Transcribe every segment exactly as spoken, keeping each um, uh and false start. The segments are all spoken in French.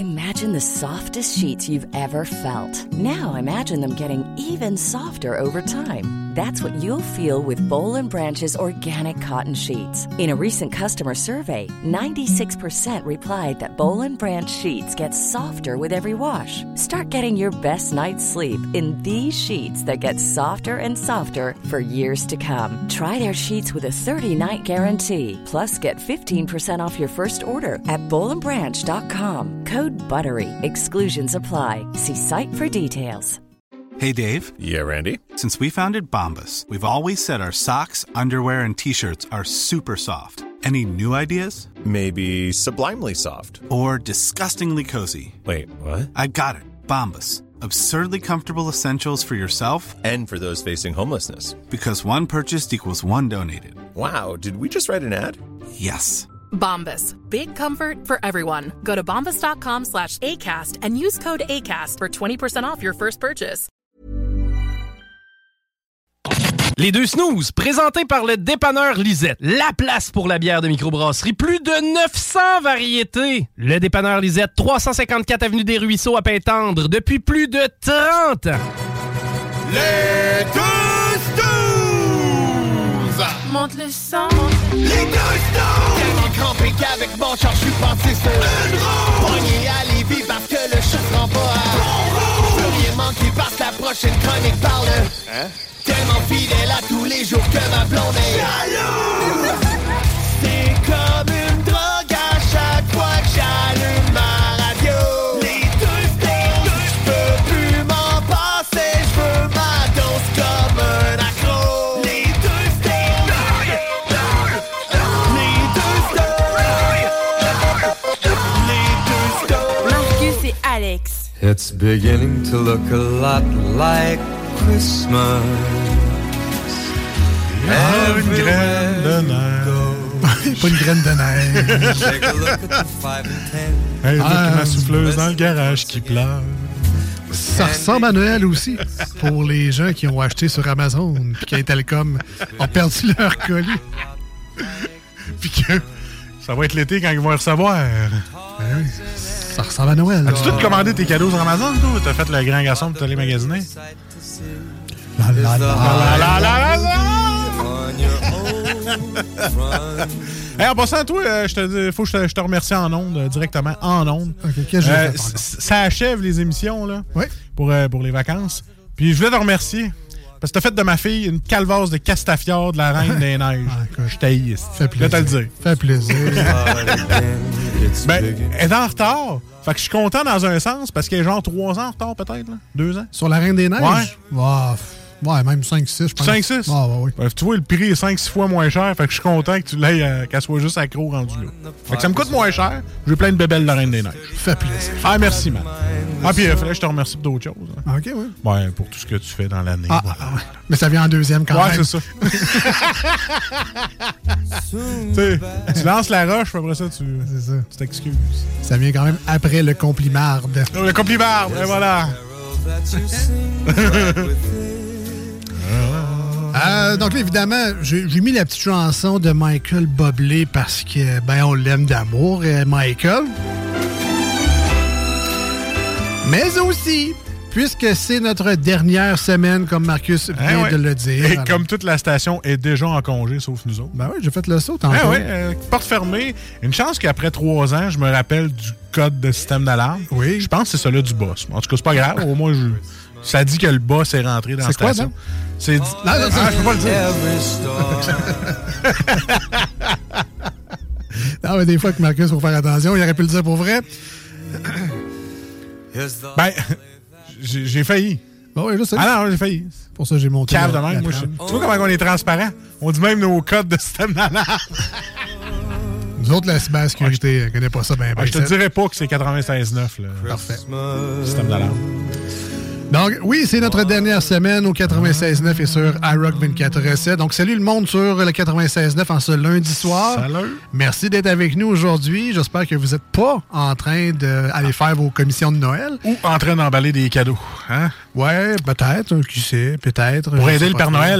Imagine the softest sheets you've ever felt. Now imagine them getting even softer over time. That's what you'll feel with Boll and Branch's organic cotton sheets. In a recent customer survey, ninety-six percent replied that Boll and Branch sheets get softer with every wash. Start getting your best night's sleep in these sheets that get softer and softer for years to come. Try their sheets with a thirty-night guarantee. Plus, get fifteen percent off your first order at boll and branch dot com. Code BUTTERY. Exclusions apply. See site for details. Hey, Dave. Yeah, Randy. Since we founded Bombas, we've always said our socks, underwear, and T-shirts are super soft. Any new ideas? Maybe sublimely soft. Or disgustingly cozy. Wait, what? I got it. Bombas. Absurdly comfortable essentials for yourself and for those facing homelessness. Because one purchased equals one donated. Wow, did we just write an ad? Yes. Bombas. Big comfort for everyone. Go to bombas.com slash ACAST and use code ACAST for twenty percent off your first purchase. Les deux snooze, présentés par le dépanneur Lisette. La place pour la bière de microbrasserie. Plus de neuf cents variétés. Le dépanneur Lisette, trois cent cinquante-quatre avenue des Ruisseaux à Pintendre, depuis plus de trente ans. Les deux snooze! Monte le sang. Les deux snooze! Tellement crampé qu'avec mon char, je suis passé sur une roue. Pogné à Lévis parce que le chat se rend pas à bon roue. Je veux rien manquer parce que la prochaine chronique parle. Hein? Tellement fidèle à tous les jours que ma blonde est jaloux. C'est comme une drogue à chaque fois que j'allume ma radio. Les deux snooze, je peux plus m'en passer, je veux ma dose comme un accro. Les deux snooze, les deux snooze, les deux snooze. Marcus et Alex. It's beginning to look a lot like Christmas. Ah, une graine de neige. Pas une graine de neige. Hey, ah, ma souffleuse dans le garage qui pleure. Ça ressemble à Noël aussi. Pour les gens qui ont acheté sur Amazon puis qui Intelcom ont perdu leur colis. Puis que ça va être l'été quand ils vont le recevoir. Ben oui. Ça ressemble à Noël. As-tu tout commandé tes cadeaux sur Amazon, toi? T'as fait le grand garçon pour t'aller magasiner? La la la la la la la! Hey, en passant, toi, euh, je te faut que je te, je te remercie en ondes, euh, directement en ondes. Okay, qu'est-ce que euh, ça achève les émissions là, oui. pour, euh, pour les vacances. Puis je voulais te remercier. Parce que t'as fait de ma fille une calvasse de Castafiore de la Reine des Neiges. Ah, je t'haïs. Fait plaisir. Je vais te le dire. Fait plaisir. Ben, elle est en retard. Fait que je suis content dans un sens parce qu'elle est genre trois ans en retard peut-être. Là. Deux ans. Sur la Reine des Neiges? Ouais. Wow. Ouais, même cinq six, je pense. cinq six? Ah, ouais, oui. Bref, tu vois, le prix est cinq six fois moins cher. Fait que je suis content que tu l'aies, euh, qu'elle soit juste accro rendue là. Fait que ça me coûte moins cher. J'ai plein de bébelles de la Reine des Neiges. Fait plaisir. Ah, merci, man. Ah, puis il euh, fallait que je te remercie pour d'autres choses. Hein. OK, oui. Ouais, pour tout ce que tu fais dans l'année. Ah, voilà. ah, ouais. Mais ça vient en deuxième quand ouais, même. Ouais, c'est ça. Tu sais, tu lances la roche, puis après ça, tu, c'est ça. Tu t'excuses. Ça vient quand même après le complimarde. Oh, le complimarde, et voilà. Euh, donc là, évidemment, j'ai, j'ai mis la petite chanson de Michael Bublé parce que, ben, on l'aime d'amour, euh, Michael. Mais aussi, puisque c'est notre dernière semaine, comme Marcus vient hein, ouais. de le dire. Et alors, comme toute la station est déjà en congé, sauf nous autres. Ben oui, j'ai fait le saut tantôt. Ah oui, euh, porte fermée. Une chance qu'après trois ans, je me rappelle du code de système d'alarme. Oui. Je pense que c'est celui du boss. En tout cas, c'est pas grave. Au moins, je... ça dit que le boss est rentré dans c'est la station. Quoi, c'est dit... Non, non, ah, je peux pas le dire. Non, mais des fois que Marcus, faut faire attention, il aurait pu le dire pour vrai. Ben, j'ai, j'ai failli. Oh oui, je sais. Ah non, j'ai failli. Pour ça, j'ai monté. Cave de même. Moi, je... Tu vois comment on est transparent? On dit même nos codes de système d'alarme. Nous autres, la cybersécurité, elle ne connaît pas ça bien. Ah, je te dirais pas que c'est quatre-vingt-seize neuf. Parfait. Système d'alarme. Donc, oui, c'est notre dernière semaine au quatre-vingt-seize neuf et sur iRock vingt-quatre sept. Donc, salut le monde sur le quatre-vingt-seize neuf en ce lundi soir. Salut. Merci d'être avec nous aujourd'hui. J'espère que vous n'êtes pas en train d'aller faire vos commissions de Noël. Ou en train d'emballer des cadeaux. Hein? Ouais, peut-être. Qui sait? Peut-être. Pour aider le Père Noël, là.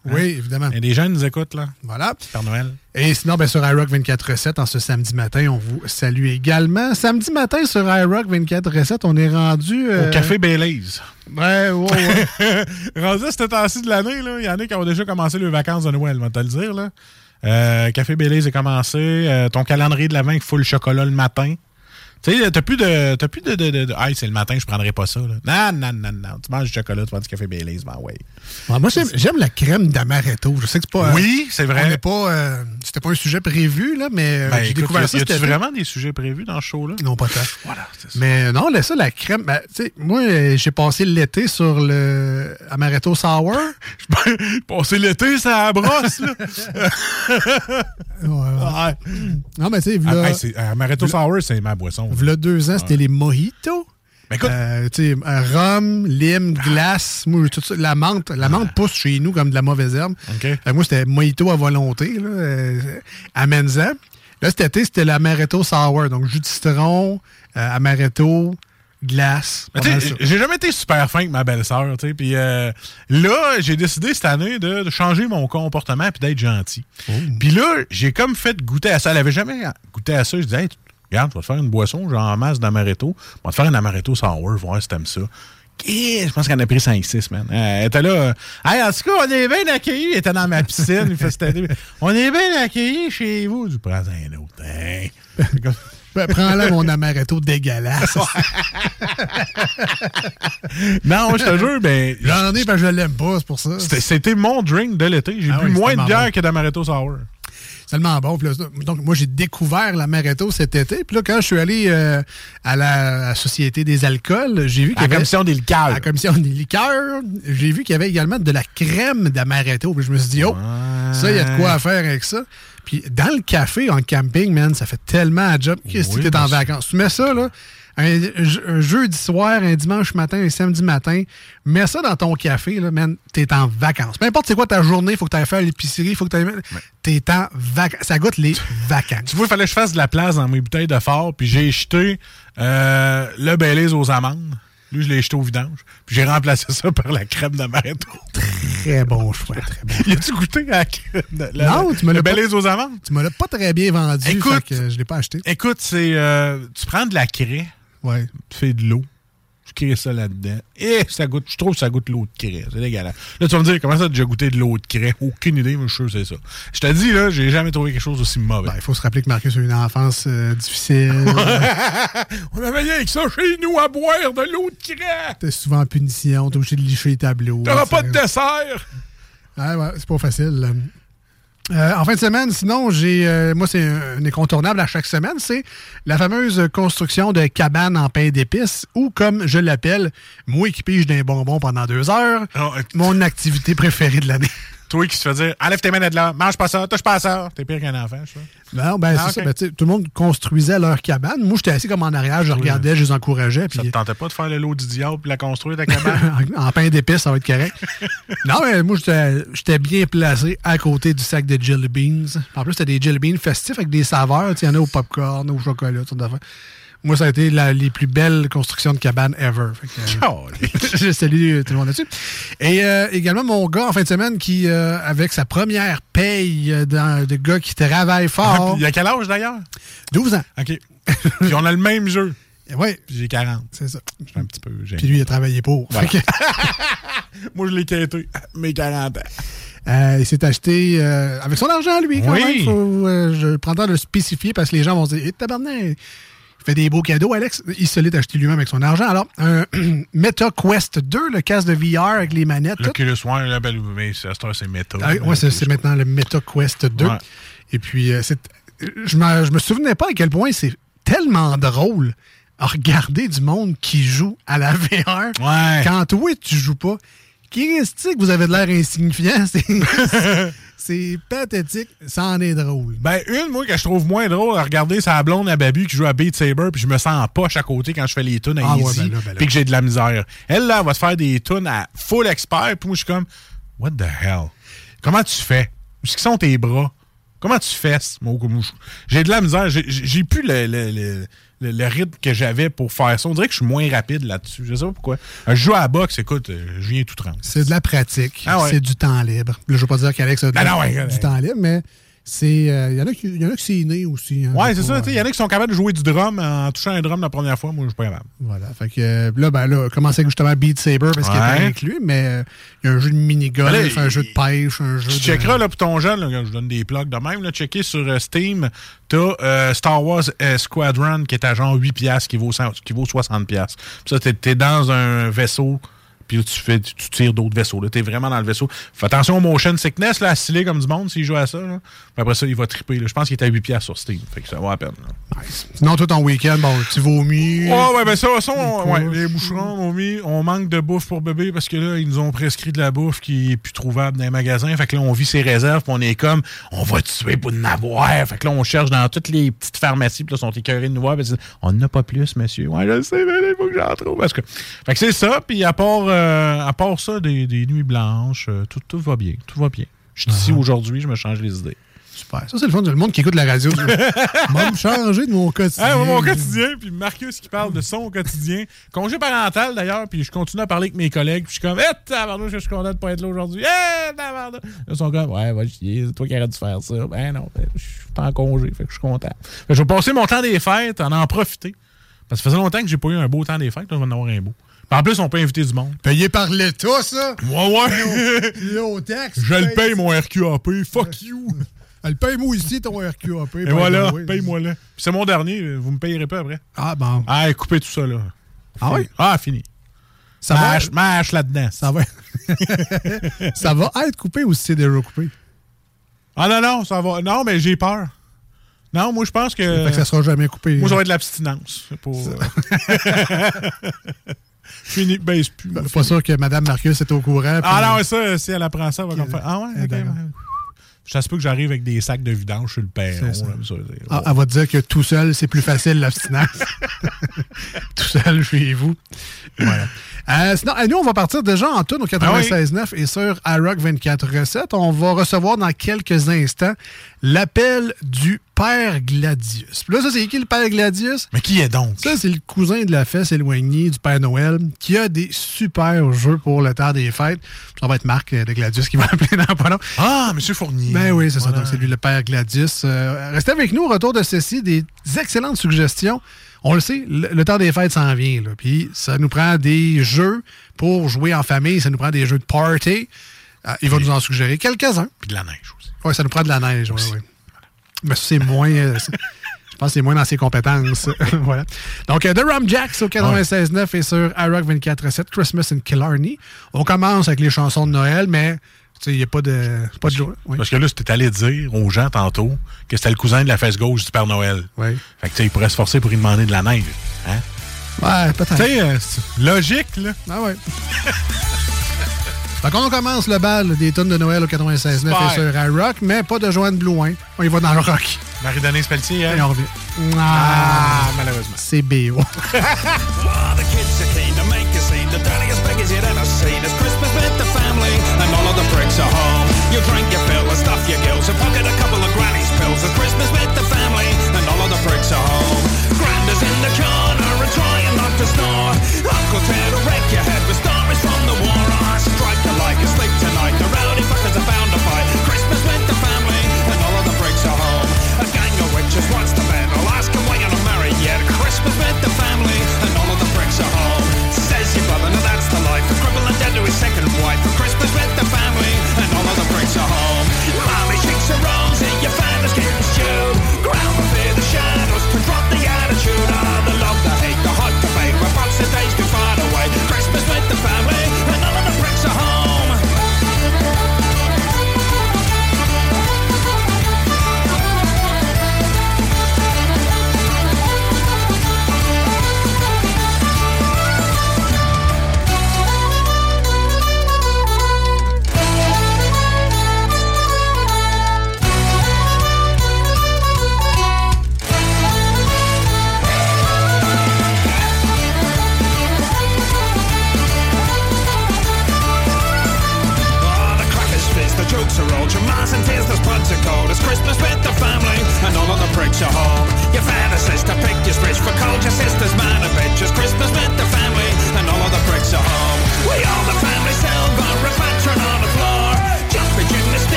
Oui, hein? Évidemment. Il y a des gens qui nous écoutent, là. Voilà. Père Noël. Et sinon, ben, sur iRock vingt-quatre sept, en ce samedi matin, on vous salue également. Samedi matin, sur iRock vingt-quatre sept, on est rendu... Euh... Au Café Baileys. Ouais, ouais, ouais. Rendu à cette temps-ci de l'année, là, il y en a qui ont déjà commencé leurs vacances de Noël, on va te le dire, là. Euh, Café Baileys est commencé. Euh, ton calendrier de l'Avent qui fout le chocolat le matin. Tu sais, t'as plus de. T'as plus de. de, de, de hey, c'est le matin, je prendrai pas ça. Là. Non, non, non, non. Tu manges du chocolat, tu prends du café Baileys, ben ouais. Ouais, moi, j'aime, j'aime la crème d'amaretto. Je sais que c'est pas. Oui, c'est vrai. On n'est pas. Euh, c'était pas un sujet prévu, là, mais ben, j'ai écoute, découvert y a, ça. Y a-tu vraiment des sujets prévus dans ce show-là? Non, pas tant. Voilà, c'est ça. Mais non, là, ça, la crème. Ben, tu sais, moi, j'ai passé l'été sur le amaretto sour. J'ai passé l'été, ça à brosse, là. ouais, ouais. Non, mais tu sais, là. Ah, hey, amaretto sour, c'est ma boisson. V'là deux ans, c'était ouais. les mojitos. Ben écoute, euh, tu sais, rhum, lime, glace, moi, tout ça, la menthe, la menthe pousse chez nous comme de la mauvaise herbe. Okay. Euh, moi, c'était mojito à volonté, là, euh, à Menza. Là, cet été, c'était l'amaretto sour, donc jus de citron, euh, amaretto, glace. J'ai jamais été super fin avec ma belle-sœur, tu sais, puis euh, là, j'ai décidé cette année de, de changer mon comportement puis d'être gentil. Oh. Puis là, j'ai comme fait goûter à ça. Elle avait jamais goûté à ça. Je disais, hey, regarde, tu vas te faire une boisson, genre en masse d'amaretto. On va te faire une amaretto sour, voir si t'aimes ça. Et je pense qu'elle en a pris cinq six, man. Elle était là. Euh, hey, en tout cas, on est bien accueillis. Elle était dans ma piscine. Il fait cette... On est bien accueillis chez vous. Je prends un autre. Hein? Ben, prends-là mon amaretto dégueulasse. Non, je te jure, ben. J'en ai, ben je l'aime pas, c'est pour ça. C'était, c'était mon drink de l'été. J'ai ah bu oui, moins de bière bon. que d'amaretto sour. C'est tellement bon. Puis là, donc, moi, j'ai découvert l'amaretto cet été. Puis là, quand je suis allé euh, à, la, à la Société des alcools, j'ai vu qu'il y avait... À la Commission des liqueurs. À la Commission des liqueurs, j'ai vu qu'il y avait également de la crème d'amaretto. Puis je me suis dit, oh, ouais. ça, il y a de quoi à faire avec ça. Puis dans le café, en camping, man, ça fait tellement un job. Qu'est-ce que oui, t'es en vacances? Tu mets ça, là, un, un jeudi soir, un dimanche matin, un samedi matin, mets ça dans ton café, là, man, t'es en vacances. Peu importe c'est quoi ta journée, il faut que t'ailles faire l'épicerie, il faut que t'ailles... T'es en vacances. Ça goûte les vacances. Tu vois, il fallait que je fasse de la place dans mes bouteilles de fort, puis j'ai jeté euh, le Baileys aux amandes. Lui, je l'ai jeté au vidange. Puis j'ai remplacé ça par la crème d'amaretto. Très bon choix, très bon. Y a-tu goûté à la crème de la, non, tu me l'as Baileys aux amandes? Tu me l'as pas très bien vendu, écoute, fait que je l'ai pas acheté. Écoute, c'est... Euh, tu prends de la craie, ouais. Tu fais de l'eau, tu crées ça là-dedans, et ça goûte, je trouve que ça goûte l'eau de craie. C'est dégueulasse. Là, tu vas me dire, comment ça, tu as déjà goûté de l'eau de craie? Aucune idée, mais je suis sûr que c'est ça. Je te dis, là, j'ai jamais trouvé quelque chose aussi mauvais. Ben, il faut se rappeler que Marcus a eu une enfance euh, difficile. On avait rien que ça chez nous à boire de l'eau de craie. T'es souvent en punition, t'es obligé de licher les tableaux. T'auras pas de dessert! Ouais, ouais, c'est pas facile. Euh, en fin de semaine, sinon, j'ai euh, moi, c'est un incontournable à chaque semaine, c'est la fameuse construction de cabane en pain d'épices, ou comme je l'appelle, moi qui pige d'un bonbon pendant deux heures, oh, euh, mon activité préférée de l'année. Toi qui se fait dire, enlève tes mains de là, mange pas ça, touche pas à ça. T'es pire qu'un enfant, je sais. Non, ben, ah, c'est okay. ça. Ben, tout le monde construisait leur cabane. Moi, j'étais assis comme en arrière, je regardais, oui. je les encourageais. Pis... Ça te tentait pas de faire le lot du diable et la construire, ta cabane? En pain d'épices, ça va être correct. Non, mais moi, j'étais, j'étais bien placé à côté du sac de Jelly Beans. En plus, c'était des Jelly Beans festifs avec des saveurs. Il y en a au popcorn, au chocolat, toutes sortes d'affaires. Moi, ça a été la, les plus belles constructions de cabane ever. Fait que, euh, je salue tout le monde là-dessus. Et euh, également, mon gars, en fin de semaine, qui, euh, avec sa première paye euh, dans, de gars qui travaille fort. Il a quel âge, d'ailleurs? douze ans. OK. Puis on a le même jeu. Oui. Puis j'ai quarante. C'est ça. Je suis un petit peu gêné. Puis lui, il a travaillé pour. Voilà. Que... Moi, je l'ai quêté. Mes quarante ans. Euh, il s'est acheté euh, avec son argent, lui, quand oui. même. Faut, euh, je prends le temps de le spécifier parce que les gens vont se dire, hé, tabarnak. Il fait des beaux cadeaux, Alex. Il se l'est acheté lui-même avec son argent. Alors, un Meta Quest deux, le casque de V R avec les manettes. Le Oculus One, la belle, mais c'est, c'est Meta. Ah, oui, c'est, c'est maintenant le Meta Quest deux. Ouais. Et puis, euh, c'est, je, me, je me souvenais pas à quel point c'est tellement drôle à regarder du monde qui joue à la V R. Ouais. Quand toi, tu joues pas. Qu'est-ce que vous avez de l'air insignifiant? C'est... C'est pathétique, ça en est drôle. Ben, une, moi, que je trouve moins drôle à regarder, c'est la blonde à Babu qui joue à Beat Saber, puis je me sens en poche à côté quand je fais les tunes à ah, Easy, ouais, ben là, ben là. Puis que j'ai de la misère. Elle, là, va se faire des tunes à full expert, puis moi, je suis comme, what the hell? Comment tu fais? Où sont tes bras? Comment tu fais? Moi, j'ai de la misère. J'ai, j'ai plus le, le, le, le, le rythme que j'avais pour faire ça. On dirait que je suis moins rapide là-dessus. Je sais pas pourquoi. Je joue à la boxe, écoute, je viens tout trempe. C'est de la pratique. Ah ouais. C'est du temps libre. Là, je veux pas dire qu'Alex a ben non, ouais, du ouais. temps libre, mais c'est il euh, y en a qui y en a qui c'est inné aussi. Hein, ouais, c'est ça. Il euh... y en a qui sont capables de jouer du drum en touchant un drum la première fois. Moi, je suis pas capable. Voilà. Fait que euh, là, ben là, commencer avec justement Beat Saber parce ouais. qu'il est inclus, mais il euh, y a un jeu de minigolf, un jeu de pêche, un jeu tu de... Tu checkeras là, pour ton jeune, là, quand je donne des plugs de même, là, checker sur euh, Steam, t'as euh, Star Wars euh, Squadron qui est à genre huit piastres, qui vaut, qui vaut soixante piastres. Puis ça, t'es, t'es dans un vaisseau... Puis là, tu, fais, tu tires d'autres vaisseaux. Tu es vraiment dans le vaisseau. Fais attention au motion sickness, là, à sciller comme du monde s'il joue à ça. Là. Puis après ça, il va triper. Là. Je pense qu'il est à huit piastres sur Steam. Fait que ça va à peine. Là. Nice. Sinon, toi, ton week-end, bon, tu vomis. Ouais, ouais, ben ça, ça on, ouais, les boucherons ont mis. On manque de bouffe pour bébé parce que là, ils nous ont prescrit de la bouffe qui est plus trouvable dans les magasins. Fait que là, on vit ses réserves. Puis on est comme, on va tuer pour en avoir. Fait que là, on cherche dans toutes les petites pharmacies. Puis là, ils sont écœurés de nous voir. Puis on n'en a pas plus, monsieur. Ouais, je le sais, mais il faut que j'en trouve. Parce que... Fait que c'est ça. Puis à part, euh, à part ça, des, des nuits blanches, euh, tout, tout va bien, tout va bien. Je suis ici aujourd'hui, je me change les idées. Super. Ça, c'est le fun. Le monde qui écoute la radio. Moi, me changer de mon quotidien. Ah, mon quotidien, puis Marcus qui parle de son quotidien. Congé parental, d'ailleurs, puis je continue à parler avec mes collègues, puis je suis comme, hé, tabarnouche, je suis content de pas être là aujourd'hui. Hé, tabarnouche. Ils sont comme, ouais, va chier, c'est toi qui arrête de faire ça. Ben non, ben, je suis en congé, fait que je suis content. Fait que je vais passer mon temps des fêtes, en en profiter. Parce que ça faisait longtemps que j'ai pas eu un beau temps des fêtes, là, je vais en avoir un beau. En plus, on peut inviter du monde. Payé par l'État, ça? Ouais, ouais. L'eau taxe. Je le paye, mon R Q A P. Fuck you. Elle paye moi ici, ton R Q A P. Et voilà, paye-moi là. Puis c'est mon dernier, vous me payerez pas après. Ah, bon. Ah, coupez tout ça, là. Ah oui? Ah, fini. Ça mâche, va... mâche là-dedans. Ça va... ça va être coupé ou si c'est déjà coupé? Ah non, non, ça va... Non, mais j'ai peur. Non, moi, je pense que... Ça fait que ça sera jamais coupé. Moi, ça va être de l'abstinence. Pour... Fini, baisse plus. Ben, pas sûr que Mme Marcus est au courant. Ah non, ça, si elle apprend ça, elle va comme faire. Ah ouais, ok. Je sais pas que j'arrive avec des sacs de vidange sur le perron. Là, ça, ah, elle va te dire que tout seul, c'est plus facile l'abstinence. Tout seul chez vous. Voilà. Euh, sinon, nous, on va partir déjà en tourne au quatre-vingt-seize neuf ah oui. Et sur iRock vingt-quatre sept. On va recevoir dans quelques instants l'appel du Père Gladius. Puis là, ça, c'est qui le Père Gladius? Mais qui est donc? Ça, c'est le cousin de la fesse éloignée du Père Noël qui a des super jeux pour le temps des fêtes. Ça va être Marc de Gladius qui va appeler dans pas long. Ah, M. Fournier. Ben oui, c'est voilà. Ça. Donc, c'est lui le Père Gladius. Euh, restez avec nous au retour de ceci. Des excellentes suggestions. On le sait, le, le temps des fêtes s'en vient. Là. Puis ça nous prend des jeux pour jouer en famille. Ça nous prend des jeux de party. Euh, il va puis, nous en suggérer quelques-uns. Puis de la neige aussi. Oui, ça nous prend de la neige. Oui, oui. Mais c'est moins... Euh, c'est, je pense que c'est moins dans ses compétences. Voilà. Donc, euh, The Rum Jacks au quatre-vingt-seize neuf ouais. Et sur iRock vingt-quatre sept, Christmas in Killarney. On commence avec les chansons de Noël, mais... Il n'y a pas de, pas de joie. Oui. Parce que là, c'était allé dire aux gens tantôt que c'était le cousin de la fesse gauche du Père Noël. Oui. Fait que, tu sais, il pourrait se forcer pour lui demander de la neige. Hein? Ouais, peut-être. Tu sais, euh, logique, là. Ah ouais. Donc, on commence le bal des tonnes de Noël au quatre-vingt-seize neuf et sur iRock, mais pas de Joanne Blouin. On y va dans le rock. Marie-Denise Pelletier, hein? Et on revient. Ah, ah malheureusement. C'est B O. Bricks are home. You drink your fill and stuff your gills and pocket a couple of granny's pills. It's Christmas with the family and all of the bricks are home. Granda's in the corner and trying not to snore. Uncle Ted will wreck your head with stories from the war. I strike you like you sleep tonight. The rowdy fuckers are bound to fight. Christmas with the family and all of the bricks are home. A gang of witches wants the men. I'll ask him why you're not married yet. Christmas with the family and all of the bricks are home. Says your brother, now that's the life. A cripple and dead to his second wife. For Christmas with the family and all of the bricks are home. Mommy shakes her rosy, your father's getting stewed. Grandma fear the shadows to drop the attitude. Ah, the love, the hate, the hot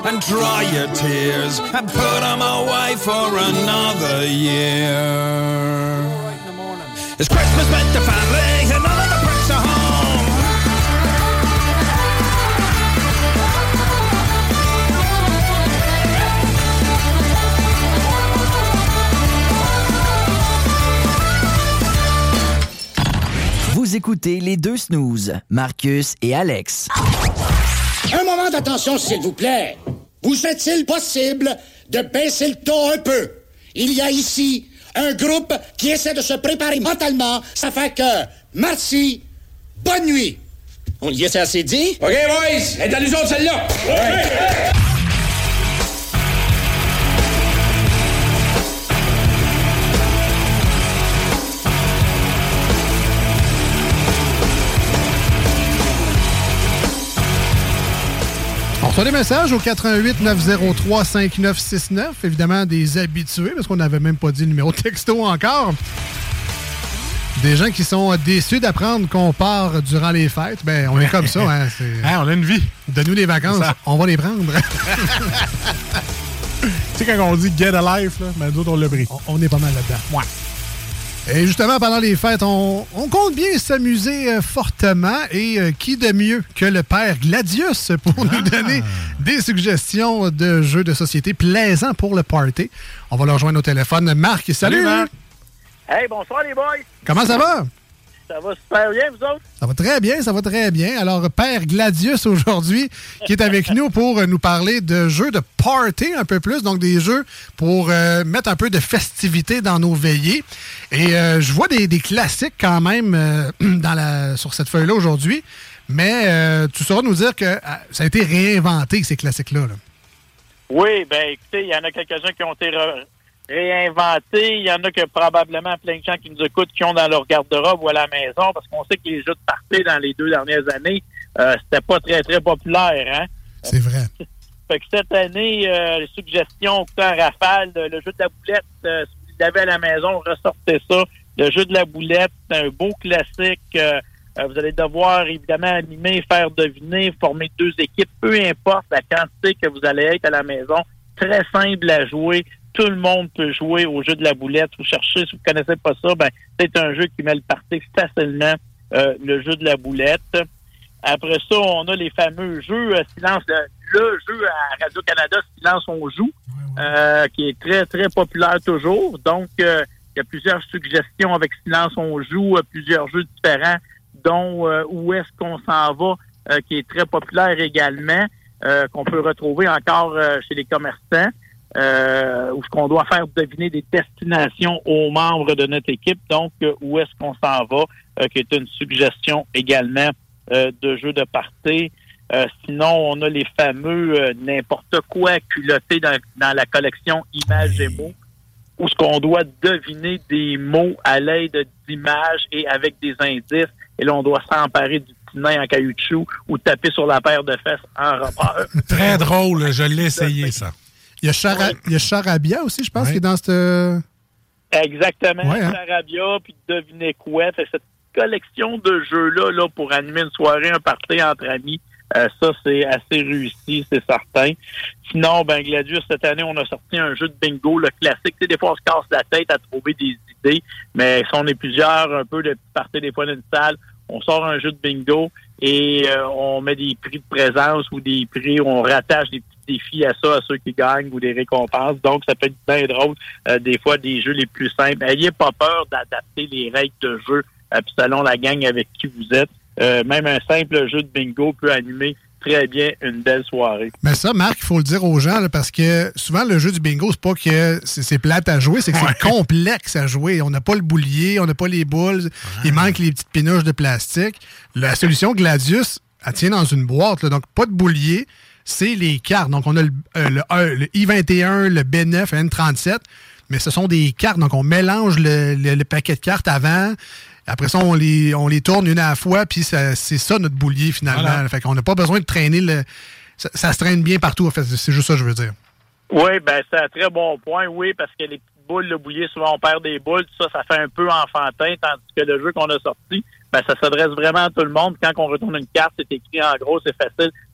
and dry your tears and put them away for another year. It's Christmas with the family and all of the bricks are home. Vous écoutez les deux snooze, Marcus et Alex. Un moment d'attention, s'il vous plaît. Vous est-il possible de baisser le ton un peu? Il y a ici un groupe qui essaie de se préparer mentalement. Ça fait que, merci, bonne nuit. On y est assez dit? OK, boys, elle est à nous autres, celle-là. Ouais. On reçoit des messages au quatre un huit neuf zéro trois cinq neuf six neuf. Évidemment, des habitués, parce qu'on n'avait même pas dit le numéro de texto encore. Des gens qui sont déçus d'apprendre qu'on part durant les fêtes. Ben, on est comme ça. Hein, c'est... Hein, on a une vie. Donne-nous les vacances, on va les prendre. Tu sais, quand on dit « get a life », là, ben, nous autres, on l'a pris. On, on est pas mal là-dedans. Ouais. Et justement, pendant les fêtes, on, on compte bien s'amuser euh, fortement. Et euh, qui de mieux que le père Gladius pour ah. nous donner des suggestions de jeux de société plaisants pour le party. On va le rejoindre au téléphone. Marc, salut, salut Marc! Hey, bonsoir les boys! Comment ça va? Ça va super bien, vous autres? Ça va très bien, ça va très bien. Alors, Père Gladius aujourd'hui, qui est avec nous pour nous parler de jeux de party un peu plus, donc des jeux pour euh, mettre un peu de festivité dans nos veillées. Et euh, je vois des, des classiques quand même euh, dans la, sur cette feuille-là aujourd'hui, mais euh, tu sauras nous dire que euh, ça a été réinventé, ces classiques-là. Là. Oui, bien écoutez, il y en a quelques-uns qui ont été... Re- réinventé. Il y en a que probablement plein de gens qui nous écoutent qui ont dans leur garde-robe ou à la maison, parce qu'on sait que les jeux de party dans les deux dernières années, euh, c'était pas très, très populaire. Hein? C'est vrai. Fait que cette année, euh, les suggestions en rafale, le jeu de la boulette, euh, si vous l'avez à la maison, ressortez ça. Le jeu de la boulette, c'est un beau classique. Euh, vous allez devoir, évidemment, animer, faire deviner, former deux équipes, peu importe la quantité que vous allez être à la maison. Très simple à jouer. Tout le monde peut jouer au jeu de la boulette. Vous cherchez, si vous ne connaissez pas ça, ben c'est un jeu qui met le party facilement, euh, le jeu de la boulette. Après ça, on a les fameux jeux euh, Silence, le, le jeu à Radio-Canada, Silence on joue, euh, qui est très, très populaire toujours. Donc, euh, il y a plusieurs suggestions avec Silence on joue, euh, plusieurs jeux différents, dont euh, Où est-ce qu'on s'en va, euh, qui est très populaire également, euh, qu'on peut retrouver encore euh, chez les commerçants. Euh, où ce qu'on doit faire deviner des destinations aux membres de notre équipe. Donc, euh, où est-ce qu'on s'en va, euh, qui est une suggestion également euh, de jeu de party. Euh, sinon, on a les fameux euh, n'importe quoi culottés dans, dans la collection Images et mots, où ce qu'on doit deviner des mots à l'aide d'images et avec des indices. Et là, on doit s'emparer du petit nain en caoutchouc ou taper sur la paire de fesses en rappeur. Très drôle, je l'ai essayé, ça. Il y a, Chara- oui. il y a Charabia aussi, je pense, oui. qui est dans cette... Exactement, ouais, hein? Charabia, puis devinez quoi. Fait cette collection de jeux-là là, pour animer une soirée, un party entre amis, euh, ça, c'est assez réussi, c'est certain. Sinon, ben Gladius, cette année, on a sorti un jeu de bingo, le classique. Tu sais, des fois, on se casse la tête à trouver des idées, mais si on est plusieurs, un peu de party des fois d'une salle, on sort un jeu de bingo et euh, on met des prix de présence ou des prix, on rattache des petits défis à ça, à ceux qui gagnent ou des récompenses. Donc, ça peut être bien drôle, euh, des fois, des jeux les plus simples. Ayez pas peur d'adapter les règles de jeu euh, selon la gang avec qui vous êtes. Euh, même un simple jeu de bingo peut animer très bien une belle soirée. Mais ça, Marc, il faut le dire aux gens, là, parce que souvent, le jeu du bingo, c'est pas que c'est, c'est plate à jouer, c'est que ouais. c'est complexe à jouer. On n'a pas le boulier, on n'a pas les boules, ouais. il manque les petites pinouches de plastique. La solution Gladius, elle tient dans une boîte, là, donc pas de boulier, c'est les cartes. Donc, on a le, euh, le, euh, le I vingt et un, le B neuf, le N trente-sept, mais ce sont des cartes. Donc, on mélange le, le, le paquet de cartes avant. Après ça, on les, on les tourne une à la fois, puis ça, c'est ça notre boulier, finalement. Voilà. Fait qu'on n'a pas besoin de traîner le... Ça, ça se traîne bien partout, en fait. C'est juste ça que je veux dire. Oui, ben c'est un très bon point, oui, parce que les petites boules, le boulier, souvent, on perd des boules. Tout ça, ça fait un peu enfantin, tandis que le jeu qu'on a sorti, ben ça s'adresse vraiment à tout le monde. Quand on retourne une carte, c'est écrit en gros, c'est facile.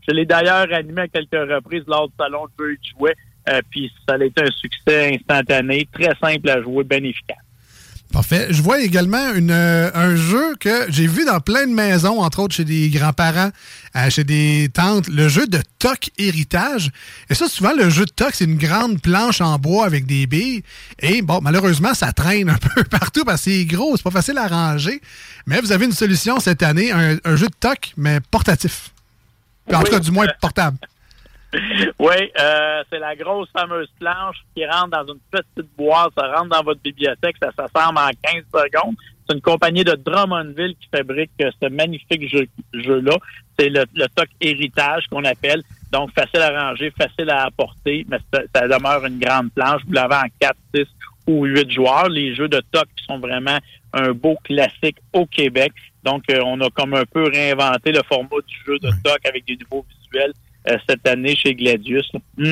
Je l'ai d'ailleurs animé à quelques reprises lors du salon de jeu et de jouets. Euh, puis ça a été un succès instantané, très simple à jouer, bien efficace. Parfait. Je vois également une, euh, un jeu que j'ai vu dans plein de maisons, entre autres chez des grands-parents, euh, chez des tantes, le jeu de Toc Héritage. Et ça, souvent, le jeu de Toc, c'est une grande planche en bois avec des billes. Et bon, malheureusement, ça traîne un peu partout parce que c'est gros, c'est pas facile à ranger. Mais vous avez une solution cette année, un, un jeu de Toc, mais portatif. Puis, en oui. tout cas, du moins portable. Oui, euh, c'est la grosse fameuse planche qui rentre dans une petite boîte, ça rentre dans votre bibliothèque, ça s'assemble en quinze secondes. C'est une compagnie de Drummondville qui fabrique ce magnifique jeu, jeu-là. C'est le, le Toc Héritage qu'on appelle. Donc, facile à ranger, facile à apporter, mais ça, ça demeure une grande planche. Vous l'avez en quatre, six ou huit joueurs. Les jeux de Toc sont vraiment un beau classique au Québec. Donc, euh, on a comme un peu réinventé le format du jeu de Toc avec des nouveaux visuels cette année chez Gladius. Mmh.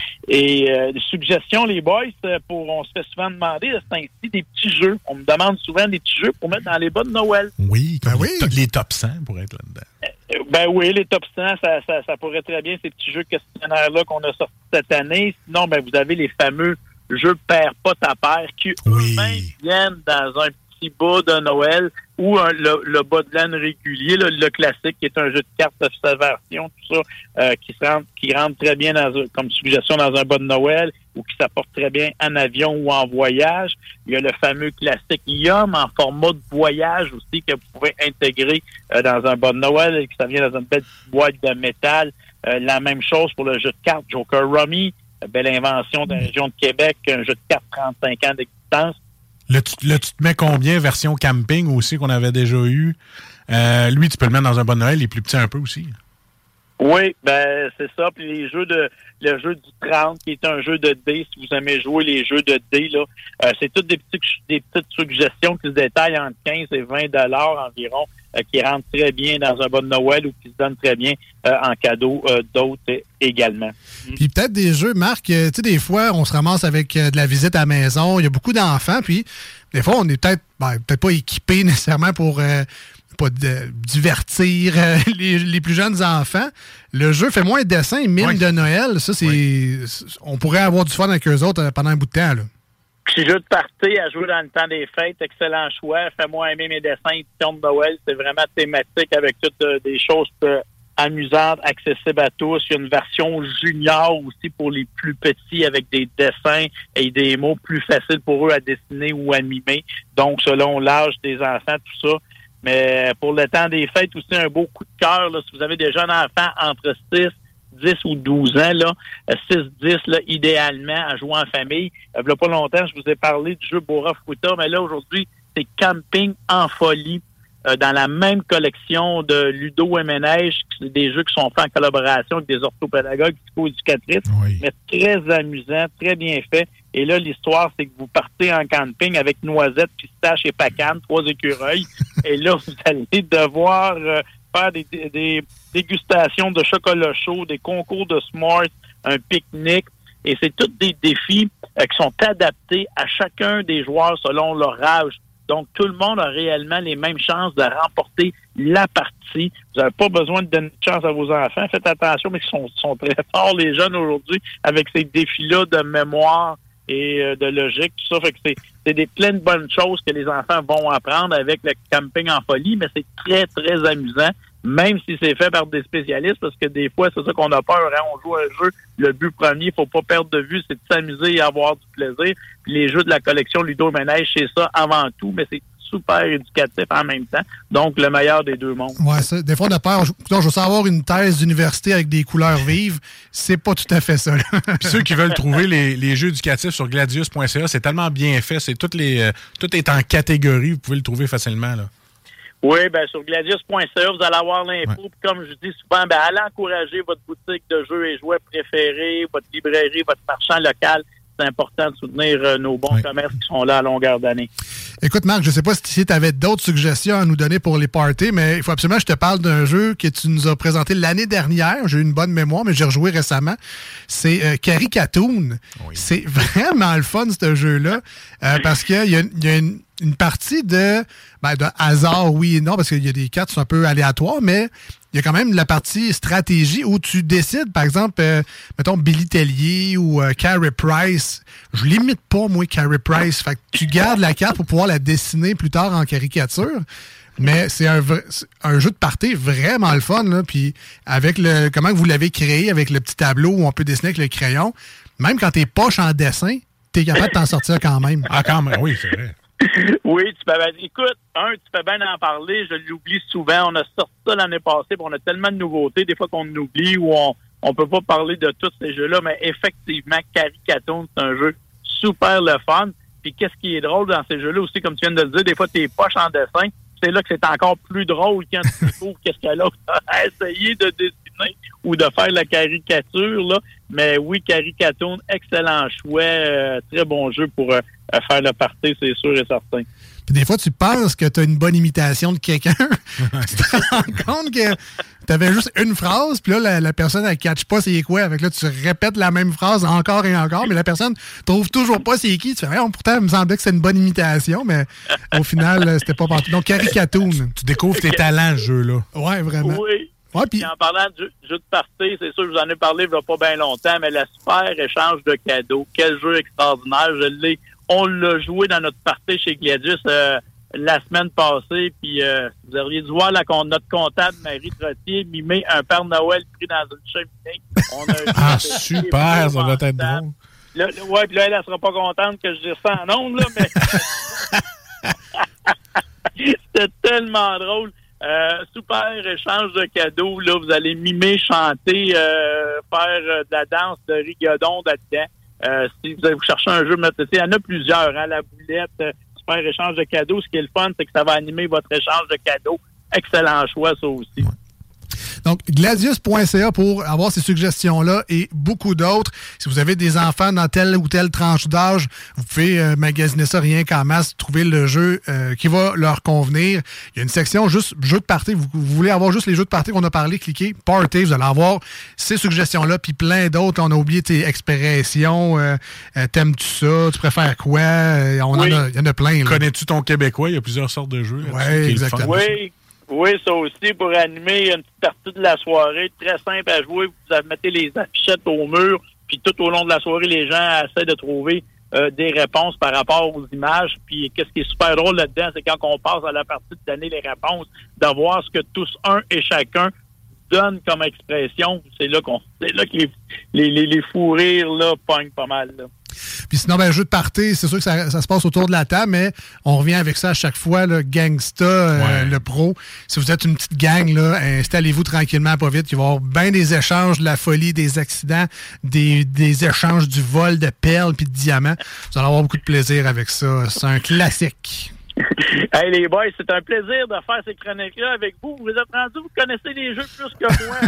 Et euh, des suggestions, les boys, pour on se fait souvent demander, c'est ainsi des petits jeux. On me demande souvent des petits jeux pour mettre dans les bas de Noël. Oui, comme ben les, oui. les top cent pourraient être là-dedans. Euh, ben oui, les top cent, ça, ça, ça pourrait très bien, ces petits jeux questionnaires-là qu'on a sortis cette année. Sinon, ben vous avez les fameux jeux père pas ta père qui oui. eux-mêmes viennent dans un petit bas de Noël ou un, le, le bas de laine régulier, le, le classique, qui est un jeu de cartes d'observation, tout ça, euh, qui se rentre, qui rentre très bien dans, comme suggestion dans un bas de Noël ou qui s'apporte très bien en avion ou en voyage. Il y a le fameux classique Yum en format de voyage aussi que vous pouvez intégrer euh, dans un bas de Noël et qui ça vient dans une belle boîte de métal. Euh, la même chose pour le jeu de cartes Joker Rummy, belle invention de la région de Québec, un jeu de cartes trente-cinq ans d'existence. Là tu, là, tu te mets combien? Version camping aussi, qu'on avait déjà eu. Euh, lui, tu peux le mettre dans un bon Noël, il est plus petit un peu aussi. Oui, ben c'est ça. Puis les jeux de le jeu du trente, qui est un jeu de dés, si vous aimez jouer les jeux de dés, là, euh, c'est toutes des petites des petites suggestions qui se détaillent entre quinze et vingt dollars environ, euh, qui rentrent très bien dans un bon Noël ou qui se donnent très bien euh, en cadeau euh, d'autres également. Puis peut-être des jeux, Marc, euh, tu sais, des fois, on se ramasse avec euh, de la visite à la maison, il y a beaucoup d'enfants, puis des fois, on est peut-être ben, peut-être pas équipé nécessairement pour euh, pas de, divertir euh, les, les plus jeunes enfants. Le jeu fait moins de dessins, mime oui. de Noël. Ça, c'est, oui. on pourrait avoir du fun avec eux autres pendant un bout de temps. Là. Petit jeu de party à jouer dans le temps des fêtes, excellent choix. Fais-moi aimer mes dessins, édition de Noël. C'est vraiment thématique avec toutes euh, des choses euh, amusantes, accessibles à tous. Il y a une version junior aussi pour les plus petits avec des dessins et des mots plus faciles pour eux à dessiner ou à mimer. Donc, selon l'âge des enfants, tout ça. Mais pour le temps des fêtes, aussi un beau coup de cœur. Là, si vous avez des jeunes enfants entre six, dix ou douze ans, là, six dix, là, idéalement, à jouer en famille. Il n'y a pas longtemps, je vous ai parlé du jeu Bora Fruta, mais là, aujourd'hui, c'est Camping en folie. Euh, dans la même collection de Ludo et Ménage, c'est des jeux qui sont faits en collaboration avec des orthopédagogues, psycho-éducatrices, oui. mais très amusant, très bien fait. Et là, l'histoire, c'est que vous partez en camping avec noisettes, pistaches et pacane, trois écureuils. Et là, vous allez devoir euh, faire des, des, des dégustations de chocolat chaud, des concours de s'mores, un pique-nique. Et c'est tous des défis euh, qui sont adaptés à chacun des joueurs selon leur âge. Donc, tout le monde a réellement les mêmes chances de remporter la partie. Vous n'avez pas besoin de donner de chance à vos enfants. Faites attention, mais ils sont, sont très forts, les jeunes, aujourd'hui, avec ces défis-là de mémoire et euh, de logique, tout ça. Fait que c'est, c'est des plein de bonnes choses que les enfants vont apprendre avec le camping en folie, mais c'est très, très amusant, même si c'est fait par des spécialistes, parce que des fois, c'est ça qu'on a peur. Hein? On joue à un jeu, le but premier, il faut pas perdre de vue, c'est de s'amuser et avoir du plaisir. Puis les jeux de la collection Ludo Ménage, c'est ça avant tout, mais c'est super éducatif en même temps. Donc, le meilleur des deux mondes. Ouais, ça, des fois, on a peur. Je, je veux savoir une thèse d'université avec des couleurs vives. C'est pas tout à fait ça. Puis ceux qui veulent trouver les, les jeux éducatifs sur gladius point c a, c'est tellement bien fait. C'est toutes les, euh, tout est en catégorie. Vous pouvez le trouver facilement, là. Oui, bien, sur gladius point c a, vous allez avoir l'info. Ouais. Puis comme je dis souvent, ben, allez encourager votre boutique de jeux et jouets préférés, votre librairie, votre marchand local. C'est important de soutenir euh, nos bons oui. commerces qui sont là à longueur d'année. Écoute, Marc, je ne sais pas si tu avais d'autres suggestions à nous donner pour les parties, mais il faut absolument que je te parle d'un jeu que tu nous as présenté l'année dernière. J'ai eu une bonne mémoire, mais j'ai rejoué récemment. C'est euh, Caricatoon. Oui. C'est vraiment le fun, ce jeu-là, euh, parce qu'il y a, y a une... une partie de, ben, de hasard, oui et non, parce qu'il y a des cartes qui sont un peu aléatoires, mais il y a quand même la partie stratégie où tu décides, par exemple, euh, mettons, Billy Tellier ou euh, Carey Price. Je l'imite pas, moi, Carey Price. Fait que tu gardes la carte pour pouvoir la dessiner plus tard en caricature. Mais c'est un, vrai, c'est un jeu de party vraiment le fun, là. Puis avec le comment vous l'avez créé, avec le petit tableau où on peut dessiner avec le crayon, même quand t'es poche en dessin, t'es capable de t'en sortir quand même. Ah, quand même, oui, c'est vrai. Oui, tu peux bien. Écoute, un, tu peux bien en parler, je l'oublie souvent. On a sorti ça l'année passée, puis on a tellement de nouveautés, des fois qu'on oublie ou on on peut pas parler de tous ces jeux-là, mais effectivement, Caricatoon, c'est un jeu super le fun. Puis qu'est-ce qui est drôle dans ces jeux-là aussi, comme tu viens de le dire, des fois, t'es poche en dessin. C'est là que c'est encore plus drôle quand tu découvres qu'est-ce que l'autre a essayé de dessiner ou de faire la caricature, là. Mais oui, Caricatoon, excellent choix, euh, très bon jeu pour euh, faire le party, c'est sûr et certain. Puis des fois, tu penses que tu as une bonne imitation de quelqu'un. Tu te rends compte que tu avais juste une phrase, puis là, la, la personne, elle ne catch pas c'est quoi. Avec là, tu répètes la même phrase encore et encore, mais la personne trouve toujours pas c'est qui. Tu fais, hey, pourtant, il me semblait que c'est une bonne imitation, mais au final, c'était pas partout. Donc, Caricatoon. Tu découvres tes talents, ce jeu-là. Ouais, vraiment. Oui. Ouais, pis... en parlant de jeu, jeu de party, c'est sûr, je vous en ai parlé il n'y a pas bien longtemps, mais le super échange de cadeaux, quel jeu extraordinaire. Je l'ai, on l'a joué dans notre party chez Gladius euh, la semaine passée, puis euh, vous auriez dû voir la, notre comptable Marie Trottier mimer un Père Noël pris dans une cheminée. On a ah, super, ça va être drôle. Là, là, ouais, puis là, elle ne sera pas contente que je dise ça en ondes, là, mais c'était tellement drôle. Euh, super échange de cadeaux. Là, vous allez mimer, chanter, euh, faire euh, de la danse de rigodon là-dedans. Euh, si vous allez vous chercher un jeu, il y en a plusieurs. Hein, la boulette, euh, super échange de cadeaux. Ce qui est le fun, c'est que ça va animer votre échange de cadeaux. Excellent choix, ça aussi. Ouais. Donc, gladius point c a pour avoir ces suggestions-là et beaucoup d'autres. Si vous avez des enfants dans telle ou telle tranche d'âge, vous pouvez euh, magasiner ça rien qu'en masse, trouver le jeu euh, qui va leur convenir. Il y a une section juste jeux de party. Vous, vous voulez avoir juste les jeux de party qu'on a parlé, cliquez Party, vous allez avoir ces suggestions-là, puis plein d'autres. On a oublié tes expressions. Euh, euh, T'aimes-tu ça? Tu préfères quoi? Euh, on oui. en a, il y en a plein. Là. Connais-tu ton Québécois? Il y a plusieurs sortes de jeux. Oui, exactement. Oui. Oui, ça aussi, pour animer une petite partie de la soirée, très simple à jouer. Vous mettez les affichettes au mur, puis tout au long de la soirée, les gens essaient de trouver euh, des réponses par rapport aux images. Puis qu'est-ce qui est super drôle là-dedans, c'est quand on passe à la partie de donner les réponses, de voir ce que tous, un et chacun, donnent comme expression. C'est là qu'on, c'est là que les, les, les, les fous rires, là, pognent pas mal, là. Puis sinon, ben, jeu de party, c'est sûr que ça, ça se passe autour de la table, mais on revient avec ça à chaque fois, le Gangsta, euh, ouais. le pro. Si vous êtes une petite gang, là, installez-vous tranquillement, pas vite. Il va y avoir bien des échanges, de la folie, des accidents, des, des échanges du vol de perles puis de diamants. Vous allez avoir beaucoup de plaisir avec ça. C'est un classique. Hey les boys, c'est un plaisir de faire ces chroniques-là avec vous. Vous êtes rendus, vous connaissez les jeux plus que moi.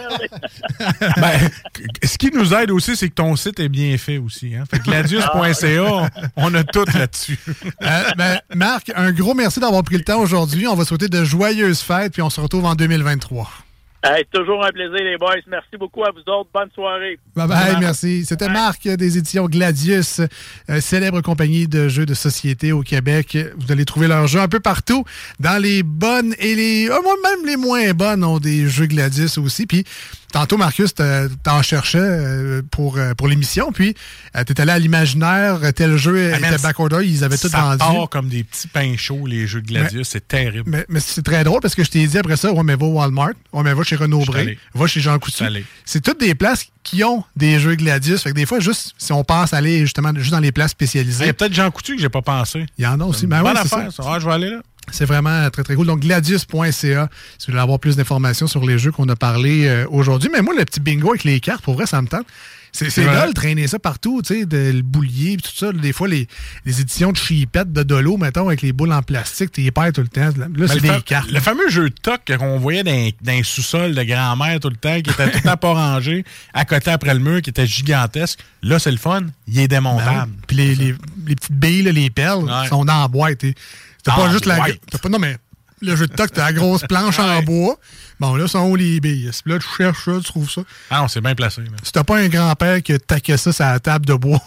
C'est ben, ce qui nous aide aussi, c'est que ton site est bien fait aussi. Hein? Fait que gladius point c a, on, on a tout là-dessus. euh, ben, Marc, un gros merci d'avoir pris le temps aujourd'hui. On va souhaiter de joyeuses fêtes, puis on se retrouve en deux mille vingt-trois. Hey, toujours un plaisir, les boys. Merci beaucoup à vous autres. Bonne soirée. Bye bye, merci. C'était bye. Marc des éditions Gladius, euh, célèbre compagnie de jeux de société au Québec. Vous allez trouver leurs jeux un peu partout. Dans les bonnes et les... Euh, même les moins bonnes ont des jeux Gladius aussi. Puis tantôt, Marcus, t'en cherchais euh, pour, euh, pour l'émission. Puis euh, t'es allé à l'Imaginaire. Tel jeu ah, était backorder. Ils avaient tout vendu. Ça part comme des petits pains chauds, les jeux de Gladius. Mais, c'est terrible. Mais, mais c'est très drôle parce que je t'ai dit après ça, ouais, mais va au Walmart. Ouais, mais va chez Renaud-Bré. Va chez Jean Coutu. C'est toutes des places qui ont des jeux Gladius. Fait que des fois, juste si on pense aller justement juste dans les places spécialisées. Il y a peut-être Jean Coutu que j'ai pas pensé. Il y en a aussi. Ben ouais, bonne affaire, ça. Ah, je vais aller là. C'est vraiment très, très cool. Donc, gladius point c a, si vous voulez avoir plus d'informations sur les jeux qu'on a parlé euh, aujourd'hui. Mais moi, le petit bingo avec les cartes, pour vrai, ça me tente. C'est, c'est là de traîner ça partout, tu sais, de le boulier, tout ça. Des fois, les, les éditions de Chipette, de Dolo, mettons, avec les boules en plastique, t'es perds tout le temps. Là, là c'est des fa- cartes. Le fameux jeu de toc qu'on voyait dans, dans les sous-sols de grand-mère tout le temps, qui était tout le temps pas rangé, à côté après le mur, qui était gigantesque. Là, c'est le fun. Il est démontable. Ben, puis les, les, les petites billes, là, les perles, ouais. sont dans la boîte. T'as dans pas juste la boîte. T'as pas, non, mais Le jeu de toc, t'as la grosse planche en bois. Bon, là, sont où les billes? Là, tu cherches ça, tu trouves ça. Ah non, c'est bien placé. Là. Si t'as pas un grand-père qui taquait ça sur la table de bois,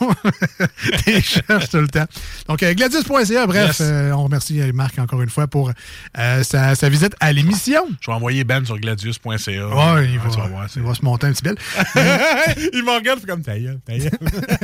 tu cherches tout le temps. Donc, euh, Gladius point C A, bref, yes. euh, on remercie Marc encore une fois pour euh, sa, sa visite à l'émission. Je vais envoyer Ben sur Gladius point C A. Ouais, il, va, va, voir, il va se monter un petit bel. Il me regarde comme ta gueule, ta gueule.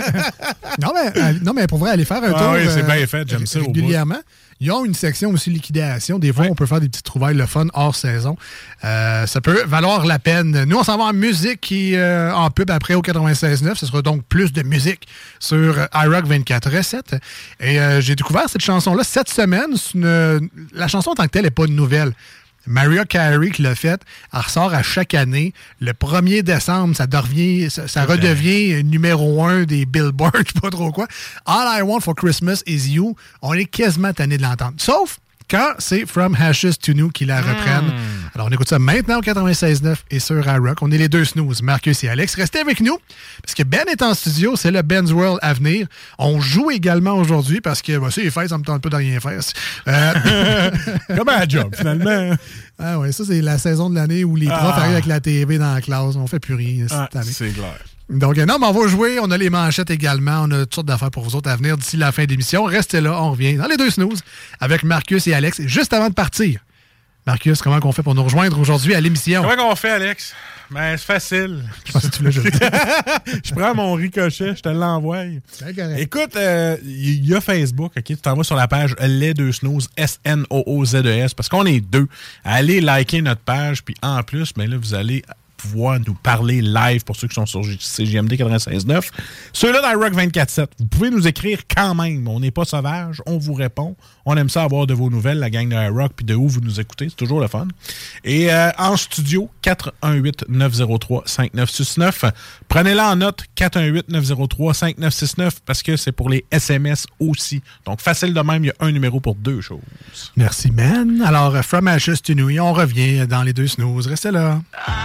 non, mais, non, mais pour vrai, aller faire un ah, tour. Oui, c'est bien fait, j'aime ça. Régulièrement. Ils ont une section aussi liquidation. Des fois, ouais. on peut faire des petites trouvailles, le fun, hors saison. Euh, ça peut valoir la peine. Nous, on s'en va en musique qui, euh, en pub après au quatre-vingt-seize neuf. Ce sera donc plus de musique sur euh, iRock vingt-quatre sept. Et euh, j'ai découvert cette chanson-là cette semaine. Une... La chanson en tant que telle n'est pas une nouvelle. Mariah Carey qui l'a fait, elle ressort à chaque année. Le premier décembre, ça, devient, ça, ça redevient numéro un des Billboard, je sais pas trop quoi. All I Want for Christmas is You. On est quasiment tanné de l'entendre. Sauf quand c'est From Ashes to New qui la reprennent. Mm. Alors, on écoute ça maintenant au quatre-vingt-seize neuf et sur iRock. On est les deux snooze, Marcus et Alex. Restez avec nous, parce que Ben est en studio. C'est le Ben's World à venir. On joue également aujourd'hui, parce que bah, c'est les fêtes, ça me tente pas de rien faire. Euh... Comme un job, finalement. Ah ouais, ça, c'est la saison de l'année où les profs ah. arrivent avec la T V dans la classe. On fait plus rien cette ah, année. C'est clair. Donc, non, mais on va jouer. On a les manchettes également. On a toutes sortes d'affaires pour vous autres à venir d'ici la fin de l'émission. Restez là, on revient dans les deux snooze avec Marcus et Alex. Et juste avant de partir, Marcus, comment on fait pour nous rejoindre aujourd'hui à l'émission? Comment on fait, Alex? Ben, c'est facile. Je pense que tu voulais juste Je prends mon ricochet, je te l'envoie. Écoute, il euh, y a Facebook, ok? Tu t'en vas sur la page Les Deux Snooze, S N O O Z E S, parce qu'on est deux. Allez liker notre page, puis en plus, ben là, vous allez pouvoir nous parler live pour ceux qui sont sur C J M D quatre-vingt-seize neuf. Ceux-là dans iRock vingt-quatre sept, vous pouvez nous écrire quand même. On n'est pas sauvage, on vous répond. On aime ça avoir de vos nouvelles, la gang de iRock, puis de où vous nous écoutez. C'est toujours le fun. Et euh, en studio, quatre un huit neuf zéro trois cinq neuf six neuf. Prenez-la en note, quatre un huit neuf zéro trois cinq neuf six neuf, parce que c'est pour les S M S aussi. Donc, facile de même, il y a un numéro pour deux choses. Merci, man. Alors, From Ashes to New, on revient dans les deux snooze. Restez là.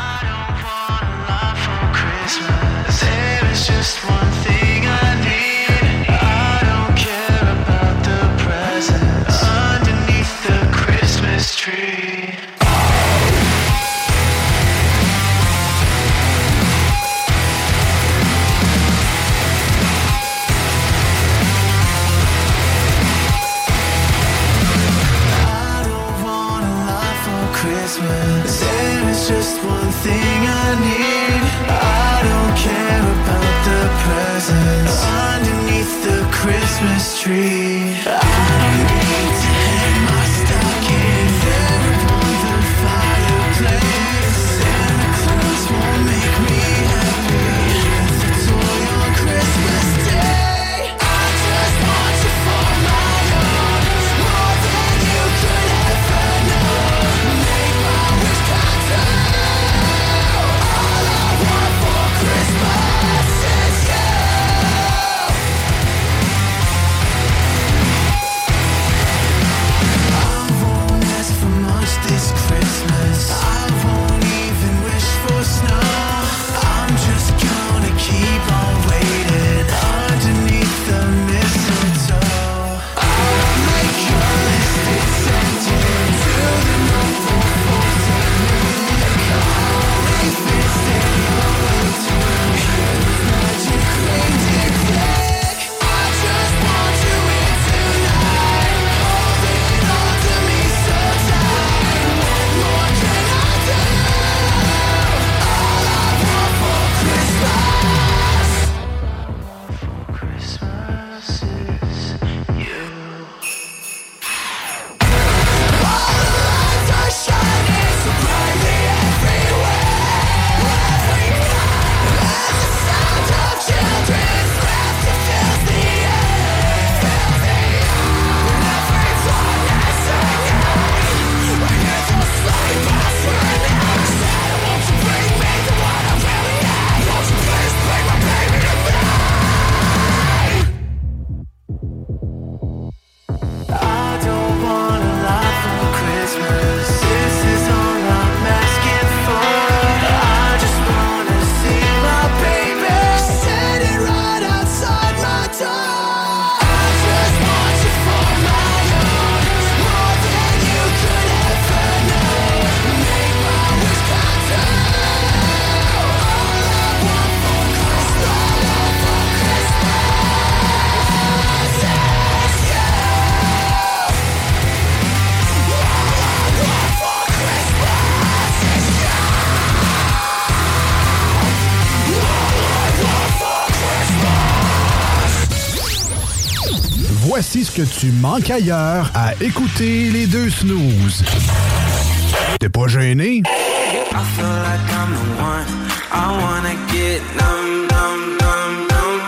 There's just one thing I need. I don't care about the presents underneath the Christmas tree. I don't want a lot for Christmas. There is just one thing I need. I don't care about the presents underneath the Christmas tree. I don't need to hang my stocking there upon the fireplace. Santa Claus won't make me happy with a toy on Christmas Day. I just want you for my own, more than you could ever know. Make my wish come true. All I want for Christmas is you. Voici ce que tu manques ailleurs à écouter les deux snooze. T'es pas gêné? I feel like I'm the one. I wanna get numb, numb, numb, numb.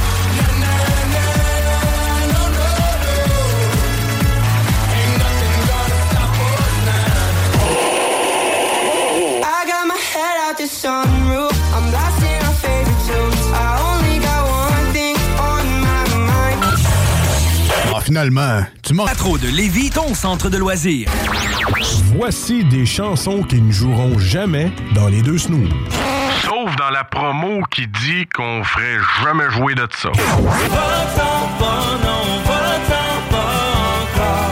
I got my head out the sunroof. I'm blasting our favorite tunes. I only got one thing on my mind. Ah, finalement, tu manques... Patro de Lévis, ton centre de loisirs. Voici des chansons qui ne joueront jamais dans les deux snooze. Sauf dans la promo qui dit qu'on ferait jamais jouer de ça. Va-t'en pas, non, va-t'en pas encore.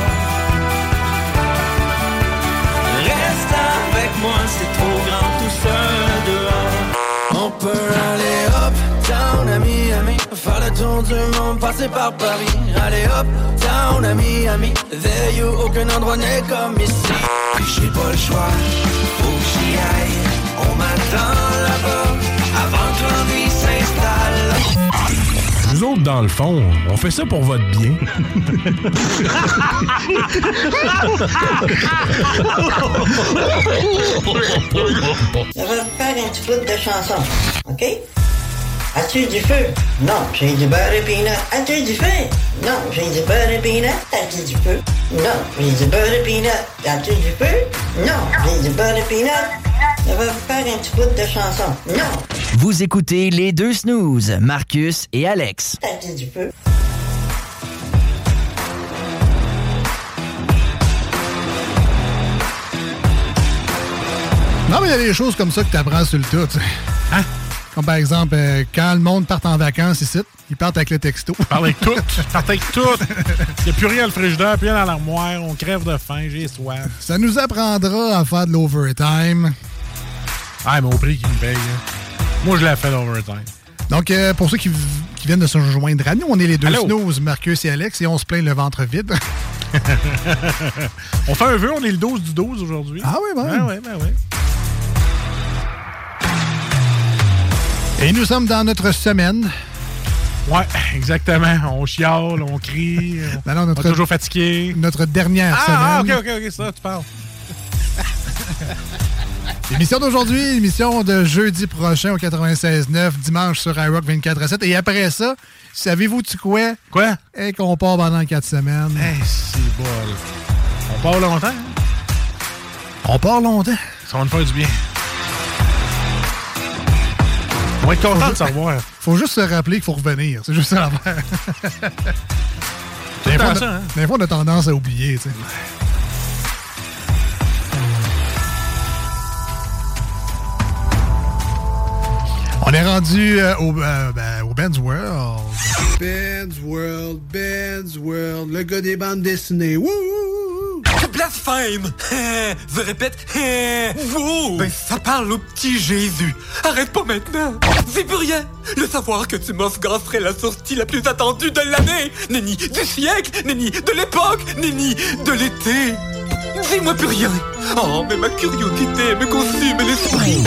Reste avec moi, c'est trop grand tout seul dehors. On peut aller up, down à Miami, faire le tour du monde, passer par Paris. Aller up, down à Miami, there you, aucun endroit n'est comme ici. J'ai pas le choix, faut que j'y aille. On m'attend là-bas, avant que l'ennui s'installe. Nous autres, dans le fond, on fait ça pour votre bien. Je vais faire un petit bout de chanson, OK? As-tu du feu? Non, j'ai du beurre et peanut. As-tu du feu? Non, j'ai du beurre et peanut. As-tu du feu? Non, j'ai du beurre et peanut. As-tu du feu? Non, j'ai du beurre et peanut. Je vais faire un petit bout de chanson. Non! Vous écoutez les deux snooze, Marcus et Alex. As-tu du feu? Non, mais il y a des choses comme ça que tu apprends sur le tout. T'sais. Hein? Comme par exemple, euh, quand le monde part en vacances ici, ils partent avec le texto. Ils partent avec tout. Ils partent avec tout. Il n'y a plus rien dans le frigidaire, plus rien dans l'armoire. On crève de faim, j'ai soif. Ça nous apprendra à faire de l'overtime. Ah, mais au prix qu'ils me payent. Hein. Moi, je l'ai fait l'overtime. Donc, euh, pour ceux qui, qui viennent de se rejoindre à nous, on est les deux Allô? snooze, Marcus et Alex, et on se plaint le ventre vide. On fait un vœu, on est le douze du douze aujourd'hui. Ah oui, ben. Ben oui, ben oui. Et nous sommes dans notre semaine. Ouais, exactement. On chiale, on crie, on, non, non, notre, on est toujours fatigué. Notre dernière ah, semaine. Ah, OK, OK, OK, ça, tu parles. L'émission d'aujourd'hui, l'émission de jeudi prochain au quatre-vingt-seize neuf, dimanche sur iRock vingt-quatre à sept. Et après ça, savez-vous-tu quoi? Quoi? Et qu'on part pendant quatre semaines. Hey, c'est bol. On part longtemps, hein? On part longtemps. Ça va nous faire du bien. On va être content de savoir. Faut juste se rappeler qu'il faut revenir. C'est juste ça l'affaire. Des fois, hein? Des fois, on a tendance à oublier, tu sais. On est rendu euh, au, euh, ben, au Ben's World. Ben's World, Ben's World, le gars des bandes dessinées. Wouh! Blasphème! Je répète, wow! Ben, ça parle au petit Jésus. Arrête pas maintenant! C'est plus rien! Le savoir que tu m'offres serait la sortie la plus attendue de l'année! Nenni du siècle! Nenni de l'époque! Nenni de l'été! Dis-moi plus rien! Oh, mais ma curiosité me consume l'esprit!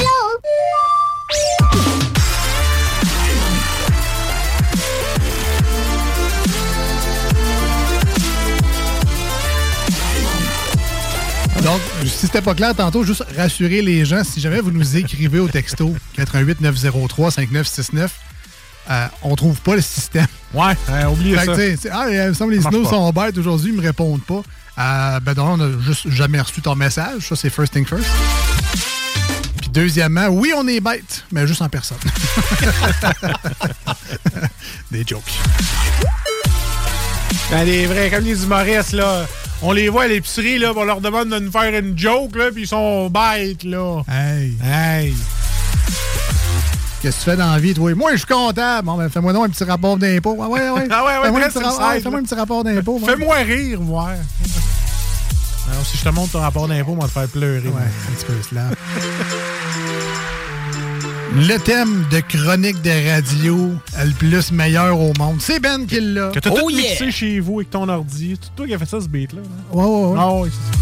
Donc, si c'était pas clair tantôt, juste rassurer les gens, si jamais vous nous écrivez au texto quatre un huit neuf zéro trois cinq neuf six neuf, euh, on trouve pas le système. Ouais, euh, oubliez fait ça. Que, ah, il me semble que les snooze sont bêtes aujourd'hui, ils me répondent pas. Euh, ben donc, on a juste jamais reçu ton message. Ça, c'est first thing first. Puis deuxièmement, oui, on est bêtes, mais juste en personne. Des jokes. Ben, les vrais, comme les humoristes, là, on les voit à l'épicerie, là, on leur demande de nous faire une joke, là, puis ils sont bêtes, là. Hey! Hey! Qu'est-ce que tu fais dans la vie, toi? Moi, je suis comptable. Bon, ben, fais-moi donc un petit rapport d'impôt. Ah ouais, ouais. Ah ouais, ouais, fais-moi, ouais, un, petit ra- ouais, fais-moi un petit rapport d'impôt. Fais-moi rire, voir. Alors, si je te montre ton rapport d'impôt, on va te faire pleurer. Ouais, un petit peu cela. Le thème de chronique de radio le plus meilleur au monde. C'est Ben qui l'a. Que t'as oh tout yeah. mixé chez vous avec ton ordi. C'est toi qui as fait ça, ce beat-là. Hein? Ouais, ouais, ouais. Ah ouais, c'est ça.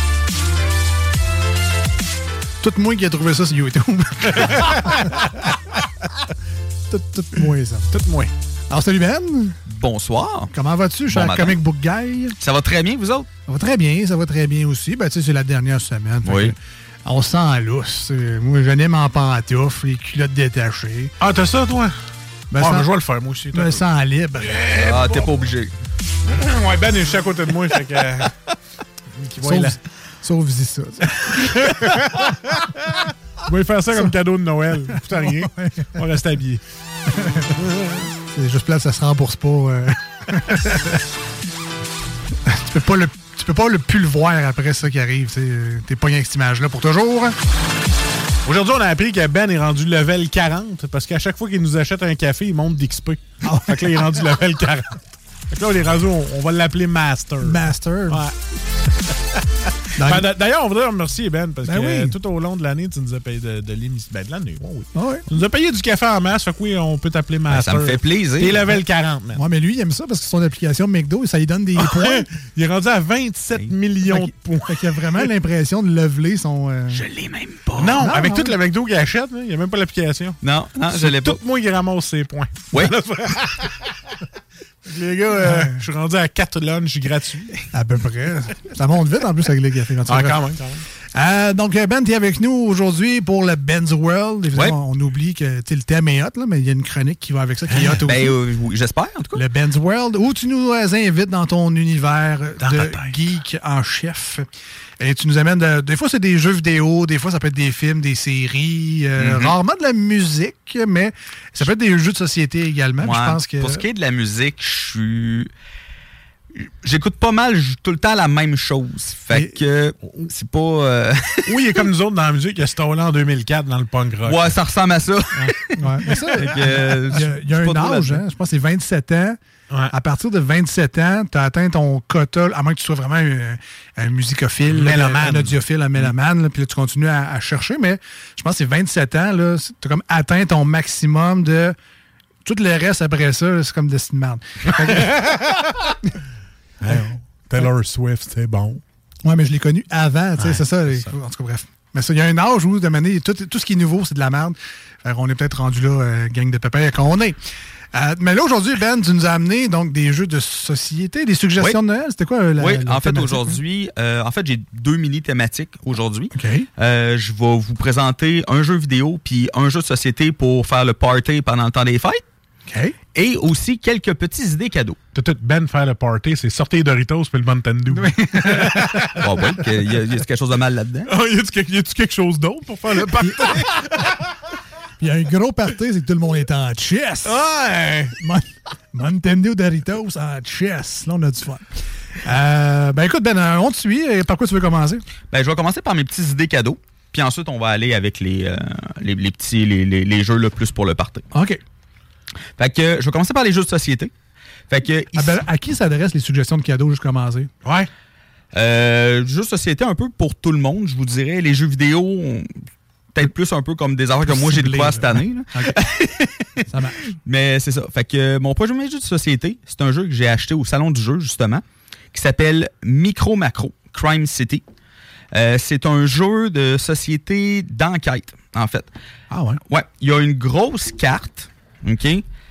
Tout moi qui a trouvé ça sur YouTube. tout, tout moi, ça. Tout moi. Alors, salut Ben. Bonsoir. Comment vas-tu, cher bon Comic Book Guy? Ça va très bien, vous autres? Ça va très bien, ça va très bien aussi. Ben, tu sais, c'est la dernière semaine. Oui. On sent en lousse. Moi, je n'aime en pantoufles, les culottes détachées. Ah, t'as ça, toi? Ben, ah, sans... mais je vais le faire, moi aussi. Je me sens libre. Eh, ah, bon. T'es pas obligé. Ouais, Ben est juste à côté de moi, fait que... Sauf, la... Sauf vis ça. On va lui faire ça comme cadeau de Noël. Tout à rien. On va rester habillés. C'est juste là, ça se rembourse pas. Euh... tu peux pas le, tu peux pas le plus le voir après ça qui arrive. T'sais. T'es pas avec cette image-là pour toujours. Aujourd'hui, on a appris que Ben est rendu level quarante parce qu'à chaque fois qu'il nous achète un café, il monte d'X P. Oh. Fait que là, il est rendu level quarante. Fait que là, on est rendu, on, on va l'appeler Master. Master? Ouais. Ben, d'ailleurs, on voudrait remercier Ben parce ben que oui. tout au long de l'année, tu nous as payé de, de l'émission. Ben, de l'année, oh oui. Ah oui. Tu nous as payé du café en masse, fait que oui, on peut t'appeler Master. Ben, ça me fait plaisir. T'es level quarante, man. Ouais, mais lui, il aime ça parce que son application McDo, ça lui donne des points. Il est rendu à vingt-sept oui. millions de points. Fait qu'il a vraiment l'impression de leveler son... Euh... Je l'ai même pas. Non, non avec non, tout oui. le McDo qu'il achète, il n'y a même pas l'application. Non, non, je l'ai pas. Tout moi qui ramasse ses points. Oui. Les gars, euh, je suis rendu à quatre lunchs gratuits. À peu près. Ça monte vite en plus avec les cafés. Ah, quand même, quand même. Euh, donc, Ben, tu es avec nous aujourd'hui pour le Ben's World. Évidemment, ouais. on oublie que le thème est hot, là, mais il y a une chronique qui va avec ça, qui est hot aussi. Ben, euh, j'espère, en tout cas. Le Ben's World, où tu nous invites dans ton univers dans de geek en chef. Et tu nous amènes, de, des fois c'est des jeux vidéo, des fois ça peut être des films, des séries, euh, mm-hmm. rarement de la musique, mais ça peut être des jeux de société également. Ouais, je pense que... Pour ce qui est de la musique, je suis... J'écoute pas mal tout le temps la même chose. Fait Et... que c'est pas... Euh... Oui, il est comme nous autres dans la musique, il a stolé en deux mille quatre dans le punk rock. Ouais, ça ressemble à ça. Ouais. Ouais. Mais ça, que, euh, il y a, il y a un âge, hein, je pense que c'est vingt-sept ans. Ouais. À partir de vingt-sept ans, tu as atteint ton quota, à moins que tu sois vraiment un, un musicophile, mélomane. un audiophile, un mélomane, puis là, tu continues à, à chercher, mais je pense que c'est vingt-sept ans, tu as comme atteint ton maximum de... Tout le reste après ça, là, c'est comme des de merde. Hey, Taylor Swift, c'est bon. Ouais, mais je l'ai connu avant, tu sais, ouais, c'est ça. Les... ça. En tout cas, bref. Mais ça, il y a un âge où, de manière, tout, tout ce qui est nouveau, c'est de la merde. Alors, on est peut-être rendu là, euh, gang de pépères qu'on est. Euh, mais là, aujourd'hui, Ben, tu nous as amené donc, des jeux de société, des suggestions oui. de Noël. C'était quoi la Oui, la en fait, aujourd'hui, euh, en fait, j'ai deux mini-thématiques aujourd'hui. Okay. Euh, je vais vous présenter un jeu vidéo puis un jeu de société pour faire le party pendant le temps des fêtes. Okay. Et aussi quelques petites idées cadeaux. T'as tout Ben faire le party, c'est sortir Doritos puis le Mountain-Dew. Oui. Bon, oui, il y, a, y a quelque chose de mal là-dedans. Oh, y a-tu, y a-tu quelque chose d'autre pour faire le party? Il y a un gros party, c'est que tout le monde est en chess. Ouais! Mon- Mountain-Dew Doritos en chess. Là, on a du fun. Euh, ben écoute, Ben, on te suit. Par quoi tu veux commencer? Ben, je vais commencer par mes petites idées cadeaux. Puis ensuite, on va aller avec les, euh, les, les petits, les, les, les jeux là, plus pour le party. OK. Fait que je vais commencer par les jeux de société. Fait que, ah ben, à qui s'adressent les suggestions de cadeaux juste commencer? Ouais. Euh, jeux de société un peu pour tout le monde, je vous dirais. Les jeux vidéo, on... peut-être plus un peu comme des affaires que moi j'ai découvert cette année. Là. Okay. Ça marche. Mais c'est ça. Fait que mon premier jeu de société, c'est un jeu que j'ai acheté au salon du jeu, justement, qui s'appelle Micro Macro, Crime City. Euh, c'est un jeu de société d'enquête, en fait. Ah ouais? Ouais. Il y a une grosse carte. OK?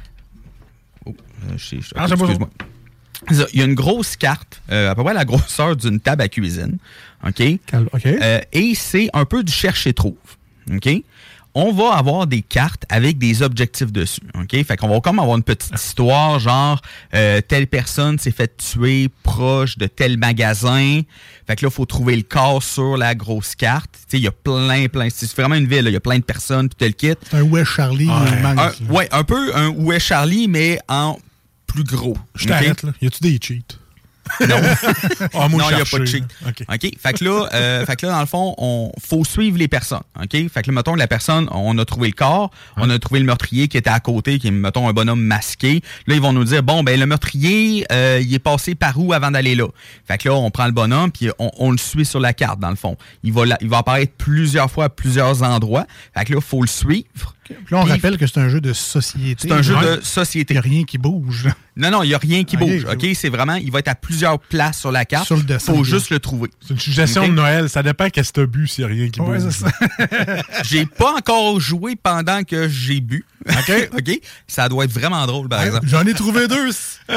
Oh, je sais, je... Ah, okay, excuse-moi. Il y a une grosse carte, euh, à peu près la grosseur d'une table à cuisine. OK? okay. Euh, et c'est un peu du cherche-et-trouve. OK? On va avoir des cartes avec des objectifs dessus. OK? Fait qu'on va comme avoir une petite histoire, genre euh, telle personne s'est fait tuer proche de tel magasin. Fait que là, il faut trouver le corps sur la grosse carte. Tu sais, il y a plein, plein. C'est vraiment une ville, il y a plein de personnes, puis tel kit. C'est un Où est Charlie? Ouais. Un, ouais, un peu un Où est Charlie, mais en plus gros. Je t'arrête, là. Y a-tu des cheats? Non. Oh, non, il n'y a pas de cheat. OK. OK. Fait que là, euh, fait que là, dans le fond, on faut suivre les personnes. OK? Fait que là, mettons, la personne, on a trouvé le corps, ouais. on a trouvé le meurtrier qui était à côté, qui est, mettons, un bonhomme masqué. Là, ils vont nous dire, bon, ben le meurtrier, euh, il est passé par où avant d'aller là? Fait que là, on prend le bonhomme, puis on, on le suit sur la carte, dans le fond. Il va, la, il va apparaître plusieurs fois à plusieurs endroits. Fait que là, il faut le suivre. Puis là, on Puis, rappelle que c'est un jeu de société. C'est un jeu ouais. de société. Il n'y a rien qui bouge. Là. Non, non, il n'y a rien qui bouge. OK, c'est vraiment, il va être à plusieurs places sur la carte. Sur le dessin. Il faut juste le trouver. C'est une suggestion okay. de Noël. Ça dépend qu'est-ce que tu as bu s'il n'y a rien qui ouais, bouge. C'est ça. J'ai pas encore joué pendant que j'ai bu. OK. OK. Ça doit être vraiment drôle, par ouais, exemple. J'en ai trouvé deux.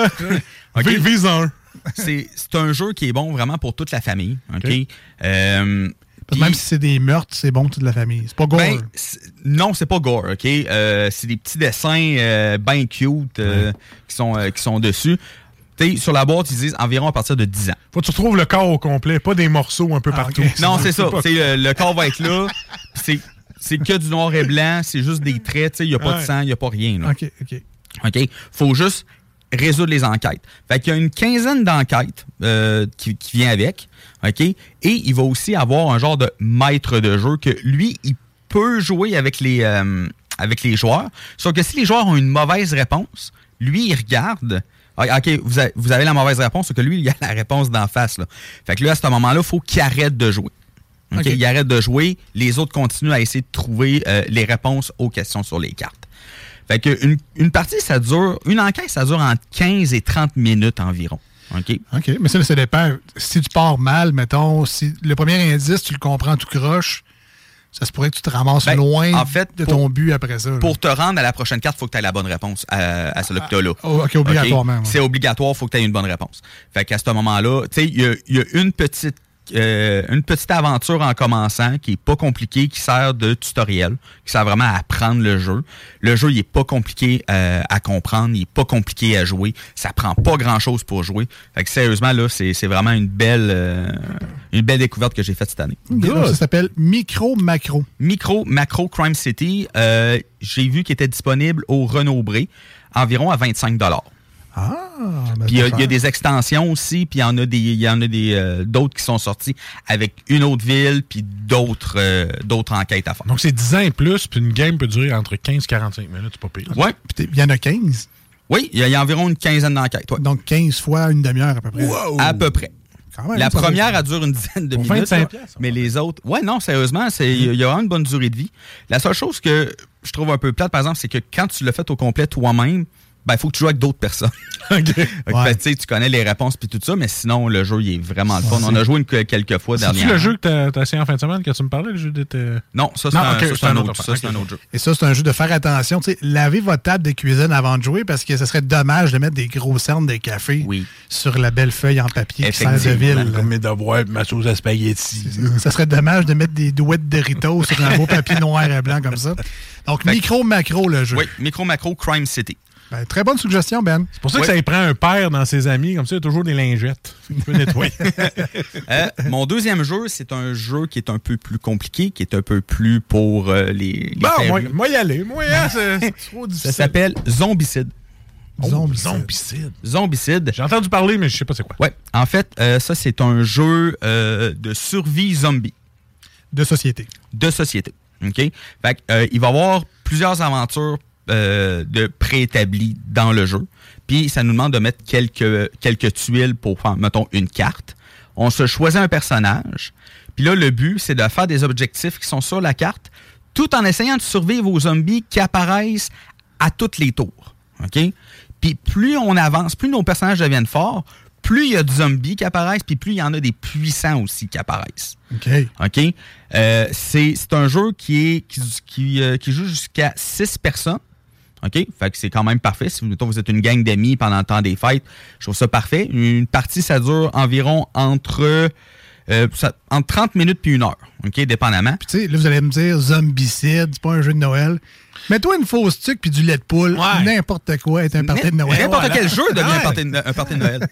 okay. Vise un. C'est, c'est un jeu qui est bon vraiment pour toute la famille. OK. okay. Euh, Puis, même si c'est des meurtres, c'est bon pour toute la famille. C'est pas gore. Ben, c'est, non, c'est pas gore, OK? Euh, c'est des petits dessins euh, bien cute euh, ouais. qui, sont, euh, qui sont dessus. T'sais, sur la boîte, ils disent environ à partir de dix ans. Faut que tu retrouves le corps au complet, pas des morceaux un peu ah, partout. Okay. Non, c'est, c'est ça. Pas... Le, le corps va être là. C'est, c'est que du noir et blanc. C'est juste des traits. Il n'y a pas ouais. de sang, il n'y a pas rien. Là. OK, OK. OK? Faut juste résoudre les enquêtes. Fait qu'il y a une quinzaine d'enquêtes euh, qui, qui vient avec. OK? Et il va aussi avoir un genre de maître de jeu que lui, il peut jouer avec les, euh, avec les joueurs. Sauf que si les joueurs ont une mauvaise réponse, lui, il regarde. OK, vous avez, vous avez la mauvaise réponse, sauf que lui, il a la réponse d'en face. Là. Fait que là, à ce moment-là, il faut qu'il arrête de jouer. OK? Okay. Il arrête de jouer. Les autres continuent à essayer de trouver euh, les réponses aux questions sur les cartes. Fait que une, une partie, ça dure, une enquête, ça dure entre quinze et trente minutes environ. OK? OK, mais ça, ça dépend. Si tu pars mal, mettons, si le premier indice, tu le comprends tout croche, ça se pourrait que tu te ramasses ben, loin en fait, de pour, ton but après ça. Là. Pour te rendre à la prochaine carte, il faut que tu aies la bonne réponse à, à celle-là que tu as là. Oh, OK, obligatoirement. Okay? C'est obligatoire, il faut que tu aies une bonne réponse. Fait qu'à ce moment-là, tu sais, il y a, y a une petite Euh, une petite aventure en commençant qui est pas compliquée, qui sert de tutoriel, qui sert vraiment à apprendre le jeu. Le jeu, il est pas compliqué euh, à comprendre, il est pas compliqué à jouer. Ça prend pas grand-chose pour jouer. Fait que sérieusement, là, c'est, c'est vraiment une belle euh, une belle découverte que j'ai faite cette année. Good. Ça s'appelle Micro Macro. Micro Macro Crime City. Euh, j'ai vu qu'il était disponible au Renaud-Bré, environ à vingt-cinq dollars. Ah, ben puis il y, y a des extensions aussi, puis il y en a des, il y en a des euh, d'autres qui sont sortis avec une autre ville, puis d'autres euh, d'autres enquêtes à faire. Donc c'est dix ans et plus, puis une game peut durer entre quinze et quarante-cinq minutes, c'est pas pire. Ouais. Puis il y en a quinze. Oui, il y, y a environ une quinzaine d'enquêtes. Ouais. Donc quinze fois une demi-heure à peu près. Wow. À peu près. Quand même, la première, elle dure une dizaine de minutes. vingt-cinq piastres, mais les autres... Ouais, non, sérieusement, il y a vraiment une bonne durée de vie. La seule chose que je trouve un peu plate, par exemple, c'est que quand tu l'as fait au complet toi-même, ben, il faut que tu joues avec d'autres personnes. OK. Ouais. Ben, tu sais, tu connais les réponses puis tout ça, mais sinon, le jeu, il est vraiment le fun. Ouais, on a joué une, quelques fois dernièrement. C'est-tu le jeu que tu as essayé en fin de semaine, que tu me parlais, le jeu d'été? Non, ça, c'est, non, un, okay, ça, c'est, un, autre, autre, ça, c'est okay. un autre jeu. Et ça, c'est un jeu de faire attention. Tu sais, lavez votre table de cuisine avant de jouer parce que ce serait dommage de mettre des gros cernes de café oui. sur la belle feuille en papier qui sert de ville. Comme mes devoirs ma sauce à spaghetti. Ça serait dommage de mettre des douettes de Doritos sur un beau papier noir et blanc comme ça. Donc, micro-macro, le jeu. Oui, micro-macro Crime City. Ben, très bonne suggestion, Ben. C'est pour ça oui. que ça y prend un père dans ses amis. Comme ça, il y a toujours des lingettes. Il peut nettoyer. euh, mon deuxième jeu, c'est un jeu qui est un peu plus compliqué, qui est un peu plus pour euh, les, les Bon, moi, moi y aller. Moi, hein, c'est, c'est trop difficile. Ça s'appelle Zombicide. Oh, Zombicide. Zombicide. Zombicide. J'ai entendu parler, mais je sais pas c'est quoi. Ouais. En fait, euh, ça, c'est un jeu euh, de survie zombie. De société. De société. OK? Fait que, euh, il va y avoir plusieurs aventures Euh, de préétabli dans le jeu. Puis ça nous demande de mettre quelques, quelques tuiles pour faire, mettons, une carte. On se choisit un personnage. Puis là, le but, c'est de faire des objectifs qui sont sur la carte, tout en essayant de survivre aux zombies qui apparaissent à tous les tours. OK? Puis plus on avance, plus nos personnages deviennent forts, plus il y a de zombies qui apparaissent, puis plus il y en a des puissants aussi qui apparaissent. OK. OK? Euh, c'est, c'est un jeu qui, est, qui, qui, euh, qui joue jusqu'à six personnes. OK? Fait que c'est quand même parfait. Si mettons, vous êtes une gang d'amis pendant le temps des fêtes, je trouve ça parfait. Une partie, ça dure environ entre, euh, ça, entre trente minutes puis une heure. OK? Dépendamment. Puis tu sais, là, vous allez me dire Zombicide, c'est pas un jeu de Noël. Mets-toi une fausse tuque puis du lait de poule. Ouais. N'importe quoi est un party de Noël. N'importe voilà. quel jeu devient ouais. un, party de, un party de Noël.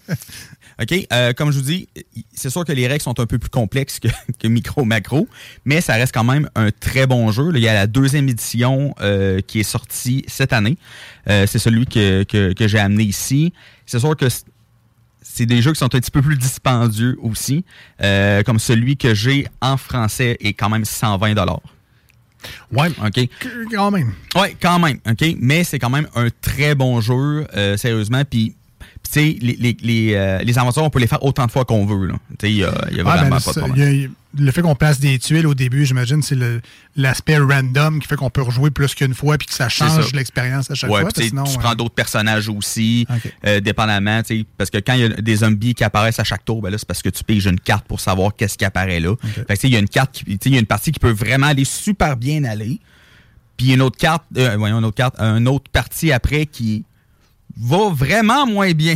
OK? Euh, comme je vous dis, c'est sûr que les règles sont un peu plus complexes que, que Micro-Macro, mais ça reste quand même un très bon jeu. Là, il y a la deuxième édition euh, qui est sortie cette année. Euh, c'est celui que, que, que j'ai amené ici. C'est sûr que c'est des jeux qui sont un petit peu plus dispendieux aussi, euh, comme celui que j'ai en français est quand même cent vingt dollars. Ouais, OK. Quand même. Ouais, quand même, OK. Mais c'est quand même un très bon jeu, euh, sérieusement. Puis, tu sais, les, les, les, euh, les aventures, on peut les faire autant de fois qu'on veut. Tu sais, il y a, y a ouais, vraiment ben, pas de ça, problème. Y a, le fait qu'on place des tuiles au début, j'imagine, c'est le, l'aspect random qui fait qu'on peut rejouer plus qu'une fois puis que ça change l'expérience à chaque ouais, fois. Sinon, tu ouais. prends d'autres personnages aussi, okay. euh, dépendamment. Parce que quand il y a des zombies qui apparaissent à chaque tour, ben là, c'est parce que tu piges une carte pour savoir qu'est-ce qui apparaît là. Okay. Fait que il y a une carte, il y a une partie qui peut vraiment aller super bien aller. Puis une autre carte, euh, voyons, une autre carte, une autre partie après qui va vraiment moins bien.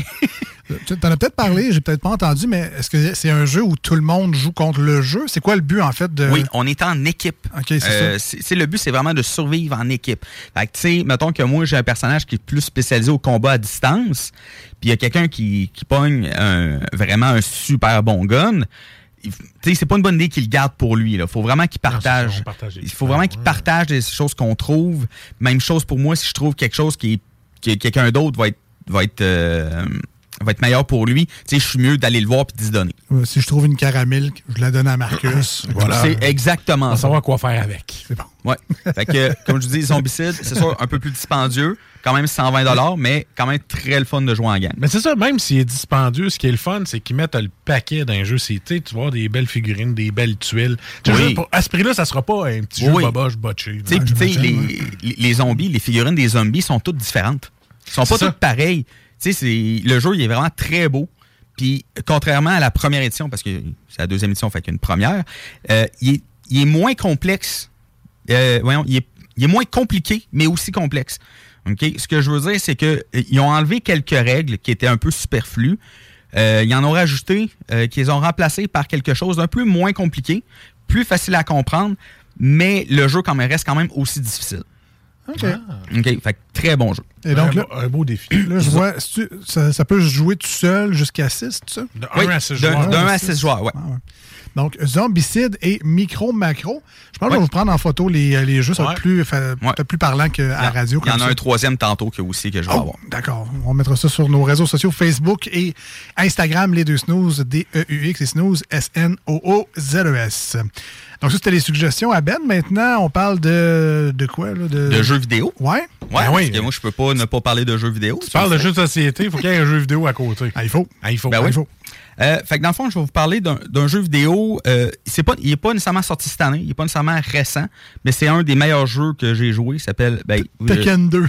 Tu en as peut-être parlé, j'ai peut-être pas entendu, mais est-ce que c'est un jeu où tout le monde joue contre le jeu? C'est quoi le but, en fait? De... Oui, on est en équipe. OK, c'est euh, ça. C'est, c'est le but, c'est vraiment de survivre en équipe. Fait que, tu sais, mettons que moi, j'ai un personnage qui est plus spécialisé au combat à distance, puis il y a quelqu'un qui, qui pogne un, vraiment un super bon gun. Tu sais, c'est pas une bonne idée qu'il le garde pour lui. Il faut vraiment qu'il partage. Non, il faut vraiment qu'il partage des choses qu'on trouve. Même chose pour moi, si je trouve quelque chose qui est que quelqu'un d'autre va être va être euh, va être meilleur pour lui, tu sais, je suis mieux d'aller le voir puis d'y donner. Ouais, si je trouve une caramel, je la donne à Marcus. Voilà. C'est exactement ça. Savoir quoi faire avec. C'est bon. Ouais. Fait que, comme je dis, Zombicide, c'est sûr, un peu plus dispendieux, quand même cent vingt dollars, mais quand même très le fun de jouer en gang. Mais c'est ça, même s'il est dispendieux, ce qui est le fun, c'est qu'ils mettent le paquet d'un jeu. C'est, tu vas voir des belles figurines, des belles tuiles. Oui. Pour, à ce prix-là, ça sera pas un petit oui. jeu boboche botché. Tu sais, les, ouais. les zombies, les figurines des zombies sont toutes différentes. Ils sont c'est pas ça. toutes pareilles. Tu sais, le jeu, il est vraiment très beau. Puis, contrairement à la première édition, parce que c'est la deuxième édition, fait qu'il y a une première, euh, il, est, il est moins complexe. Euh, voyons, il est, il est moins compliqué, mais aussi complexe. Okay? Ce que je veux dire, c'est qu'ils ont enlevé quelques règles qui étaient un peu superflues. Euh, ils en ont rajouté, euh, qu'ils ont remplacé par quelque chose d'un peu moins compliqué, plus facile à comprendre, mais le jeu quand même reste quand même aussi difficile. OK. Ah. OK. Fait que très bon jeu. Et donc, un, là, un beau défi. Là, je vois, ça, ça peut se jouer tout seul jusqu'à six, tout ça? De oui, un à six joueurs. D'un à six joueurs, oui. Ah, ouais. Donc, Zombicide et Micro-Macro. Je pense ouais. que je vais vous prendre en photo les, les jeux. Ça va ouais. être plus, fait, ouais. plus parlant qu'à la radio. Il y en a ça. un troisième tantôt que aussi que je vais oh, avoir. D'accord. On mettra ça sur nos réseaux sociaux, Facebook et Instagram, les deux snooze, D E U X et snooze, S N O O Z E S. Donc, ça, c'était les suggestions à Ben. Maintenant, on parle de, de quoi? Là? De... de jeux vidéo. Ouais. Ouais, ben parce oui. que moi, je peux pas ne pas parler de jeux vidéo. Tu parles de jeux de société, il faut qu'il y ait un jeu vidéo à côté. Ah, il faut. Ah, il faut. Ben ah, oui. il faut. Euh, fait que dans le fond, je vais vous parler d'un, d'un jeu vidéo. Euh, c'est pas, il n'est pas nécessairement sorti cette année, il n'est pas nécessairement récent, mais c'est un des meilleurs jeux que j'ai joué. Il s'appelle... Ben, Tekken deux.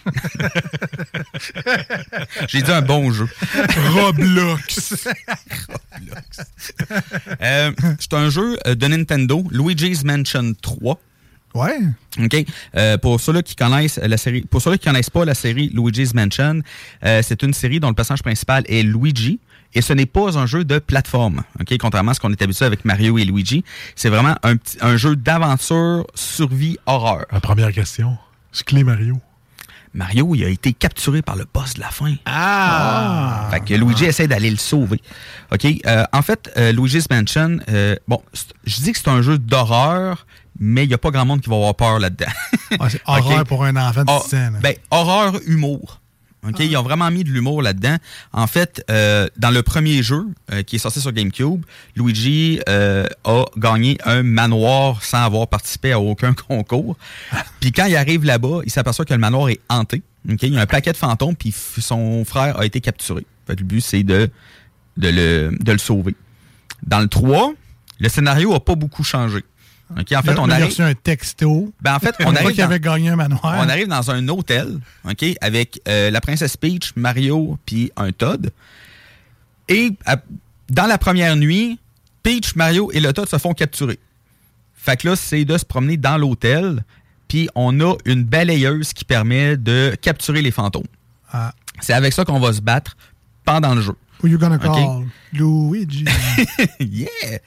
J'ai dit un bon jeu. Roblox. Roblox. euh, c'est un jeu de Nintendo, Luigi's Mansion trois. Ouais. OK. Euh, pour ceux-là qui connaissent la série, pour ceux-là qui connaissent pas la série Luigi's Mansion, euh, c'est une série dont le personnage principal est Luigi. Et ce n'est pas un jeu de plateforme, OK? Contrairement à ce qu'on est habitué avec Mario et Luigi. C'est vraiment un, petit, un jeu d'aventure, survie, horreur. La première question, c'est qui est Mario? Mario, il a été capturé par le boss de la fin. Ah! Fait que Luigi ah. essaie d'aller le sauver. OK? Euh, en fait, euh, Luigi's Mansion, euh, bon, je dis que c'est un jeu d'horreur, mais il n'y a pas grand monde qui va avoir peur là-dedans. Ah, c'est horreur okay? Pour un enfant de Or, six ans. Ben, horreur, humour. OK, ah. Ils ont vraiment mis de l'humour là-dedans. En fait, euh, dans le premier jeu euh, qui est sorti sur GameCube, Luigi euh, a gagné un manoir sans avoir participé à aucun concours. Puis quand il arrive là-bas, il s'aperçoit que le manoir est hanté. Okay? Il y a un paquet de fantômes, puis son frère a été capturé. Fait que le but, c'est de, de, le, de le sauver. Dans le trois, le scénario n'a pas beaucoup changé. Okay, en fait, on il arrive. a reçu un texto. Ben, en fait, on arrive. Qu'il avait gagné un manoir. On arrive dans un hôtel, OK, avec euh, la princesse Peach, Mario, puis un Todd. Et à, dans la première nuit, Peach, Mario et le Todd se font capturer. Fait que là, c'est de se promener dans l'hôtel, puis on a une balayeuse qui permet de capturer les fantômes. Ah. C'est avec ça qu'on va se battre pendant le jeu. Who you gonna call? Okay? Luigi. Yeah!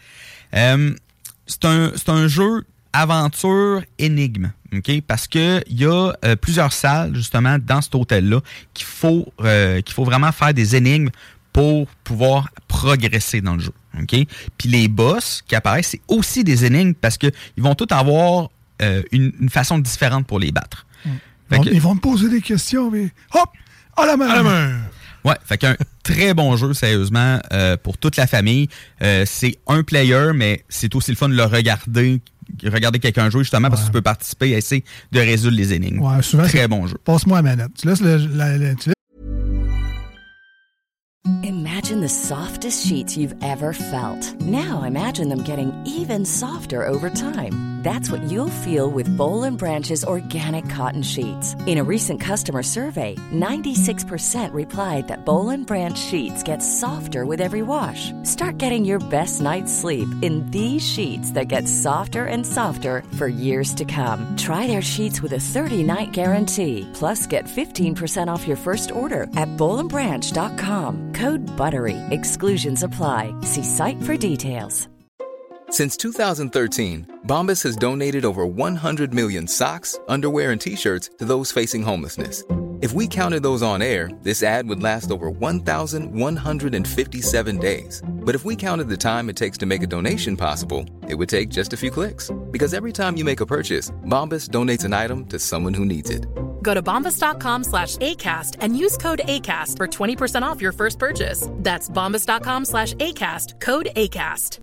Um, C'est un, c'est un jeu aventure énigme, OK? Parce qu'il y a euh, plusieurs salles, justement, dans cet hôtel-là, qu'il faut, euh, qu'il faut vraiment faire des énigmes pour pouvoir progresser dans le jeu, OK? Puis les boss qui apparaissent, c'est aussi des énigmes parce qu'ils vont tous avoir euh, une, une façon différente pour les battre. Mmh. Ils, vont, que, ils vont me poser des questions, mais hop! À la main! À la main! Ouais, fait qu'un très bon jeu, sérieusement, euh, pour toute la famille. Euh, c'est un player, mais c'est aussi le fun de le regarder, regarder quelqu'un jouer, justement, parce ouais. que tu peux participer et essayer de résoudre les énigmes. Ouais, souvent, très bon jeu. Passe-moi la manette. Tu laisses le... La, la, tu laisses... imagine the softest sheets you've ever felt. Now imagine them getting even softer over time. That's what you'll feel with Boll and Branch's organic cotton sheets. In a recent customer survey, ninety-six percent replied that Boll and Branch sheets get softer with every wash. Start getting your best night's sleep in these sheets that get softer and softer for years to come. Try their sheets with a thirty-night guarantee. Plus, get fifteen percent off your first order at boll and branch dot com. Code BUTTERY. Exclusions apply. See site for details. Since two thousand thirteen, Bombas has donated over one hundred million socks, underwear, and T-shirts to those facing homelessness. If we counted those on air, this ad would last over one thousand one hundred fifty-seven days. But if we counted the time it takes to make a donation possible, it would take just a few clicks. Because every time you make a purchase, Bombas donates an item to someone who needs it. Go to bombas.com slash ACAST and use code ACAST for twenty percent off your first purchase. That's bombas.com slash ACAST, code ACAST.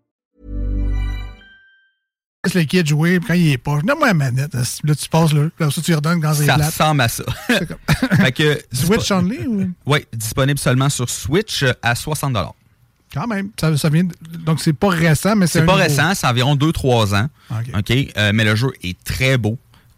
Laisse le kid jouer, puis quand il est pas, donne-moi la manette. Là, tu passes là, là, ça, tu redonnes quand c'est Ça plate. ressemble à ça. Fait que, Switch only ou? Oui, disponible seulement sur Switch à soixante dollars. Quand même. Ça, ça vient de... Donc, c'est pas récent, mais c'est C'est un pas nouveau... récent, c'est environ deux trois ans. OK. OK? Euh, mais le jeu est très beau.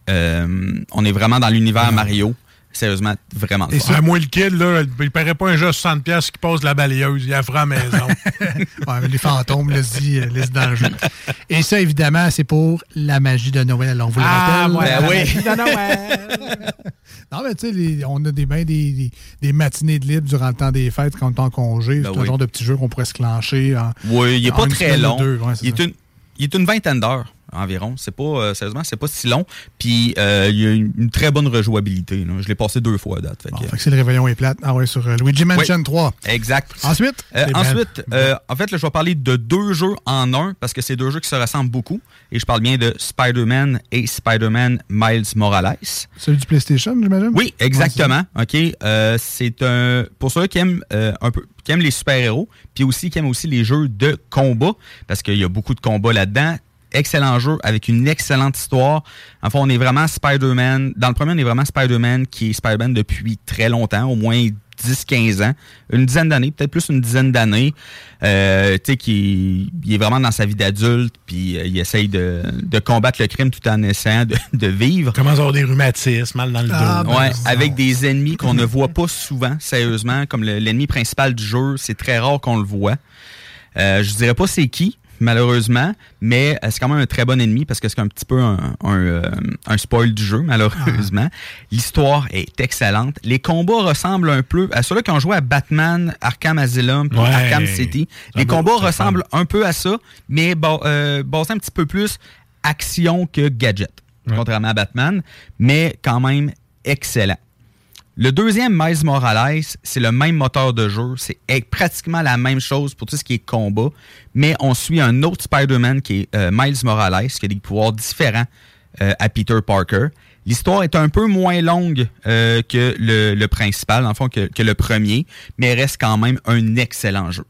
Euh, on est vraiment dans l'univers mmh. Mario. Sérieusement, vraiment. Et c'est à moi le kid, là, il paraît pas un jeu à soixante dollars qui passe la balayeuse. Il a fera à la maison. Ouais, les fantômes, laisse-y, laisse dans le jeu. Et ça, évidemment, c'est pour la magie de Noël. On vous le ah, rappelle. Ouais, la oui. magie de Noël. Non, mais tu sais, on a des, ben, des, des, des matinées de libre durant le temps des fêtes quand on est en congé. Ben c'est oui. un genre de petit jeu qu'on pourrait se clencher. En, oui, il n'est pas très long. Deux, ouais, il, est une, il est une vingtaine d'heures. Environ. C'est pas, euh, sérieusement, c'est pas si long. Puis, euh, il y a une, une très bonne rejouabilité. Là. Je l'ai passé deux fois à date. Fait bon, que, fait que c'est le réveillon est plate. Ah ouais, sur euh, Luigi Mansion oui, trois. Exact. Ensuite? Euh, ensuite, euh, en fait, là, je vais parler de deux jeux en un parce que c'est deux jeux qui se ressemblent beaucoup. Et je parle bien de Spider-Man et Spider-Man Miles Morales. Celui du PlayStation, j'imagine? Oui, exactement. Ouais, c'est OK. Euh, c'est un... Pour ceux qui aiment euh, un peu... qui aiment les super-héros, puis aussi qui aiment aussi les jeux de combat, parce qu'il y a beaucoup de combats là-dedans. Excellent jeu avec une excellente histoire. Enfin, on est vraiment Spider-Man. Dans le premier, on est vraiment Spider-Man qui est Spider-Man depuis très longtemps, au moins dix quinze ans. Une dizaine d'années, peut-être plus une dizaine d'années. Euh, tu sais, qui il est vraiment dans sa vie d'adulte, puis euh, il essaye de, de combattre le crime tout en essayant de, de vivre. Il commence à avoir des rhumatismes, mal dans le dos. Ah, ben ouais, avec des ennemis qu'on ne voit pas souvent, sérieusement. Comme le, l'ennemi principal du jeu, c'est très rare qu'on le voit. Euh, je dirais pas c'est qui, malheureusement, mais euh, c'est quand même un très bon ennemi parce que c'est un petit peu un, un, euh, un spoil du jeu, malheureusement. Ah. L'histoire est excellente. Les combats ressemblent un peu à ceux-là qui ont joué à Batman, Arkham Asylum, ouais. Arkham City. Les combats beau, ressemblent fun. un peu à ça, mais bon, euh, basés un petit peu plus action que gadget, ouais. contrairement à Batman, mais quand même excellent. Le deuxième, Miles Morales, c'est le même moteur de jeu. C'est pratiquement la même chose pour tout ce qui est combat. Mais on suit un autre Spider-Man qui est euh, Miles Morales, qui a des pouvoirs différents euh, à Peter Parker. L'histoire est un peu moins longue euh, que le, le principal, en fond, que, que le premier, mais reste quand même un excellent jeu.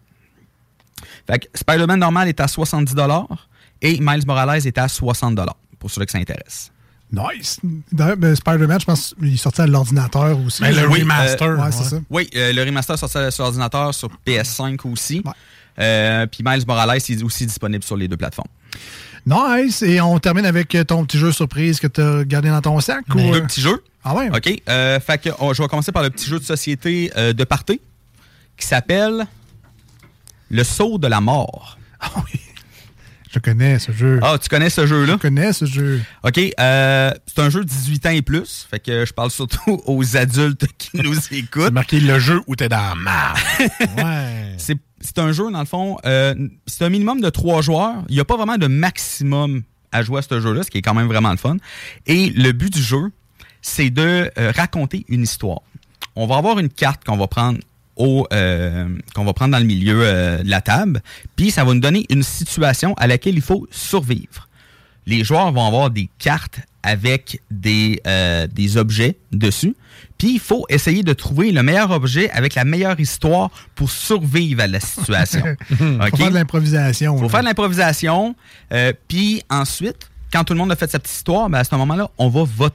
Fait que Spider-Man normal est à soixante-dix dollars et Miles Morales est à soixante dollars, pour ceux qui s'intéressent. Nice. Ben, Spider-Man, je pense qu'il est sorti à l'ordinateur aussi. Ben, le oui, remaster. Euh, ouais, c'est ça. Oui, euh, le remaster sorti sur l'ordinateur, sur P S cinq aussi. Ouais. Euh, Puis Miles Morales est aussi disponible sur les deux plateformes. Nice. Et on termine avec ton petit jeu surprise que tu as gardé dans ton sac. Ben, ou... Deux petits jeux. Ah ouais? OK. Euh, fait que oh, je vais commencer par le petit jeu de société euh, de party qui s'appelle Le Sceau de la Mort. Ah oui. Je connais ce jeu. Ah, tu connais ce jeu-là? Je connais ce jeu. OK. Euh, c'est un jeu de dix-huit ans et plus. Fait que je parle surtout aux adultes qui nous écoutent. C'est marqué le jeu où t'es dans la marde. Ouais. C'est, c'est un jeu, dans le fond, euh, c'est un minimum de trois joueurs. Il n'y a pas vraiment de maximum à jouer à ce jeu-là, ce qui est quand même vraiment le fun. Et le but du jeu, c'est de euh, raconter une histoire. On va avoir une carte qu'on va prendre Au, euh, qu'on va prendre dans le milieu euh, de la table, puis ça va nous donner une situation à laquelle il faut survivre. Les joueurs vont avoir des cartes avec des, euh, des objets dessus, puis il faut essayer de trouver le meilleur objet avec la meilleure histoire pour survivre à la situation. Il okay? faut faire de l'improvisation. Il faut là. faire de l'improvisation, euh, puis ensuite, quand tout le monde a fait sa petite histoire, ben à ce moment-là, on va voter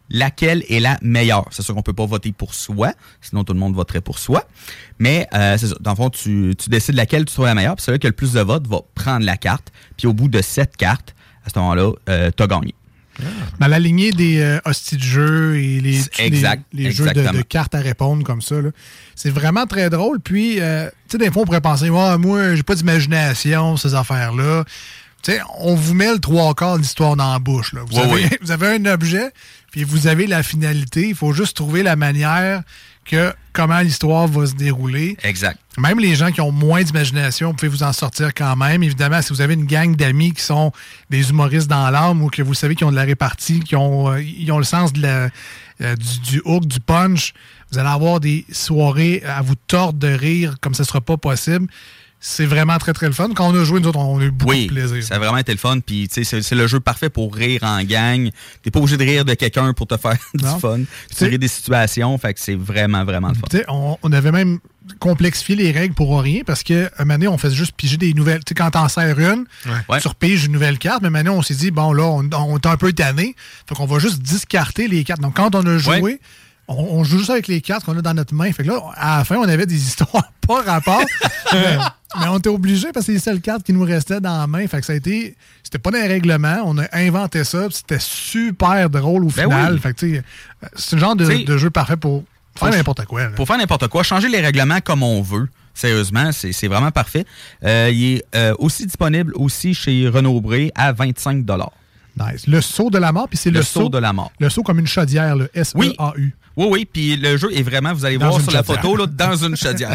laquelle est la meilleure. C'est sûr qu'on peut pas voter pour soi, sinon tout le monde voterait pour soi. Mais euh, c'est ça. Dans le fond, tu, tu décides laquelle tu trouves la meilleure, puis celui qui a le plus de votes va prendre la carte, puis au bout de sept cartes, à ce moment-là, euh, t'as gagné. Dans la lignée des euh, hosties de jeux et les, exact, les, les jeux de, de cartes à répondre comme ça, là, c'est vraiment très drôle. Puis, euh, tu sais, des fois, on pourrait penser, oh, moi, j'ai pas d'imagination, ces affaires-là. Tu sais, on vous met le trois quarts de l'histoire dans la bouche. Là. Vous, oui, avez, oui. vous avez un objet, puis vous avez la finalité. Il faut juste trouver la manière que comment l'histoire va se dérouler. Exact. Même les gens qui ont moins d'imagination, vous pouvez vous en sortir quand même. Évidemment, si vous avez une gang d'amis qui sont des humoristes dans l'âme ou que vous savez qu'ils ont de la répartie, qui ont, euh, ils ont le sens de la, euh, du, du hook, du punch, vous allez avoir des soirées à vous tordre de rire comme ce ne sera pas possible. C'est vraiment très, très le fun. Quand on a joué, nous autres, on a eu beaucoup oui, de plaisir. Ça a vraiment été le fun. Puis, tu sais, c'est, c'est le jeu parfait pour rire en gang. T'es pas obligé de rire de quelqu'un pour te faire du non. fun. Tu ris des situations. Fait que c'est vraiment, vraiment le fun. Tu sais, on, on avait même complexifié les règles pour rien parce qu'à un moment donné, on faisait juste piger des nouvelles. Tu sais, quand t'en sers une, ouais. tu repiges une nouvelle carte. Mais maintenant, on s'est dit, bon, là, on, on est un peu tanné. Fait qu'on va juste discarter les cartes. Donc, quand on a joué, ouais. On, on joue juste avec les cartes qu'on a dans notre main. Fait que là, à la fin, on avait des histoires pas rapport. mais, mais on était obligé parce que c'est les seules cartes qui nous restaient dans la main. Fait que ça a été... C'était pas dans les règlements. On a inventé ça. C'était super drôle au final. Ben oui. Fait que tu sais, c'est le genre de, de jeu parfait pour faire n'importe quoi. Là. Pour faire n'importe quoi. Changer les règlements comme on veut. Sérieusement, c'est, c'est vraiment parfait. Euh, il est euh, aussi disponible aussi chez Renaud-Bré à vingt-cinq dollars. Nice. Le saut de la mort, puis c'est le, le saut de la mort. Le saut comme une chaudière, le S E A U. Oui. Oui, oui, puis le jeu est vraiment, vous allez dans voir sur chaudière. La photo, là, dans une chaudière.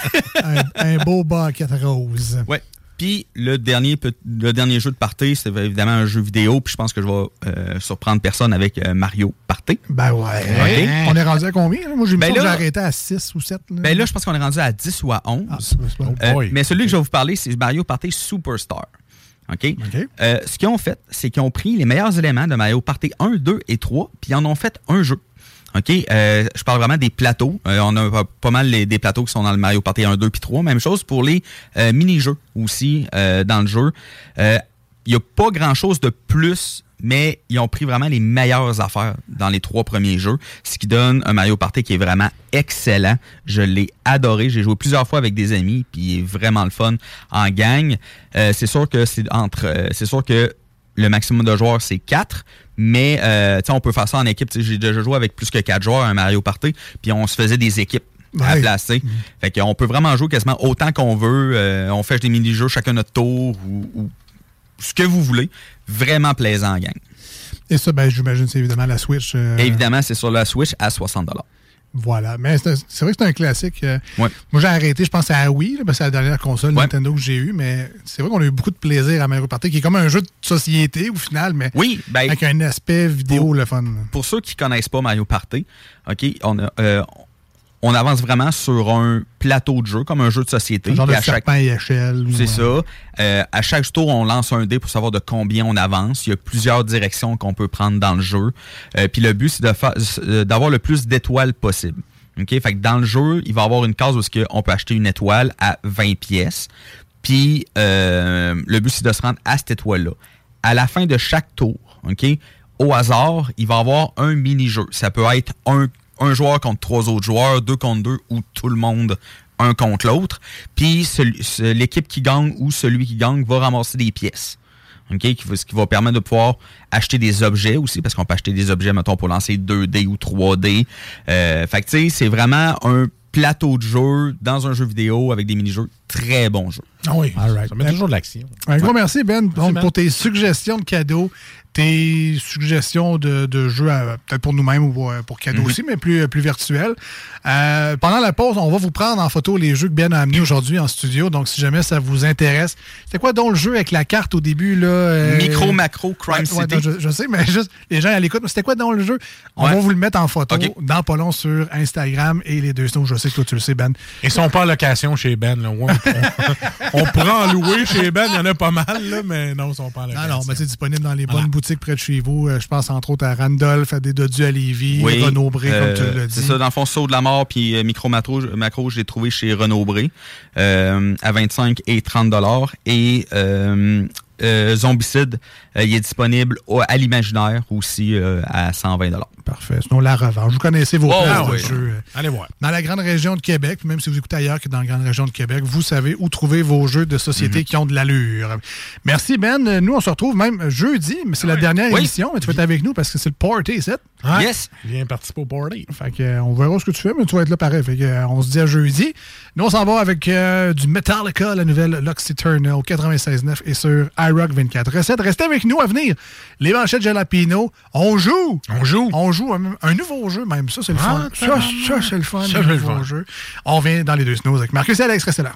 un, un beau bucket rose. Oui. Puis le dernier, le dernier jeu de party, c'est évidemment un jeu vidéo, puis je pense que je vais euh, surprendre personne avec euh, Mario Party. Ben ouais. Okay. On est rendu à combien? Moi, j'ai ben mis ça, j'ai arrêté à six ou sept. Là. Ben là, je pense qu'on est rendu à dix ou à onze. Ah, c'est bon. euh, mais celui que je vais vous parler, c'est Mario Party Superstar. OK? okay. Euh, ce qu'ils ont fait, c'est qu'ils ont pris les meilleurs éléments de Mario Party un, deux et trois, puis ils en ont fait un jeu. OK? Euh, je parle vraiment des plateaux. Euh, on a pas mal les, des plateaux qui sont dans le Mario Party un, deux puis trois. Même chose pour les euh, mini-jeux aussi euh, dans le jeu. Il euh, n'y a pas grand-chose de plus, mais ils ont pris vraiment les meilleures affaires dans les trois premiers jeux, ce qui donne un Mario Party qui est vraiment excellent. Je l'ai adoré. J'ai joué plusieurs fois avec des amis, puis il est vraiment le fun en gang. Euh, c'est sûr que c'est entre, euh, c'est sûr que le maximum de joueurs, c'est quatre, mais euh, on peut faire ça en équipe. T'sais, j'ai déjà joué avec plus que quatre joueurs à un Mario Party, puis on se faisait des équipes ouais. à placer. Mmh. Fait qu'on peut vraiment jouer quasiment autant qu'on veut. Euh, on fait des mini-jeux chacun notre tour ou, ou ce que vous voulez. Vraiment plaisant en gang. Et ça, ben, j'imagine, c'est évidemment la Switch. Euh... Évidemment, c'est sur la Switch à soixante dollars. Voilà. Mais c'est, c'est vrai que c'est un classique. Ouais. Moi, j'ai arrêté, je pense, à Wii, là, parce que c'est la dernière console ouais. Nintendo que j'ai eue, mais c'est vrai qu'on a eu beaucoup de plaisir à Mario Party, qui est comme un jeu de société, au final, mais oui, ben, avec un aspect vidéo, pour, le fun. Pour ceux qui ne connaissent pas Mario Party, OK, on a... Euh, on avance vraiment sur un plateau de jeu, comme un jeu de société. Un genre de à chaque... serpent et échelle. C'est ouais. ça. Euh, à chaque tour, on lance un dé pour savoir de combien on avance. Il y a plusieurs directions qu'on peut prendre dans le jeu. Euh, puis le but, c'est de fa... d'avoir le plus d'étoiles possible. Okay? Fait que dans le jeu, il va y avoir une case où on peut acheter une étoile à vingt pièces. Puis euh, le but, c'est de se rendre à cette étoile-là. À la fin de chaque tour, okay? Au hasard, il va y avoir un mini-jeu. Ça peut être un un joueur contre trois autres joueurs, deux contre deux ou tout le monde un contre l'autre. Puis celui, l'équipe qui gagne ou celui qui gagne va ramasser des pièces. Okay? Ce qui va permettre de pouvoir acheter des objets aussi, parce qu'on peut acheter des objets, mettons, pour lancer deux D ou trois D. Euh, fait que tu sais, c'est vraiment un plateau de jeu dans un jeu vidéo avec des mini-jeux. Très bon jeu. Ah oui. All right. Ça met toujours de l'action. Un gros ouais. merci, Ben, merci, donc, Ben, pour tes suggestions de cadeaux, tes suggestions de, de jeux, à, peut-être pour nous-mêmes ou pour, pour cadeaux mm-hmm. aussi, mais plus, plus virtuels. Euh, pendant la pause, on va vous prendre en photo les jeux que Ben a amenés aujourd'hui en studio. Donc, si jamais ça vous intéresse, c'est quoi donc le jeu avec la carte au début? Là, euh... Micro, macro, Crime ouais, City. Ouais, non, je, je sais, mais juste les gens à l'écoute, mais c'était quoi donc le jeu? On ouais. va vous le mettre en photo okay. dans pas long sur Instagram et les deux snows. Je sais que toi, tu le sais, Ben. Ils sont pas en location chez Ben. Là. Ouais, on, on pourrait en louer chez Ben. Il y en a pas mal, là, mais non, ils sont pas en location. Non, non, mais c'est disponible dans les bonnes voilà. boutiques près de chez vous. Je pense entre autres à Randolph, à des Dodus à Lévis, oui, Renaud-Bré, euh, comme tu l'as dit. C'est ça, dans le fond, Saut de la mort puis euh, Micro Macro, macro je l'ai trouvé chez Renaud-Bré euh, à vingt-cinq et trente dollars. Et euh, euh, Zombicide, euh, il est disponible au, à l'Imaginaire aussi euh, à cent vingt dollars. Parfait. Sinon, la revanche. Vous connaissez vos oh, places oui. de jeu. Allez voir. Dans la grande région de Québec, même si vous écoutez ailleurs que dans la grande région de Québec, vous savez où trouver vos jeux de société mm-hmm. qui ont de l'allure. Merci, Ben. Nous, on se retrouve même jeudi, mais c'est oui. la dernière oui. émission. Mais tu vas être avec nous parce que c'est le party, c'est hein? Yes. Viens participer au party. Fait que, euh, on verra ce que tu fais, mais tu vas être là pareil. Fait que, euh, on se dit à jeudi. Nous, on s'en va avec euh, du Metallica, la nouvelle Lux Eternal quatre-vingt-seize neuf et sur iRock vingt-quatre Recettes. Restez avec nous à venir. Les manchettes Jalapino. On joue. On joue. On joue un, un nouveau jeu, même. Ça, c'est le fun. Ah, ça, ça, c'est le fun. Ça, c'est le fun. Jeu. On vient dans les deux snooze avec Marcus et Alex. Restez là.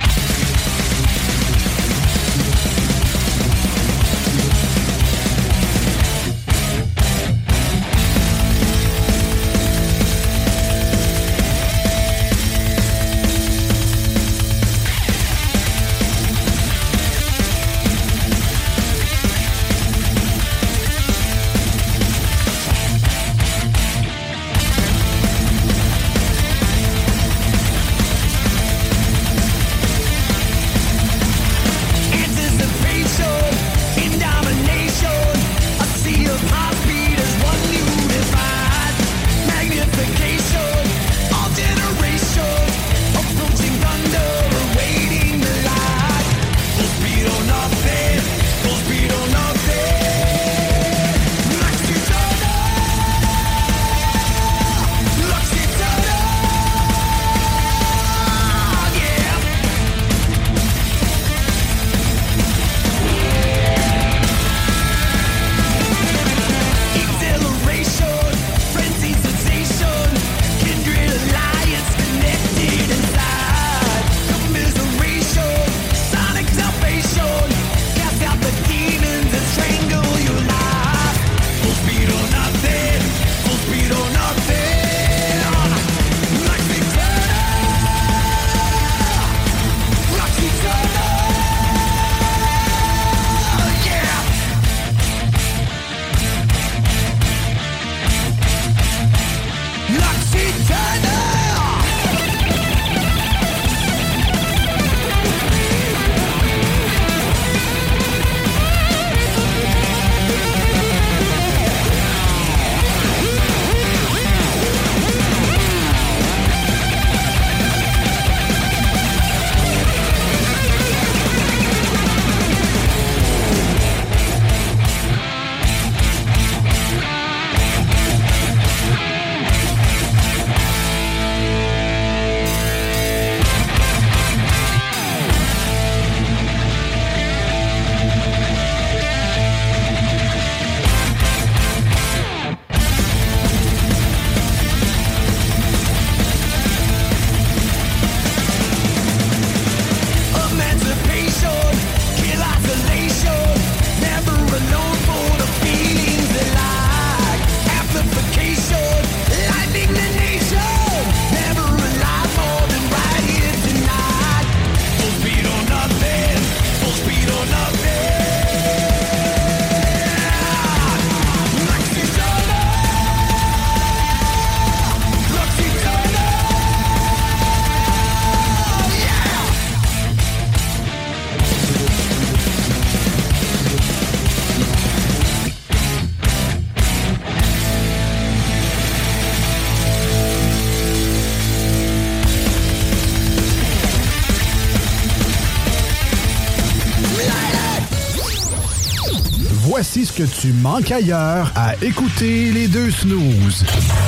Voici ce que tu manques ailleurs à écouter les deux snooze.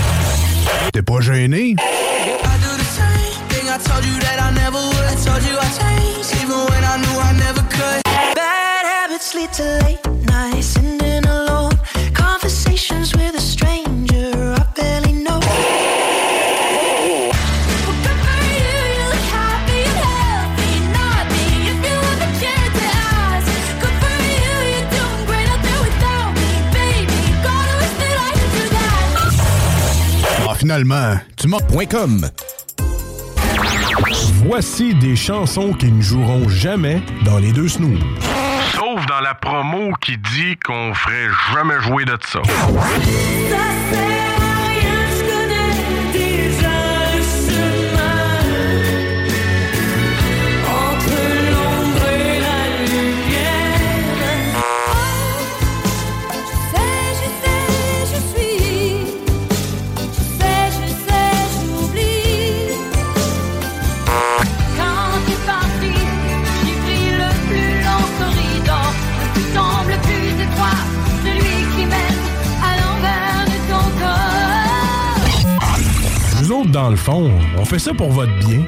T'es pas gêné? Bad habits lead to late nights, sitting alone, conversations with a stranger I barely know. Finalement, tu m'as point com. Voici des chansons qui ne joueront jamais dans les deux snooze. Sauf dans la promo qui dit qu'on ferait jamais jouer de ça. autres, dans le fond, on fait ça pour votre bien.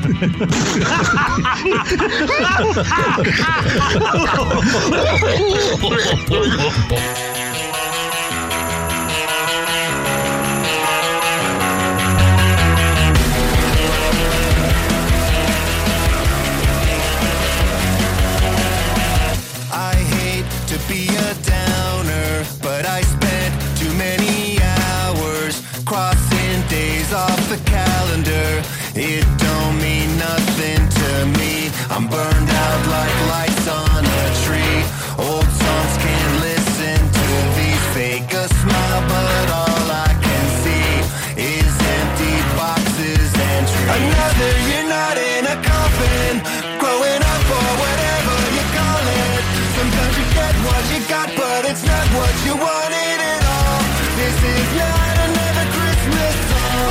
I hate to be a downer, but I spent too many hours crossing days off the calendar. It don't mean nothing to me. I'm burned out like lights on a tree. Old songs can't listen to these. Fake a smile, but all I can see is empty boxes and trees. Another year not in a coffin, growing up or whatever you call it. Sometimes you get what you got, but it's not what you wanted at all. This is not another Christmas song.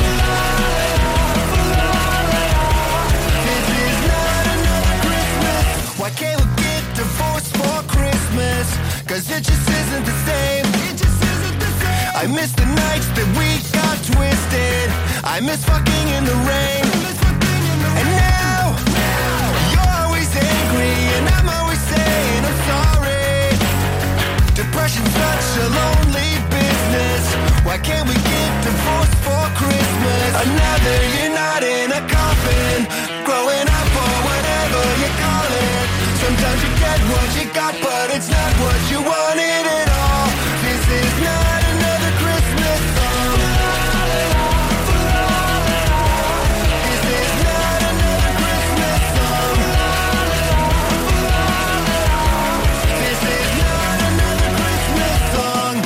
This is not another Christmas. Why can't we get divorced for Christmas? Cause it just isn't the same. It just isn't the same. I miss the nights that we got twisted. I miss fucking in the rain. And now, you're always angry and I'm always saying I'm sorry. Depression's such a lonely business. Why can't we get divorced for Christmas? Another year not in a coffin, growing up or whatever you call it. Sometimes you get what you got, but it's not what you wanted at all. This is not another Christmas song. This is not another Christmas song. This is not another Christmas song.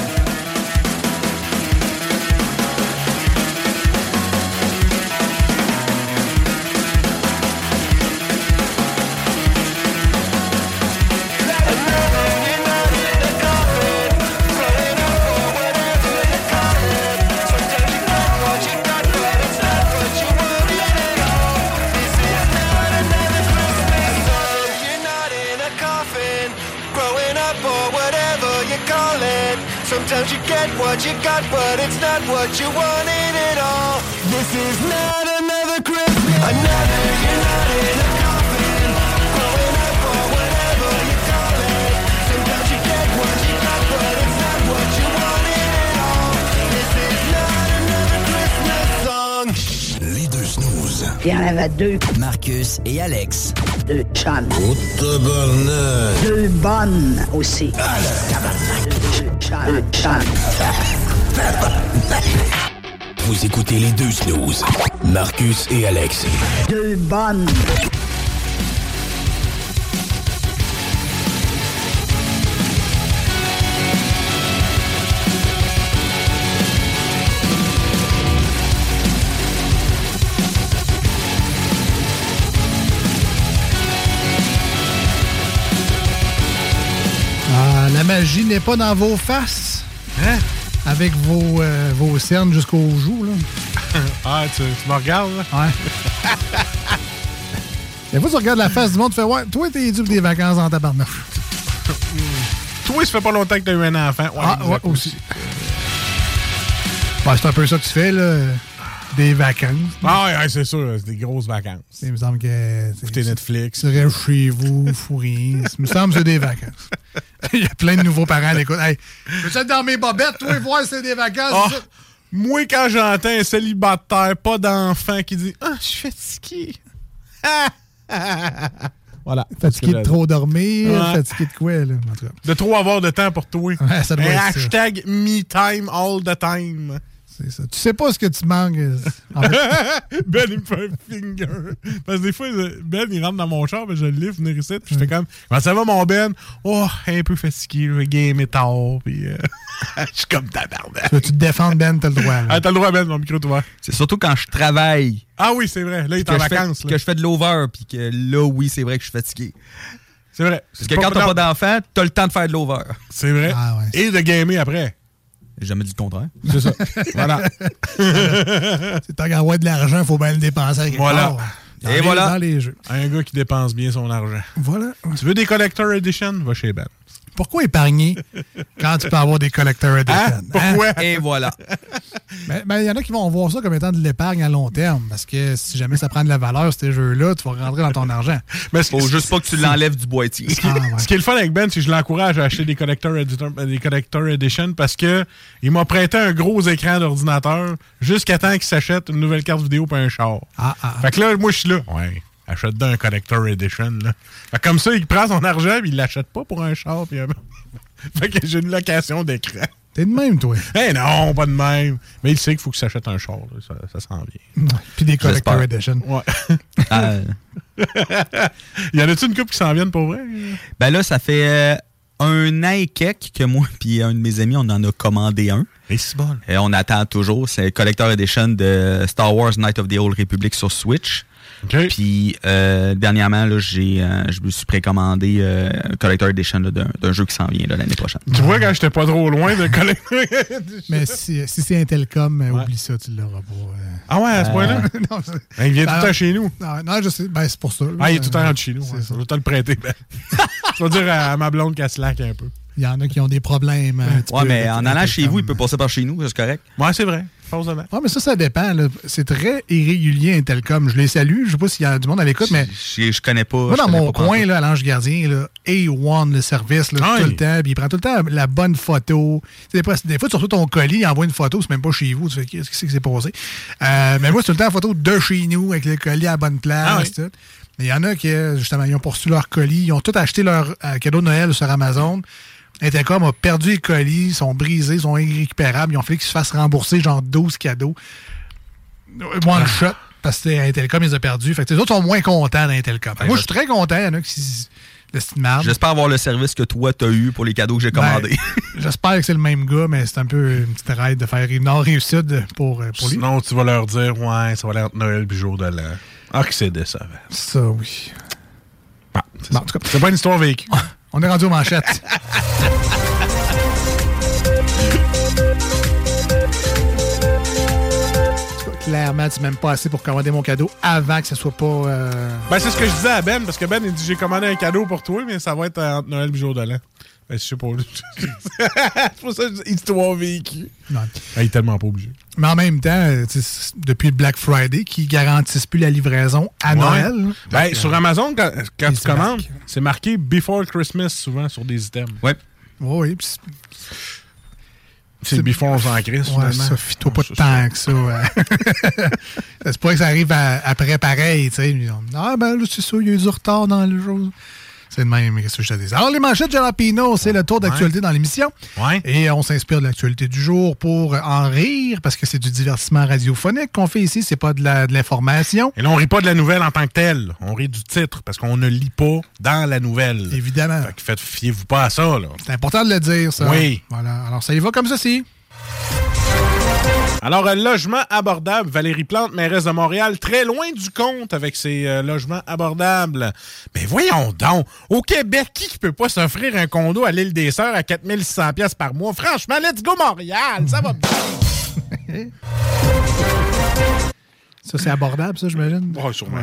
Sometimes you get what you got, but it's not what you wanted at all. This is not another Christmas. Another year not in a coffin, growing up or whatever you call it. Sometimes you get what you got, but it's not what you wanted at all. This is not another Christmas song. Les deux snooze. Il y en avait deux. Marcus et Alex. Deux chums. Oh, tabarnak. Deux bonnes aussi. Ah, le tabarnak. Deux chums. Deux chums. Vous écoutez les deux snooze. Marcus et Alex. Deux bonnes. Ah, la magie n'est pas dans vos faces. Hein? Avec vos, euh, vos cernes jusqu'aux joues, là. Ah, tu, tu me regardes, là? Ouais. Des fois, tu regardes la face du monde, tu fais, ouais, toi, t'es dû pour des vacances en tabarnak. Toi, ça fait pas longtemps que t'as eu un enfant. Ouais, ah, ouais, aussi. Ben, c'est un peu ça que tu fais, là. Des vacances. Ah, ouais, ouais, c'est sûr, c'est des grosses vacances. Il me semble que. Écoutez Netflix. Tu restes chez vous, fourré. Il me semble que c'est des vacances. Il y a plein de nouveaux parents à l'écoute. Hey, peux-tu être dans mes bobettes, toi, voir si c'est des vacances? Oh, moi, quand j'entends un célibataire, pas d'enfant, qui dit ah, je suis fatigué. Voilà. Fatigué de trop dormir, ouais. Fatigué de quoi, là? En tout cas. De trop avoir de temps pour toi. Ouais, ça doit un être hashtag ça. Me time all the time. C'est ça. Tu sais pas ce que tu manques. En fait. Ben, il me fait un finger. Parce que des fois, Ben, il rentre dans mon char, ben, je le livre, venir ici, puis je fais comme, comment ça va, mon Ben? Oh, un peu fatigué, je vais gamer tard, puis euh, je suis comme tabarnak. Tu veux tu te défendre, Ben, t'as le droit. Là. Ah, t'as le droit, Ben, mon micro est ouvert. C'est surtout quand je travaille. Ah oui, c'est vrai. Là, il est en vacances. Fais, que je fais de l'over, puis que là, oui, c'est vrai que je suis fatigué. C'est vrai. Parce que quand t'as pas d'enfant, t'as le temps de faire de l'over. C'est vrai. Ah, ouais, et de gamer après. J'ai jamais dit le contraire. C'est ça. Voilà. C'est tant qu'à avoir de l'argent, il faut bien le dépenser avec voilà. Dans et les, voilà. Dans les jeux. Un gars qui dépense bien son argent. Voilà. Tu veux des Collector Edition? Va chez Ben. Pourquoi épargner quand tu peux avoir des collector edition? Hein? Pourquoi? Hein? Et voilà. Mais il y en a qui vont voir ça comme étant de l'épargne à long terme. Parce que si jamais ça prend de la valeur, ces jeux-là, tu vas rentrer dans ton argent. Mais faut juste pas que tu l'enlèves du boîtier. Ce qui, ah, ouais. ce qui est le fun avec Ben, c'est que je l'encourage à acheter des collector, editor, des collector edition parce que il m'a prêté un gros écran d'ordinateur jusqu'à temps qu'il s'achète une nouvelle carte vidéo pour un char. Ah, ah, fait que là, moi, je suis là. Ouais. Achète d'un collector edition. Là. Fait que comme ça, il prend son argent et il l'achète pas pour un char. Puis, euh... fait que j'ai une location d'écran. T'es de même, toi? Eh hey non, pas de même. Mais il sait qu'il faut que tu achètes un char. Là. Ça, ça s'en vient. Puis des collector edition. Ouais. euh... y en a-tu une couple qui s'en viennent pour vrai? Ben là, ça fait euh, un an et quelques que moi et un de mes amis, on en a commandé un. Et c'est bon. Et on attend toujours. C'est collector edition de Star Wars Knights of the Old Republic sur Switch. Okay. Puis euh, dernièrement, là, j'ai, euh, je me suis précommandé euh, un Collector Edition là, d'un, d'un jeu qui s'en vient là, l'année prochaine. Tu vois, quand j'étais pas trop loin de Collector Edition. Mais si, si c'est Intelcom, ouais. oublie ça, tu l'auras pas. Euh... Ah ouais, à ce euh... point-là? non, ben, il vient tout le temps chez nous. Non, non, je sais. Ben, c'est pour ça. Là, ah, il est tout le temps rentre chez nous. Ouais. Je vais te le prêter. Ben. Je vais dire à, à ma blonde qu'elle slack un peu. Il y en a qui ont des problèmes. Un ouais, mais en allant chez vous, il peut passer par chez nous, c'est correct? Ouais, c'est vrai. Ah, mais ça, ça dépend. Là. C'est très irrégulier, Intelcom. Je les salue. Je sais pas s'il y a du monde à l'écoute, mais. Je, je connais pas. Moi, dans connais mon pas coin, là, à l'Ange Gardien, là, A un, le service, là, tout le temps. Puis il prend tout le temps la bonne photo. Des fois, des fois, tu reçois ton colis, il envoie une photo, c'est même pas chez vous. Tu fais, qu'est-ce que c'est qui s'est passé? Euh, mais moi, c'est tout le temps la photo de chez nous, avec le colis à la bonne place. Ah, oui. Tout. Mais il y en a qui, justement, ils ont poursu leur colis. Ils ont tout acheté leur euh, cadeau de Noël sur Amazon. Intelcom a perdu les colis, ils sont brisés, ils sont irrécupérables. Ils ont fallu qu'ils se fassent rembourser genre douze cadeaux. One shot, parce que Intelcom, ils les ont perdus. Fait que les autres sont moins contents d'Intelcom. Moi, je suis très content. Il y en a qui l'estiment. J'espère avoir le service que toi, t'as eu pour les cadeaux que j'ai commandés. Ben, j'espère que c'est le même gars, mais c'est un peu une petite raide de faire une nord-réussite pour, pour lui. Sinon, tu vas leur dire, ouais, ça va l'air Noël puis jour de l'an. Ah, que c'est décevant. Ça, oui. Ah, c'est, bon, en tout cas, c'est pas une histoire vécue. On est rendu aux manchettes. Clairement, tu m'aimes pas assez pour commander mon cadeau avant que ce soit pas... Euh... Ben, c'est ce que je disais à Ben, parce que Ben, il dit, j'ai commandé un cadeau pour toi, mais ça va être entre Noël et le jour de l'an. Ben, je sais pas. C'est pour ça que je dis histoire vécue. Ben, il est tellement pas obligé. Mais en même temps, depuis le Black Friday, qui garantissent plus la livraison à ouais. Noël. Ben, donc, sur Amazon, quand, quand tu commandes, marqué. C'est marqué Before Christmas souvent sur des items. Ouais. Oui, oui. C'est le Before en Christ. Ouais, ça fit-toi pas de temps que ça. Ouais. C'est pas que ça arrive à, après pareil, tu sais. Ah, ben là, c'est ça, il y a eu du retard dans le jour. C'est le même, qu'est-ce que je te dis. Alors, les manchettes Jalapino, c'est le tour d'actualité ouais. dans l'émission. Ouais. Et on s'inspire de l'actualité du jour pour en rire, parce que c'est du divertissement radiophonique qu'on fait ici, c'est pas de, la, de l'information. Et là, on rit pas de la nouvelle en tant que telle. On rit du titre, parce qu'on ne lit pas dans la nouvelle. Évidemment. Fait que faites, fiez-vous pas à ça, là. C'est important de le dire, ça. Oui. Voilà. Alors, ça y va comme ceci. Alors, euh, logement abordable, Valérie Plante, mairesse de Montréal, très loin du compte avec ses euh, logements abordables. Mais voyons donc, au Québec, qui ne peut pas s'offrir un condo à l'île des Sœurs à quatre mille six cents dollars par mois? Franchement, let's go Montréal, ça va bien. Ça, c'est abordable, ça, j'imagine? Oh, sûrement.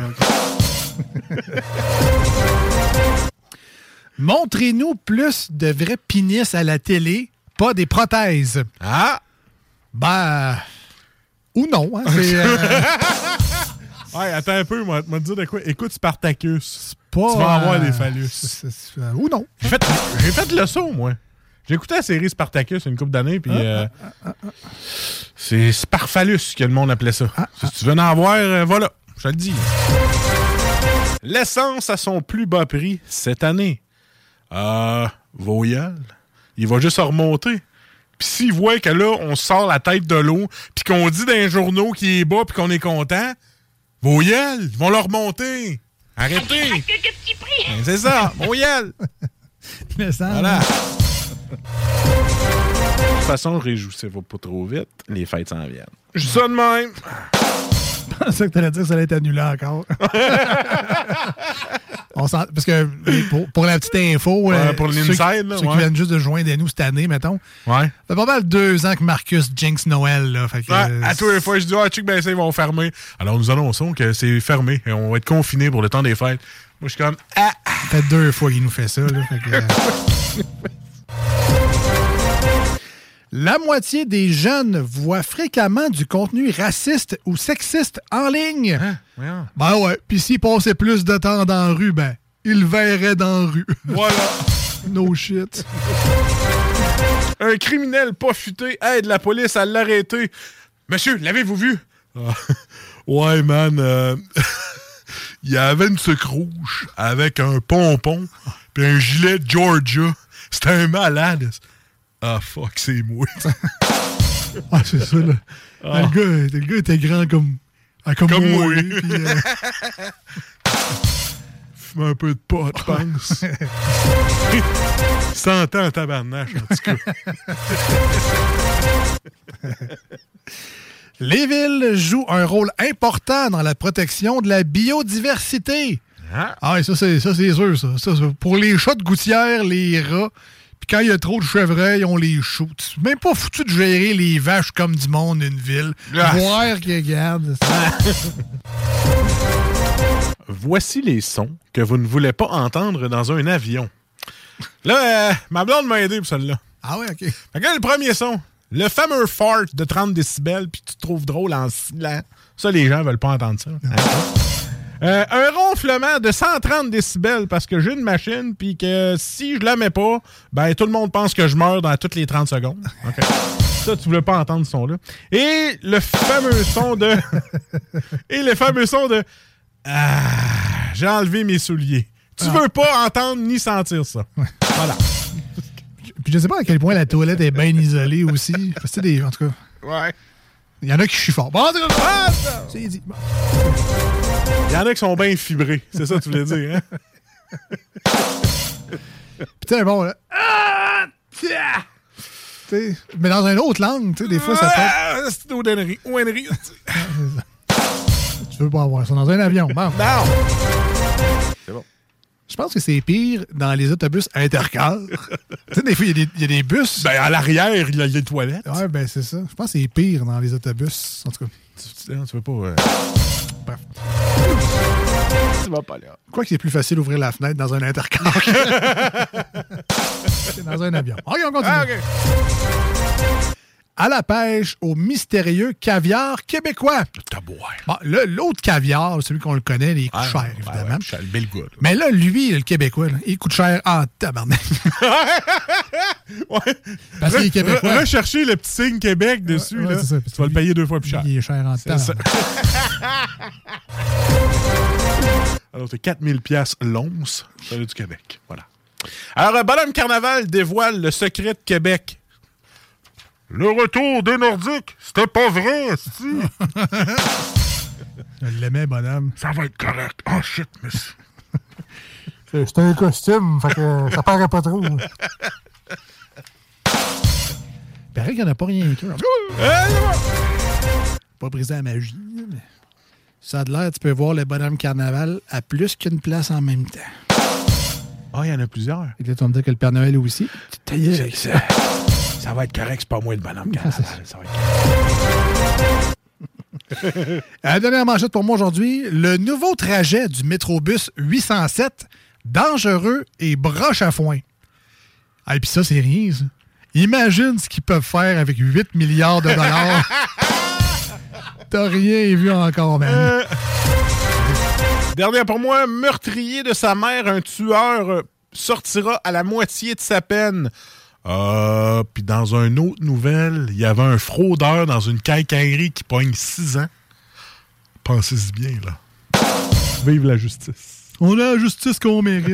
Montrez-nous plus de vrais pénis à la télé, pas des prothèses. Ah! Ben, ou non. Hein, c'est, euh... ouais, attends un peu, moi, moi te dire de quoi. Écoute Spartacus. Pas, tu vas avoir euh, des phallus. C'est, c'est, c'est, euh, ou non. J'ai fait, j'ai fait le saut, moi. J'ai écouté la série Spartacus une couple d'années, puis ah, euh, ah, ah, ah. c'est Sparphallus que le monde appelait ça. Ah, si ah. tu veux en avoir, euh, voilà, je te le dis. L'essence à son plus bas prix cette année. Euh, Voyelle. Il va juste remonter. Puis s'ils voient que là, on sort la tête de l'eau, puis qu'on dit dans les journaux qu'il est bas, puis qu'on est content, voyelle, ils vont le remonter. Arrêtez. Ben, c'est ça, voyelle. Voilà. De toute façon, réjouissez-vous pas trop vite. Les fêtes s'en viennent. Je dis ça de même. Je pensais que tu allais dire que ça allait être annulé encore. On sent, parce que pour, pour la petite info, ouais, euh, pour ceux, l'inside, là, ceux ouais. qui viennent juste de joindre à nous cette année, mettons. Ouais. Ça fait pas mal deux ans que Marcus jinx Noël. Là, fait que, ouais, euh, à tous les fois, je dis, ah, check, ben, ça, ils vont fermer. Alors, nous annonçons que c'est fermé et on va être confinés pour le temps des fêtes. Moi, je suis comme, ah! Ça fait deux fois qu'il nous fait ça. Là, fait que, euh... La moitié des jeunes voient fréquemment du contenu raciste ou sexiste en ligne. Hein? Ouais. Ben ouais, puis s'ils passaient plus de temps dans la rue, ben, ils le verraient dans la rue. Voilà. No shit. Un criminel pas futé aide la police à l'arrêter. Monsieur, l'avez-vous vu? Ah, ouais, man. Euh, il y avait une sucre rouge avec un pompon puis un gilet Georgia. C'était un malade. Ah, fuck, c'est moi. Ah, c'est ça, là. Ah. Le, gars, le gars était grand comme, ah, comme, comme moi. moi. Puis, euh... fume un peu de pot, je pense. cent ans en tabarnache, en tout cas. Les villes jouent un rôle important dans la protection de la biodiversité. Ah, ah ça, c'est, ça, c'est sûr, ça. ça. Pour les chats de gouttière, les rats, puis quand il y a trop de chevreuils, on les shoot. C'est même pas foutu de gérer les vaches comme du monde d'une ville. Ah. Voir qu'ils regardent. Voici les sons que vous ne voulez pas entendre dans un avion. Là, euh, ma blonde m'a aidé pour celle-là. Ah ouais, OK. Fait que le premier son, le fameux fart de trente décibels, puis tu te trouves drôle en sifflant. Ça, les gens veulent pas entendre ça. Hein? Euh, un ronflement de cent trente décibels parce que j'ai une machine, puis que si je la mets pas, ben tout le monde pense que je meurs dans toutes les trente secondes. Okay. Ça, tu voulais pas entendre ce son-là. Et le fameux son de... Et le fameux son de... Ah, j'ai enlevé mes souliers. Tu ah. veux pas entendre ni sentir ça. Ouais. Voilà. Puis je sais pas à quel point la toilette est bien isolée aussi. Parce que des, en tout cas. Ouais. Il y en a qui chient fort. Bon, en tout cas, ah, c'est dit. Bon. Il y en a qui sont bien fibrés. C'est ça que tu voulais dire, hein? Putain, bon, là. Ah, t'sais, mais dans une autre langue, tu sais, des fois, ça fait. Ah, c'est une ouinerie. Ouinerie. Tu veux pas avoir ça dans un avion. Bon. Non! C'est bon. Je pense que c'est pire dans les autobus intercars. Tu sais, des fois, il y, y a des bus. Ben, à l'arrière, il y a des toilettes. Ouais, ben, c'est ça. Je pense que c'est pire dans les autobus. En tout cas. Tu, tu veux pas. Euh... Bref. Tu vas pas là. Quoi que c'est plus facile d'ouvrir la fenêtre dans un intercar. C'est dans un avion. OK, on continue. Ah, okay. À la pêche au mystérieux caviar québécois. Bon, là, l'autre caviar, celui qu'on le connaît, il coûte ah, cher, évidemment. Ouais, ouais, le bel goût, mais là, lui, le Québécois, là, il coûte cher en tabarnak. Ouais. Parce qu'il est québécois. Va chercher le petit signe Québec dessus. Ouais, là. Ça, tu vas le payer deux fois plus cher. Il est cher en tabarnak. Alors, c'est quatre mille dollars l'once. Ça vient du Québec. Voilà. Alors, Bonhomme Carnaval dévoile le secret de Québec. Le retour des Nordiques, c'était pas vrai, si. Je l'aimais, bonhomme. Ça va être correct. Oh shit, monsieur. C'était un costume, fait que ça paraît pas trop. Il paraît qu'il n'y en a pas rien écrit. Pas brisé la magie, mais ça a de l'air, tu peux voir le bonhomme carnaval à plus qu'une place en même temps. Ah, oh, il y en a plusieurs. Et là, tu vas me dire que le Père Noël aussi. Tu taillais avec ça. Ça va être correct, c'est pas moi le bonhomme carnaval. Ça va être correct. La dernière manchette pour moi aujourd'hui, le nouveau trajet du Métrobus huit cent sept, dangereux et broche à foin. Ah, et puis ça, c'est rien, ça. Imagine ce qu'ils peuvent faire avec huit milliards de dollars. T'as rien vu encore, man. Euh... Dernière pour moi, meurtrier de sa mère, un tueur sortira à la moitié de sa peine. Euh, puis dans une autre nouvelle, il y avait un fraudeur dans une quincaillerie qui pogne six ans. Pensez-y bien, là. Vive la justice. On a la justice qu'on mérite.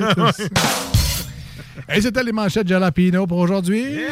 Et c'était les manchettes Jalapino pour aujourd'hui. Yeah!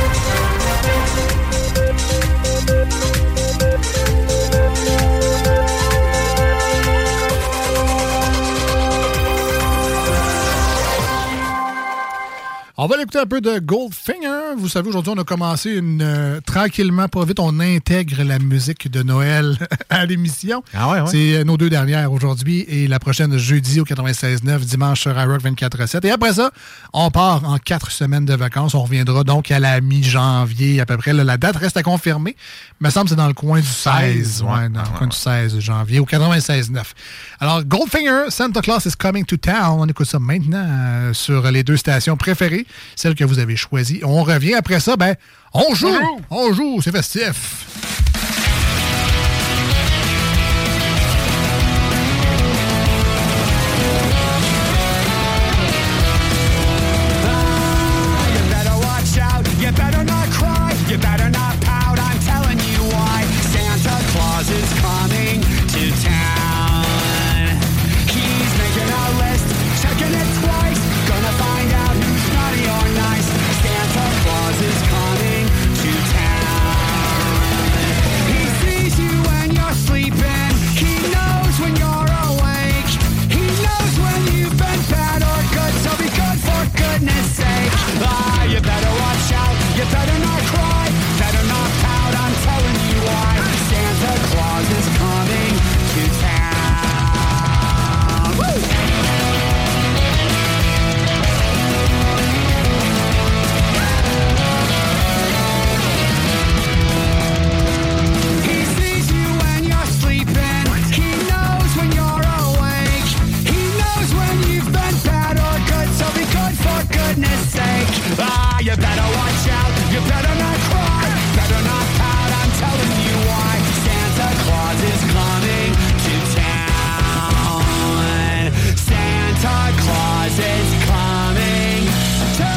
On va l'écouter un peu de Goldfinger. Vous savez, aujourd'hui, on a commencé une euh, tranquillement, pas vite, on intègre la musique de Noël à l'émission. Ah ouais, ouais. C'est nos deux dernières aujourd'hui et la prochaine jeudi au quatre-vingt-seize neuf, dimanche sur iRock vingt-quatre sept. Et après ça, on part en quatre semaines de vacances. On reviendra donc à la mi-janvier à peu près. Là, la date reste à confirmer. Il me semble que c'est dans le coin du seize. Ouais, ouais dans le ouais, coin ouais. du seize janvier au quatre-vingt-seize neuf. Alors, Goldfinger, Santa Claus is Coming to Town. On écoute ça maintenant euh, sur les deux stations préférées. celle que vous avez choisie. On revient après ça, ben, on joue! On joue, on joue, c'est festif! You better not cry, you better not pout, I'm telling you why. Santa Claus is coming to town. He's making a list, checking it twice, gonna find out who's naughty or nice. Santa Claus is coming to town. He sees you when you're sleeping, he knows when you're awake. He knows when you've been bad or good, so be good for goodness sake. Ah, you better watch out. You better not cry, better not pout, I'm telling you why. Santa Claus is coming to town. Woo! He sees you when you're sleeping, he knows when you're awake. He knows when you've been bad or good, so be good for goodness sake. Ah, you better watch out. You better not cry, better not pout, I'm telling you why. Santa Claus is coming to town. Santa Claus is coming to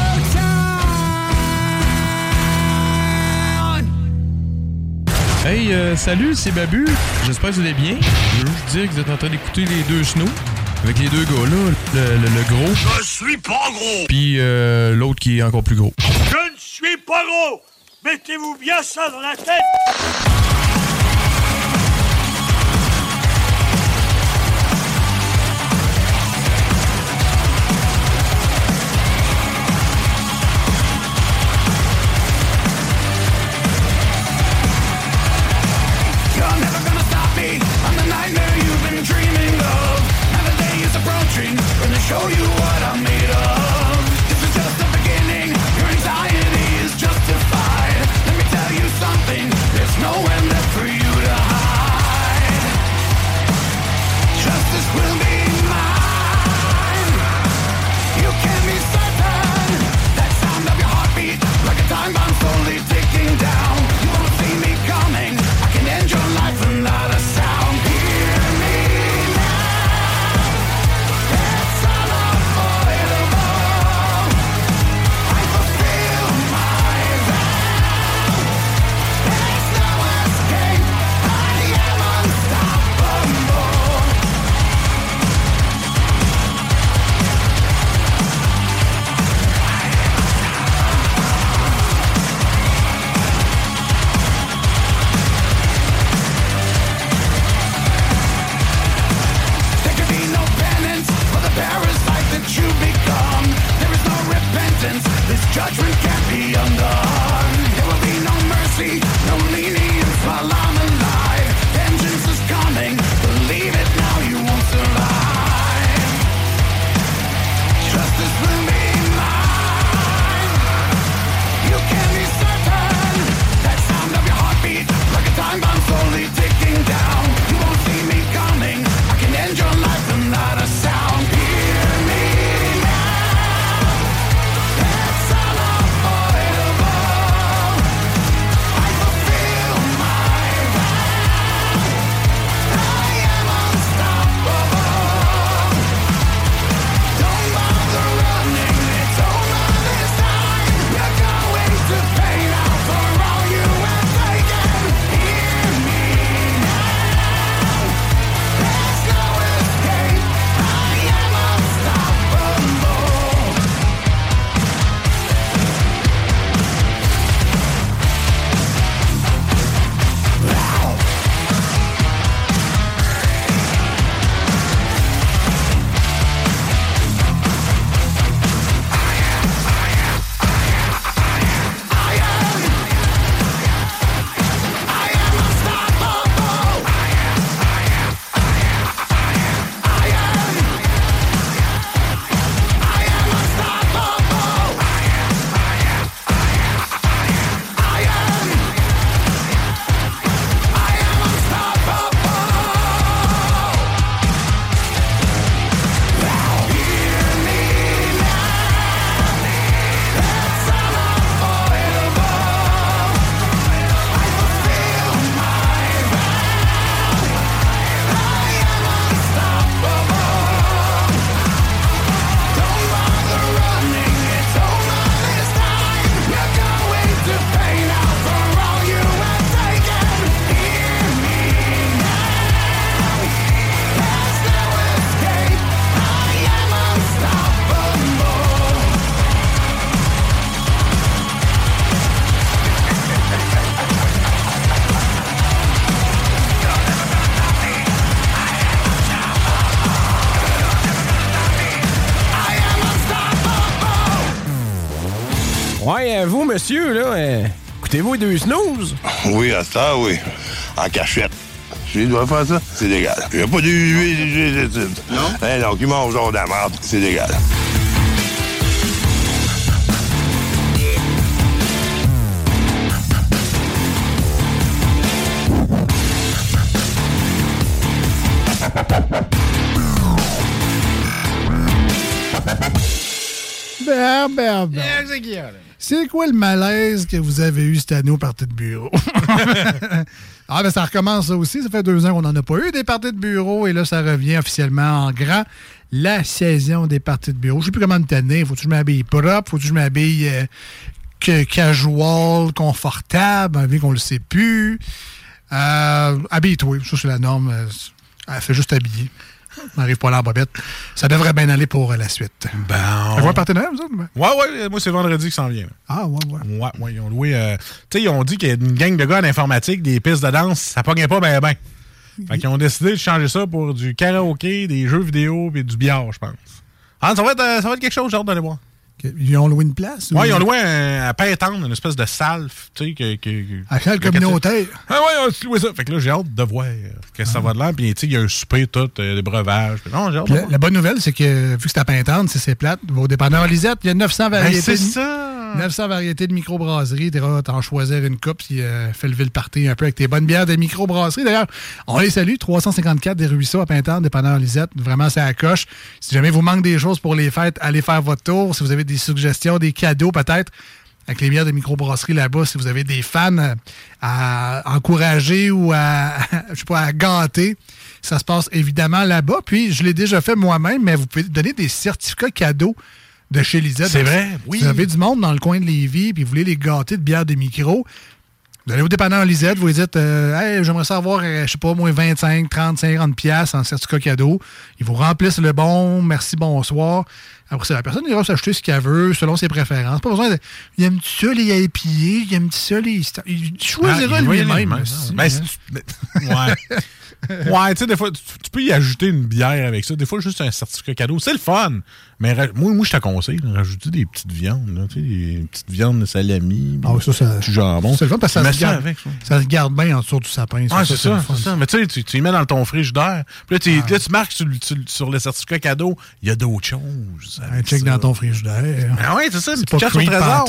town. Hey, euh, salut, c'est Babu. J'espère que vous allez bien. Je veux juste dire que vous êtes en train d'écouter les deux snows. Avec les deux gars là, le, le, le gros. Je suis pas gros! Puis euh, l'autre qui est encore plus gros. Je ne suis pas gros! Mettez-vous bien ça dans la tête! You're never gonna stop me. I'm the nightmare you've been dreaming of. Now the day is approaching. Gonna show you what I'm made of. This is just the beginning. Your anxiety is justified. Let me tell you something. There's nowhere left for you to hide. Justice will be mine. You can be certain. That sound of your heartbeat, like a time bomb slowly ticking down. You won't see me coming. I can end your life without a sound. Hear me now. It's unavoidable. I fulfill my vow. There's no escape. I am unstoppable. There can be no penance for the parasite that you become. There is no repentance. This judgment can't be undone. There will be no mercy, no lenience while I'm alive. Vengeance is coming. Believe it now, you won't survive. Justice will be mine. You can be certain. That sound of your heartbeat, like a time bomb slowly ticking down. You won't see me coming. I can end your life without a sound. Hear me now. It's unavoidable. I fulfill Ouais, euh, vous, monsieur, là, euh, écoutez-vous les deux snooze? Oui, à ça, oui. En cachette. Si je dois faire ça, c'est légal. Il n'y a pas de... Non? Eh non, qui mange genre de la merde, c'est légal. Ben, ben, ben. C'est quoi le malaise que vous avez eu cette année au party de bureau? Ah, ben ça recommence ça aussi. Ça fait deux ans qu'on n'en a pas eu des parties de bureau et là, ça revient officiellement en grand. La saison des parties de bureau. Je ne sais plus comment me tenir. Faut-tu que je m'habille propre? Faut-tu que je m'habille euh, que casual, confortable, vu qu'on le sait plus? Euh, habille-toi. Ça, c'est la norme. Elle fait juste habiller. On n'arrive pas là en bobette. Ça devrait bien aller pour la suite. Ben. Vous un partenaire, vous autres? Ouais, ouais. Moi, c'est vendredi qui s'en vient. Ah, ouais, ouais. Ouais, ouais. Ils ont loué. Euh, tu sais, ils ont dit qu'il y a une gang de gars en informatique, des pistes de danse, ça pognait pas ben ben. Fait qu'ils ont décidé de changer ça pour du karaoké, des jeux vidéo et du billard, je pense. Ah, ça va être, euh, ça va être quelque chose, j'ai hâte d'aller voir. Ils ont loué une place? Ouais, ils ont loué un, à Pintendre, une espèce de salle, tu sais, que, que, à salle communautaire. Ah ouais, on a loué ça. Fait que là, j'ai hâte de voir que ah. ça va de l'air. Puis, tu sais, il y a un souper, tout, euh, des breuvages. Non, j'ai hâte de la, la bonne nouvelle, c'est que, vu que c'est à Pintendre, c'est c'est plate. Au dépanneur Lisette, il y a neuf cents variétés. Ben, c'est ça! neuf cents variétés de microbrasserie. Tu vas t'en choisir une coupe puis euh, fais lever le party un peu avec tes bonnes bières de microbrasserie. D'ailleurs, on les salue. trois cent cinquante-quatre des Ruisseaux à Pintendre, dépanneur Lisette. Vraiment, c'est à la coche. Si jamais vous manque des choses pour les fêtes, allez faire votre tour. Si vous avez des suggestions, des cadeaux peut-être, avec les bières de microbrasserie là-bas, si vous avez des fans à encourager ou à, je sais pas, à gâter, ça se passe évidemment là-bas. Puis, je l'ai déjà fait moi-même, mais vous pouvez donner des certificats cadeaux de chez Lisette. C'est vrai, oui. Vous avez du monde dans le coin de Lévis, puis vous voulez les gâter de bières de micro. Vous allez au dépanneur Lisette, vous lui dites euh, hey, j'aimerais savoir, euh, je sais pas, moins vingt-cinq, trente, cinquante piastres en certificat cadeau. Ils vous remplissent le bon, merci, bonsoir. Après ça, la personne ira s'acheter ce qu'elle veut, selon ses préférences. Pas besoin de. Il aime-tu ça, les I P A? Il aime-tu ça, les. Il choisira ah, lui-même. Ben, ouais. Ouais, tu sais, des fois, tu, tu peux y ajouter une bière avec ça. Des fois, juste un certificat cadeau. C'est le fun. Mais moi, moi je te conseille de rajouter des petites viandes. Là, tu sais, des petites viandes de salami. Ah oui, ça, ça. Du jambon. C'est le fun parce que ça, se garde, avec, ça. ça se garde bien en dessous du sapin. Ah, c'est ça, c'est ça. Mais tu sais, tu, tu y mets dans ton frigidaire. Puis là, tu, ah. là, tu marques sur, sur, sur le certificat cadeau. Il y a d'autres choses. Un check ça. Dans ton frigidaire. Ah oui, c'est ça. C'est pas tu au trésor.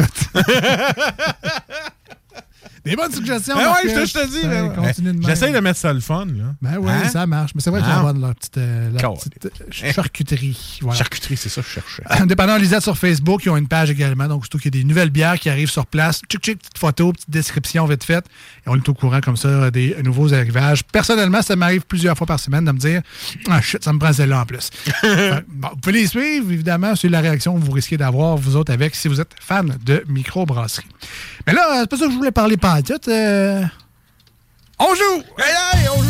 Des bonnes suggestions. Ben ouais, je te dis. Ben, j'essaie de mettre ça le fun. Là. Ben oui, hein? Ça marche. Mais c'est vrai qu'ils ont leur petite, euh, leur petite euh, charcuterie. Voilà. Charcuterie, c'est ça que je cherchais. Dépendant Lisette sur Facebook, ils ont une page également. Donc, surtout qu'il y a des nouvelles bières qui arrivent sur place. Tchic, tchic, petite photo, petite description vite faite. Et on est au courant comme ça des nouveaux arrivages. Personnellement, ça m'arrive plusieurs fois par semaine de me dire ah shit, ça me prend celle-là en plus. Enfin, bon, vous pouvez les suivre, évidemment. C'est la réaction que vous risquez d'avoir, vous autres, avec si vous êtes fan de microbrasserie. Mais là, c'est pas ça que je voulais parler pas tout. Euh... On joue! Hey, hey, on joue!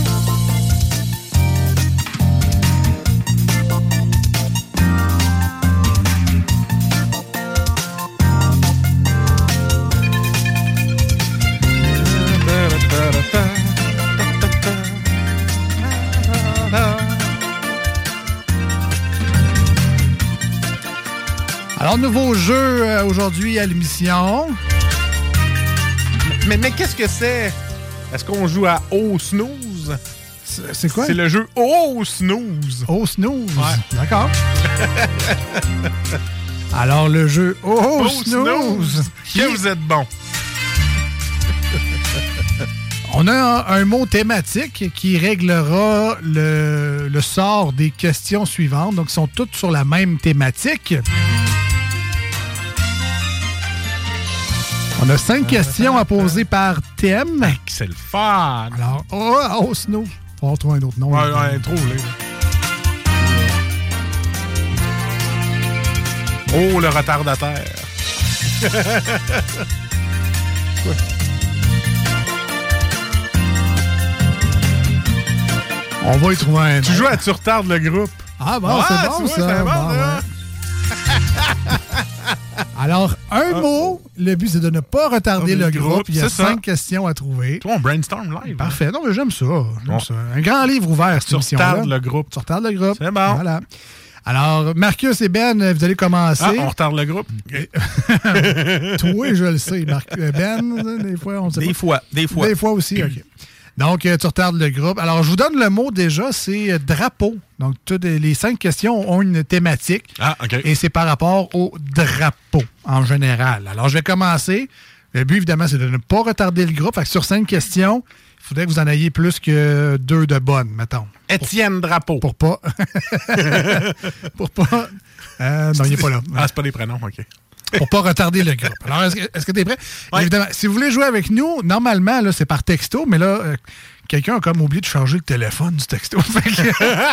Alors, nouveau jeu euh, aujourd'hui à l'émission. Mais, mais qu'est-ce que c'est? Est-ce qu'on joue à Oh Snooze? C'est quoi? C'est le jeu Oh Snooze. Oh Snooze? Ouais. D'accord. Alors, le jeu Oh, oh Snooze. snooze. Que vous êtes bon. On a un, un mot thématique qui réglera le, le sort des questions suivantes. Donc, ils sont toutes sur la même thématique. On a cinq questions à poser par thème. Hey, c'est le fun! Alors, oh, oh Snow. Faut avoir trouvé un autre nom. Ouais, ouais, trouve-le. Oh, le retardataire. On va y trouver un Tu joues à Tu retardes le groupe. Ah bon, ouais, c'est bon, ça. C'est bon, bon, ouais. Alors, un ah, mot, le but, c'est de ne pas retarder le groupe. groupe. Il y a cinq ça. questions à trouver. Toi, on brainstorm live. Parfait. Hein? Non, mais j'aime ça. J'aime bon. ça. Un grand livre ouvert, cette émission-là. Tu retardes le groupe. Tu retardes le groupe. C'est bon. Voilà. Alors, Marcus et Ben, vous allez commencer. Ah, on retarde le groupe. Okay. Toi, je le sais. Marc... Ben, des fois, on sait Des pas. fois, des fois. Des fois aussi, OK. Donc, tu retardes le groupe. Alors, je vous donne le mot déjà, c'est drapeau. Donc, toutes les cinq questions ont une thématique. Ah, OK. Et c'est par rapport au drapeau en général. Alors, je vais commencer. Le but, évidemment, c'est de ne pas retarder le groupe. Fait que sur cinq questions, il faudrait que vous en ayez plus que deux de bonnes, mettons. Étienne Drapeau. Pour pas. pour pas. Euh, non, il n'est pas là. Ah, c'est pas des prénoms, OK. Pour pas retarder le groupe. Alors, est-ce que, est-ce que tu es prêt? Ouais. Évidemment, si vous voulez jouer avec nous, normalement, là, c'est par texto, mais là, euh, quelqu'un a comme oublié de charger le téléphone du texto. Fait que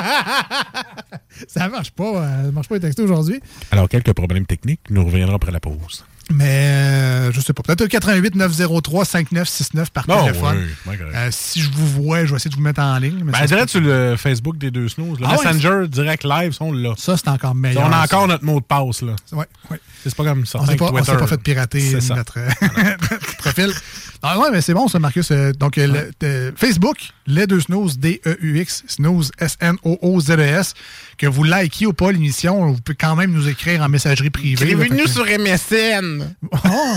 ça marche pas. Euh, ça marche pas les textos aujourd'hui. Alors, quelques problèmes techniques. Nous reviendrons après la pause. Mais, euh, je sais pas. Peut-être quatre-vingt-huit neuf zéro trois cinq neuf six neuf par oh, téléphone. Oui, euh, si je vous vois, je vais essayer de vous mettre en ligne. Mais ben, direct sur le Facebook des deux snooze. Le ah, Messenger, ouais, direct live, sont là. Ça, c'est encore meilleur. On a encore ça. notre mot de passe, là. Oui, oui. C'est pas comme ça. On s'est pas, on s'est pas fait pirater notre, notre profil. Ah ouais, mais c'est bon, ça, Marcus. Donc, ouais. le, le, Facebook, les deux snooze, D E U X, snooze, S N O O Z E S. Que vous likez ou pas l'émission, vous pouvez quand même nous écrire en messagerie privée. Écrivez-nous sur M S N. Oh!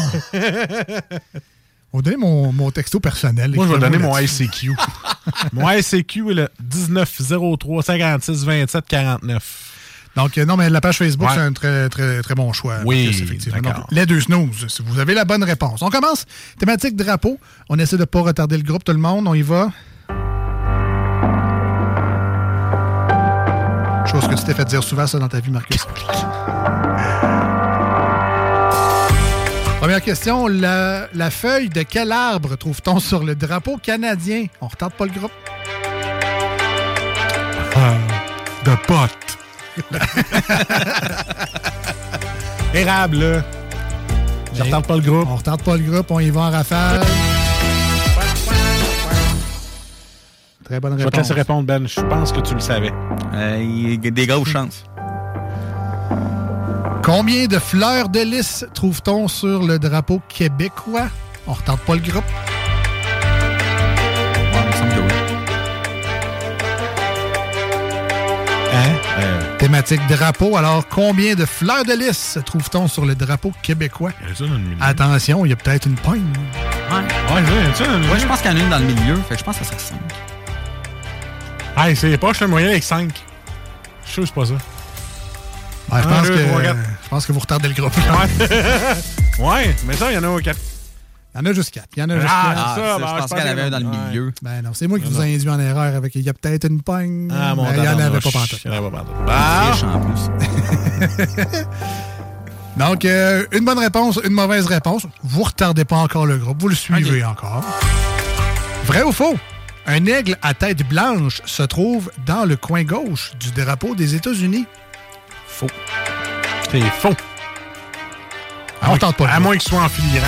On va donner mon, mon texto personnel. Moi, je vais donner mon I C Q. Mon I C Q est le dix-neuf zéro trois cinquante-six vingt-sept quarante-neuf. Donc, non, mais la page Facebook, ouais. c'est un très, très, très bon choix. Oui, Marcus, effectivement. Donc, les deux snooze, si vous avez la bonne réponse. On commence. Thématique drapeau. On essaie de ne pas retarder le groupe, tout le monde. On y va. Chose que tu t'es fait dire souvent, ça, dans ta vie, Marcus. Première question. La, la feuille de quel arbre trouve-t-on sur le drapeau canadien? On ne retarde pas le groupe. Euh, de potes. Érable, là. Je ne retarde pas le groupe. On retarde pas le groupe, on y va en rafale. Très bonne réponse. Je vais te laisser répondre, Ben. Je pense que tu le savais. Euh, il y a des grosses chances. Combien de fleurs de lys trouve-t-on sur le drapeau québécois? On retarde pas le groupe. Ouais, il me semble que oui. Hein? Euh... Thématique drapeau. Alors, combien de fleurs de lys trouve-t-on sur le drapeau québécois? Attention, il y a peut-être une poigne. Ouais, ouais, ouais, ouais je pense qu'il y en a une dans le milieu. Fait que je pense que ça serait cinq. Ah, c'est pas, je suis moyen avec cinq. Je suis sûr que c'est pas ça. Ouais, je, pense deux, que, trois, euh, je pense que vous retardez le groupe. Ouais, ouais, mais ça, il y en a quatre. Il y en a juste quatre. Il y en a juste ah, quatre. Ah, ça, ben, je pensais qu'il y en avait un dans le ouais. milieu. Ben non, c'est moi qui non, vous ai induit en erreur avec il y a peut-être une pogne. Ah, mon il n'y en avait pas pantoute. Il n'y en avait pas pantoute. Ah! En plus. Donc, euh, une bonne réponse, une mauvaise réponse. Vous retardez pas encore le groupe. Vous le suivez okay. encore. Vrai ou faux? Un aigle à tête blanche se trouve dans le coin gauche du drapeau des États-Unis. Faux. C'est faux. Ah, on tente pas. À moins qu'il soit en filigrane.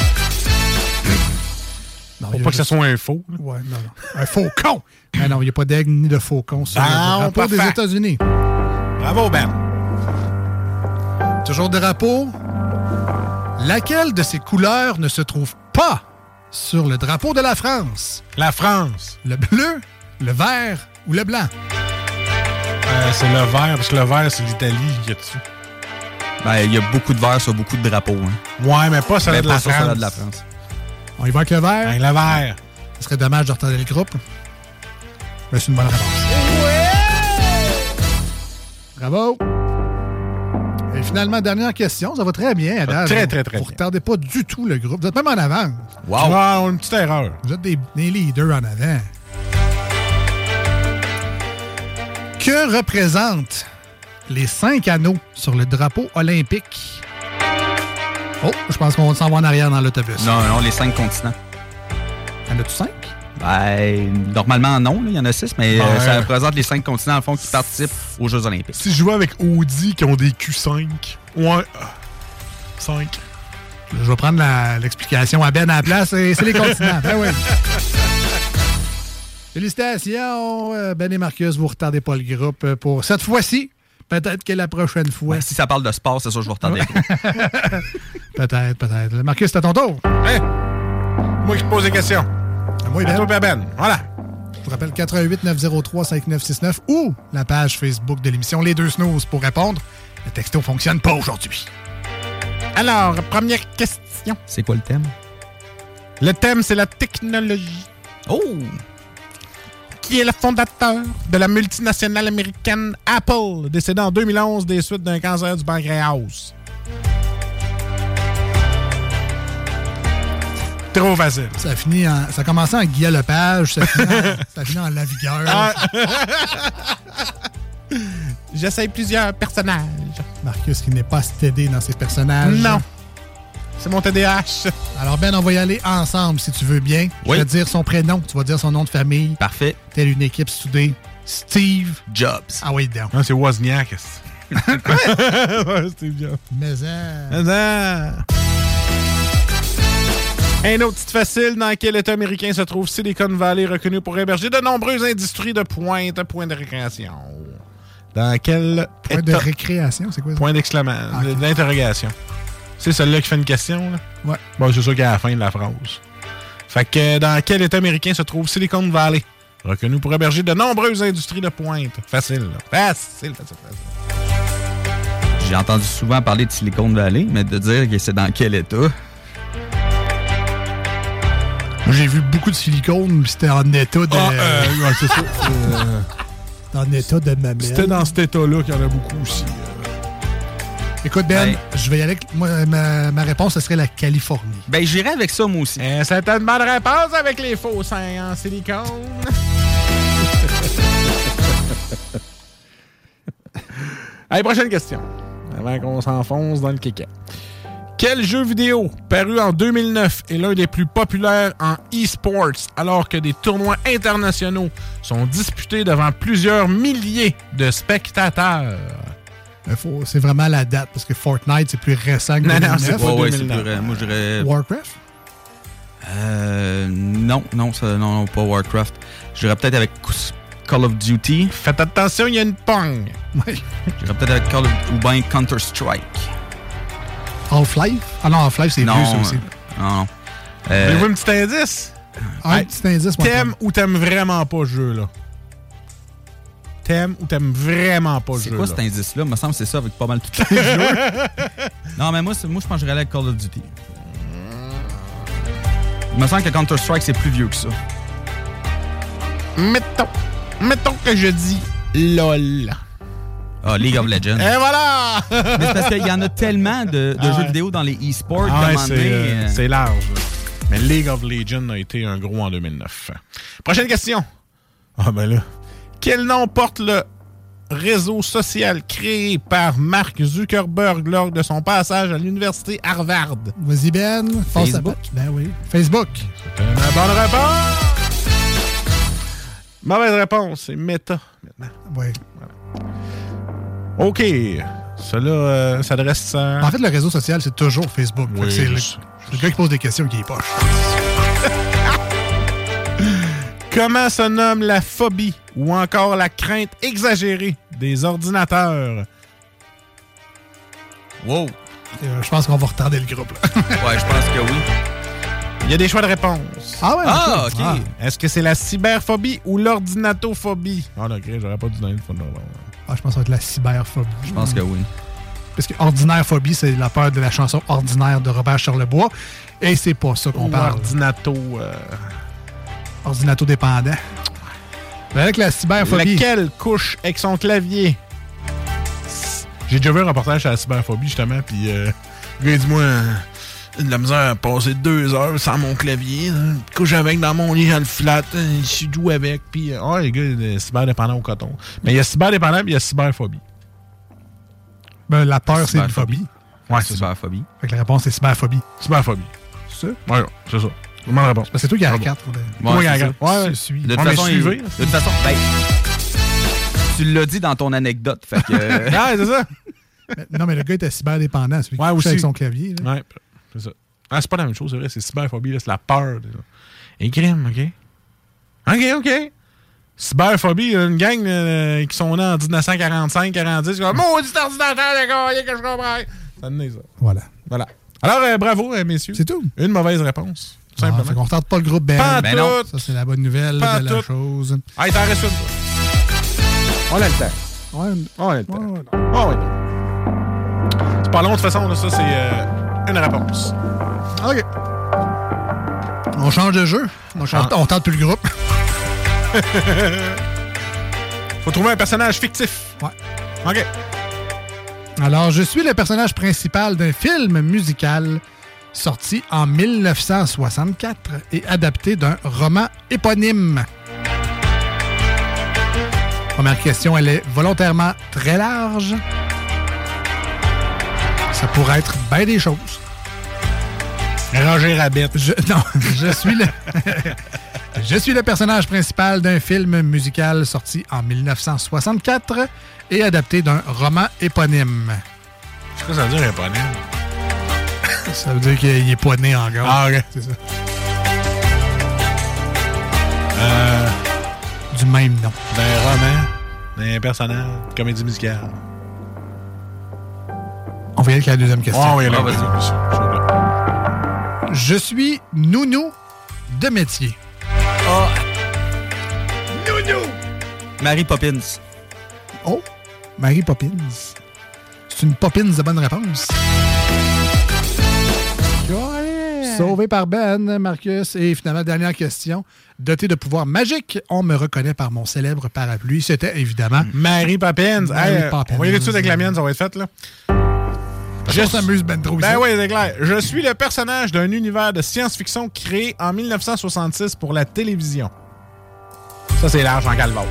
Non, faut pas que ce soit un faux. Là. Ouais, non, non. Un faucon. Ah non, il n'y a pas d'aigle ni de faucon sur ah, le drapeau des États-Unis. Bravo, Ben. Toujours drapeau. Laquelle de ces couleurs ne se trouve pas sur le drapeau de la France? La France. Le bleu, le vert ou le blanc? Euh, c'est le vert, parce que le vert, c'est l'Italie qu'il y a dessus. Ben, il y a beaucoup de vert sur beaucoup de drapeaux. Hein. Ouais, mais pas celui de, la de la France. On y va avec le vert? Ben, le vert. Ce serait dommage de retarder le groupe. Mais c'est une bonne réponse. Ouais! Bravo! Et finalement, dernière question. Ça va très bien, Adam. Très, très, très Vous ne retardez pas du tout le groupe. Vous êtes même en avant. Wow! Ouais, on a une petite erreur. Vous êtes des, des leaders en avant. Que représentent les cinq anneaux sur le drapeau olympique? Oh, je pense qu'on s'en va en arrière dans l'autobus. Non, non, les cinq continents. Y en a-tu cinq? Ben, normalement, non. Il y en a six, mais ouais. euh, ça représente les cinq continents, en fond, qui participent aux Jeux olympiques. Si je jouais avec Audi qui ont des Q cinq, ouais, cinq. Je vais prendre la, l'explication à Ben à la place. C'est les continents. Ben oui. Félicitations, Ben et Marcus. Vous ne retardez pas le groupe pour cette fois-ci. Peut-être que la prochaine fois. Ouais, si ça parle de sport, c'est sûr que je vais retarder le groupe. Peut-être, peut-être. Marcus, c'est à ton tour. Hey, moi qui te pose des questions. Moi, Ben. À toi, Ben. Voilà. Je vous rappelle quatre un huit neuf zéro trois cinq neuf six neuf ou la page Facebook de l'émission Les Deux Snooze pour répondre. Le texto ne fonctionne pas aujourd'hui. Alors, première question. C'est quoi le thème? Le thème, c'est la technologie. Oh! Qui est le fondateur de la multinationale américaine Apple, décédé en deux mille onze des suites d'un cancer du pancréas? Trop facile. Ça a, fini en, ça a commencé en Guy Lepage, ça a fini en, ça a fini en Lavigueur. Ah. J'essaye plusieurs personnages. Marcus qui n'est pas stédé dans ses personnages. Non. C'est mon T D A H. Alors Ben, on va y aller ensemble si tu veux bien. Oui. Je vais dire son prénom, tu vas dire son nom de famille. Parfait. Telle une équipe soudée. Steve Jobs. Ah oui, donc. Non, c'est Wozniak. Ouais, Steve Jobs. Mais ça. Mais ça. Un autre titre facile. Dans quel État américain se trouve Silicon Valley, reconnu pour héberger de nombreuses industries de pointe, point de récréation? Dans quel Point état? de récréation, c'est quoi ça? Point d'exclamation, ah, okay. d'interrogation. C'est celle-là qui fait une question, là? Ouais. Bon, c'est ça qui est à la fin de la phrase. Fait que dans quel État américain se trouve Silicon Valley, reconnu pour héberger de nombreuses industries de pointe? Facile, là. Facile, facile, facile. J'ai entendu souvent parler de Silicon Valley, mais de dire que c'est dans quel État... J'ai vu beaucoup de silicone, puis c'était en état de... Ah, euh, ouais, c'est ça. Euh... En état de mamelle. C'était dans cet état-là qu'il y en a beaucoup aussi. Écoute, Ben, ouais. je vais y aller avec... Moi, ma, ma réponse, ce serait la Californie. Ben, j'irai avec ça, moi aussi. Euh, c'est une bonne réponse avec les faux seins en silicone. Allez, prochaine question. Avant qu'on s'enfonce dans le kéké. Quel jeu vidéo, paru en deux mille neuf, est l'un des plus populaires en e-sports, alors que des tournois internationaux sont disputés devant plusieurs milliers de spectateurs? Faut, c'est vraiment la date, parce que Fortnite, c'est plus récent que non, deux mille neuf. Non, c'est pas ouais, deux mille neuf. C'est plus, moi, je dirais... Warcraft? Euh... Non, non, ça, non, non, pas Warcraft. Je dirais peut-être avec Call of Duty. Faites attention, il y a une pong. Oui. Je dirais peut-être avec Call of... ou bien Counter-Strike. Half-Life? Ah non, Half-Life, c'est non, vieux, ça aussi. Non, non. Euh... Avez-vous un petit indice? Un hey, petit indice, moi. T'aimes ou t'aimes vraiment pas ce jeu-là? T'aimes ou t'aimes vraiment pas ce jeu-là? C'est quoi cet indice-là? Il me semble que c'est ça avec pas mal tous les jeux. Non, mais moi, moi je pense que je dirais avec Call of Duty. Il me semble que Counter-Strike, c'est plus vieux que ça. Mettons, mettons que je dis LOL. Ah, League of Legends. Et voilà! Mais c'est parce qu'il y en a tellement de, de ah, jeux ouais. vidéo dans les e-sports. Ah, ouais, c'est, euh, c'est large. Mais League of Legends a été un gros en deux mille neuf. Prochaine question. Ah, ben là. Quel nom porte le réseau social créé par Mark Zuckerberg lors de son passage à l'université Harvard? Vas-y, Ben. Facebook. Ben oui. Facebook. C'est une bonne réponse. Mauvaise réponse. C'est Meta, maintenant. Oui. Voilà. OK. Cela euh, s'adresse à... En fait, le réseau social, c'est toujours Facebook. Oui, c'est le, c'est le gars qui pose des questions qui est poche. Comment se nomme la phobie ou encore la crainte exagérée des ordinateurs? Wow. Euh, je pense qu'on va retarder le groupe. Là. Ouais, je pense que oui. Il y a des choix de réponse. Ah ouais? Ah, OK. Ah. Est-ce que c'est la cyberphobie ou l'ordinatophobie? Ah, OK, j'aurais pas dû donner le fond. Ah, je pense que ça va être la cyberphobie. Je pense que oui. Parce que ordinaire phobie, c'est la peur de la chanson Ordinaire de Robert Charlebois. Et c'est pas ça qu'on ou parle. Ordinato... Euh... Ordinato-dépendant. Avec la cyberphobie. Laquelle couche avec son clavier? J'ai déjà vu un reportage sur la cyberphobie, justement, puis euh, le gars dit, moi, de la misère à passer deux heures sans mon clavier. Hein, couche avec dans mon lit, je le flatte, je suis doux avec, puis ah, oh, les gars, il est cyberdépendant au coton. Mais il y a cyberdépendant, puis il y a cyberphobie. Ben, la peur, c'est une phobie. Ouais, c'est cyberphobie. Fait que la réponse, c'est cyberphobie. Cyberphobie. C'est ça? Ouais, c'est ça. Bonne réponse. Parce que c'est toi qui as la carte. Moi, qui as la carte. Ouais, je suis. De toute façon, il... de toute façon ben, tu l'as dit dans ton anecdote. Fait que... ouais, c'est ça. Mais, non, mais le gars était cyberdépendant. Celui qui ouais, couchait avec son clavier. Là. Ouais, c'est ça. Ah, c'est pas la même chose, c'est vrai. C'est cyberphobie, là, c'est la peur. Là. Et crime, OK? OK, OK. Cyberphobie, une gang euh, qui sont nés en dix-neuf cent quarante-cinq quarante-six. Comme, maudit ordinateur, d'accord, il y a que je comprends. Ça donne ça. Voilà. Voilà. Alors, euh, bravo, euh, messieurs. C'est tout. Une mauvaise réponse. Tout simplement. Ah, fait qu'on retente pas le groupe Ben. Pas Ben non. Ça, c'est la bonne nouvelle Pas de tout. la chose. Ah, il t'en reste une. On a le temps. Ouais. On a le temps. Ouais, oh, ouais. C'est pas long, de toute façon, là, ça, c'est euh, une réponse. OK. On change de jeu. On, change, Ah. on tente plus le groupe. Faut trouver un personnage fictif. Ouais. OK. Alors, je suis le personnage principal d'un film musical sorti en mille neuf cent soixante-quatre et adapté d'un roman éponyme. Première question, elle est volontairement très large. Ça pourrait être bien des choses. Roger Rabbit. Je, non, je suis le... je suis le personnage principal d'un film musical sorti en mille neuf cent soixante-quatre et adapté d'un roman éponyme. C'est quoi ça veut dire éponyme? Ça veut dire qu'il est pas né encore. Ah, OK. C'est ça. Euh, du même nom. D'un roman, d'un personnage, comédie musicale. On va y aller avec la deuxième question. Oh, oui, là, Ah, vas-y. Je suis nounou de métier. Ah. Nounou! Mary Poppins. Oh, Mary Poppins. C'est une Poppins de bonne réponse. Ouais. Sauvé par Ben, Marcus. Et finalement, dernière question. Doté de pouvoirs magiques, on me reconnaît par mon célèbre parapluie. C'était évidemment Mary Poppins. Mary Hey, Poppins. On va y aller tout de suite avec la mienne, ça va être fait, là. Je s'amuse ben trop. Ben oui, c'est clair. Je suis le personnage d'un univers de science-fiction créé en mille neuf cent soixante-six pour la télévision. Ça, c'est large en calvasse.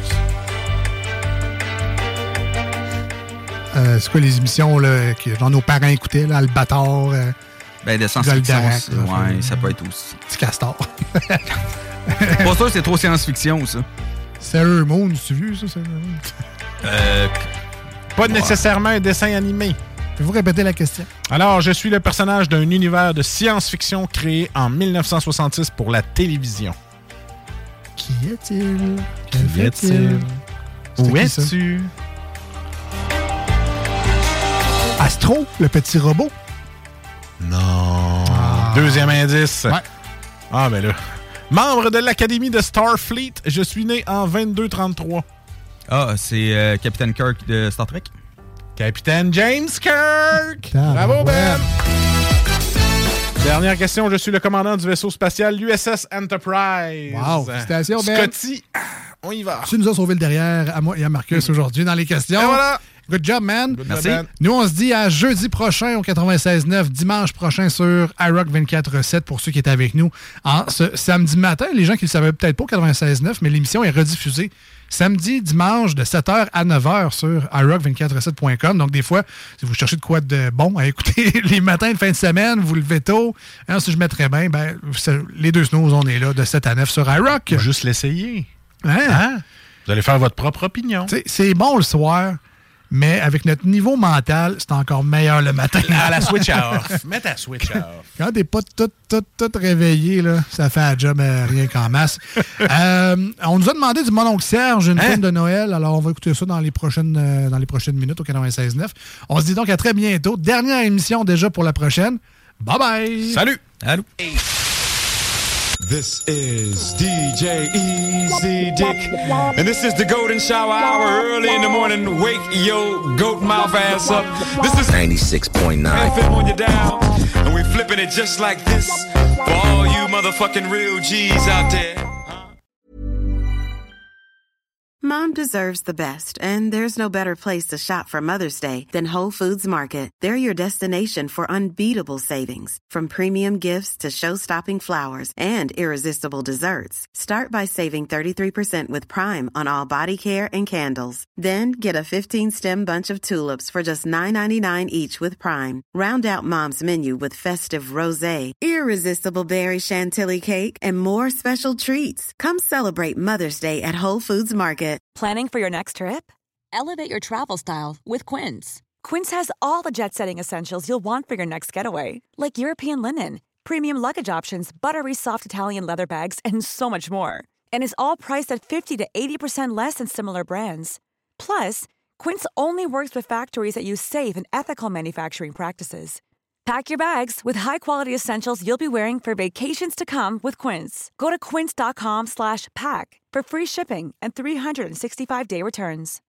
Euh, c'est quoi les émissions là, que genre, nos parents écoutaient, là, Albator, euh, Ben, de science-fiction, Goldorak, ça, là, ouais, fait- ça peut être aussi. Petit Castor. Pas sûr que c'est trop science-fiction, ça. Sailor Moon, c'est vieux, ça? Sailor Moon? Euh... Pas nécessairement un dessin animé. Pouvez-vous répéter la question? Alors, je suis le personnage d'un univers de science-fiction créé en mille neuf cent soixante-six pour la télévision. Qui est-il? Que Qui fait-il? est-il? C'était Où qui, ça? es-tu? Astro, le petit robot. Non. Ah. Deuxième indice. Ouais. Ah, ben là. Membre de l'Académie de Starfleet, je suis né en vingt-deux trente-trois. Ah, c'est euh, Capitaine Kirk de Star Trek. Capitaine James Kirk! Ah, Bravo, Ben! ouais. Dernière question, je suis le commandant du vaisseau spatial U S S Enterprise. Wow, félicitations, Ben. Scotty, on y va. Tu nous as sauvé le derrière à moi et à Marcus aujourd'hui dans les questions. Et voilà. Good job, man. Good Merci. job, Ben. Nous, on se dit à jeudi prochain au quatre-vingt-seize neuf, dimanche prochain sur iRock vingt-quatre sept pour ceux qui étaient avec nous en ce samedi matin. Les gens qui ne le savaient peut-être pas au quatre-vingt-seize neuf, mais l'émission est rediffusée samedi, dimanche de sept heures à neuf heures sur i rock vingt-quatre sept point com. Donc, des fois, si vous cherchez de quoi de bon à écouter les matins de fin de semaine, vous levez tôt. Hein, si je mettrais bien, ben, les deux snooze, on est là de sept à neuf sur iRock. Faut juste l'essayer. Hein? Hein? Vous allez faire votre propre opinion. T'sais, c'est bon le soir, mais avec notre niveau mental, c'est encore meilleur le matin. À la switch off. Mets ta switch off. Quand t'es pas tout, tout, tout réveillé, là, ça fait un job euh, rien qu'en masse. euh, on nous a demandé du Mon Oncle Serge, une Hein? film de Noël. Alors, on va écouter ça dans les prochaines, euh, dans les prochaines minutes au quatre-vingt-seize neuf. On se dit donc à très bientôt. Dernière émission déjà pour la prochaine. Bye bye! Salut! Allô? This is D J Easy Dick, and this is the Golden Shower Hour early in the morning. Wake your goat mouth ass up. This is ninety-six point nine. F M on your dial, and we flipping it just like this for all you motherfucking real G's out there. Mom deserves the best, and there's no better place to shop for Mother's Day than Whole Foods Market. They're your destination for unbeatable savings, from premium gifts to show-stopping flowers and irresistible desserts. Start by saving thirty-three percent with Prime on all body care and candles. Then get a fifteen-stem bunch of tulips for just nine ninety-nine each with Prime. Round out Mom's menu with festive rosé, irresistible berry chantilly cake, and more special treats. Come celebrate Mother's Day at Whole Foods Market. Planning for your next trip? Elevate your travel style with Quince. Quince has all the jet-setting essentials you'll want for your next getaway, like European linen, premium luggage options, buttery soft Italian leather bags, and so much more. And is all priced at fifty to eighty percent less than similar brands. Plus, Quince only works with factories that use safe and ethical manufacturing practices. Pack your bags with high-quality essentials you'll be wearing for vacations to come with Quince. Go to quince.com slash pack for free shipping and three sixty-five day returns.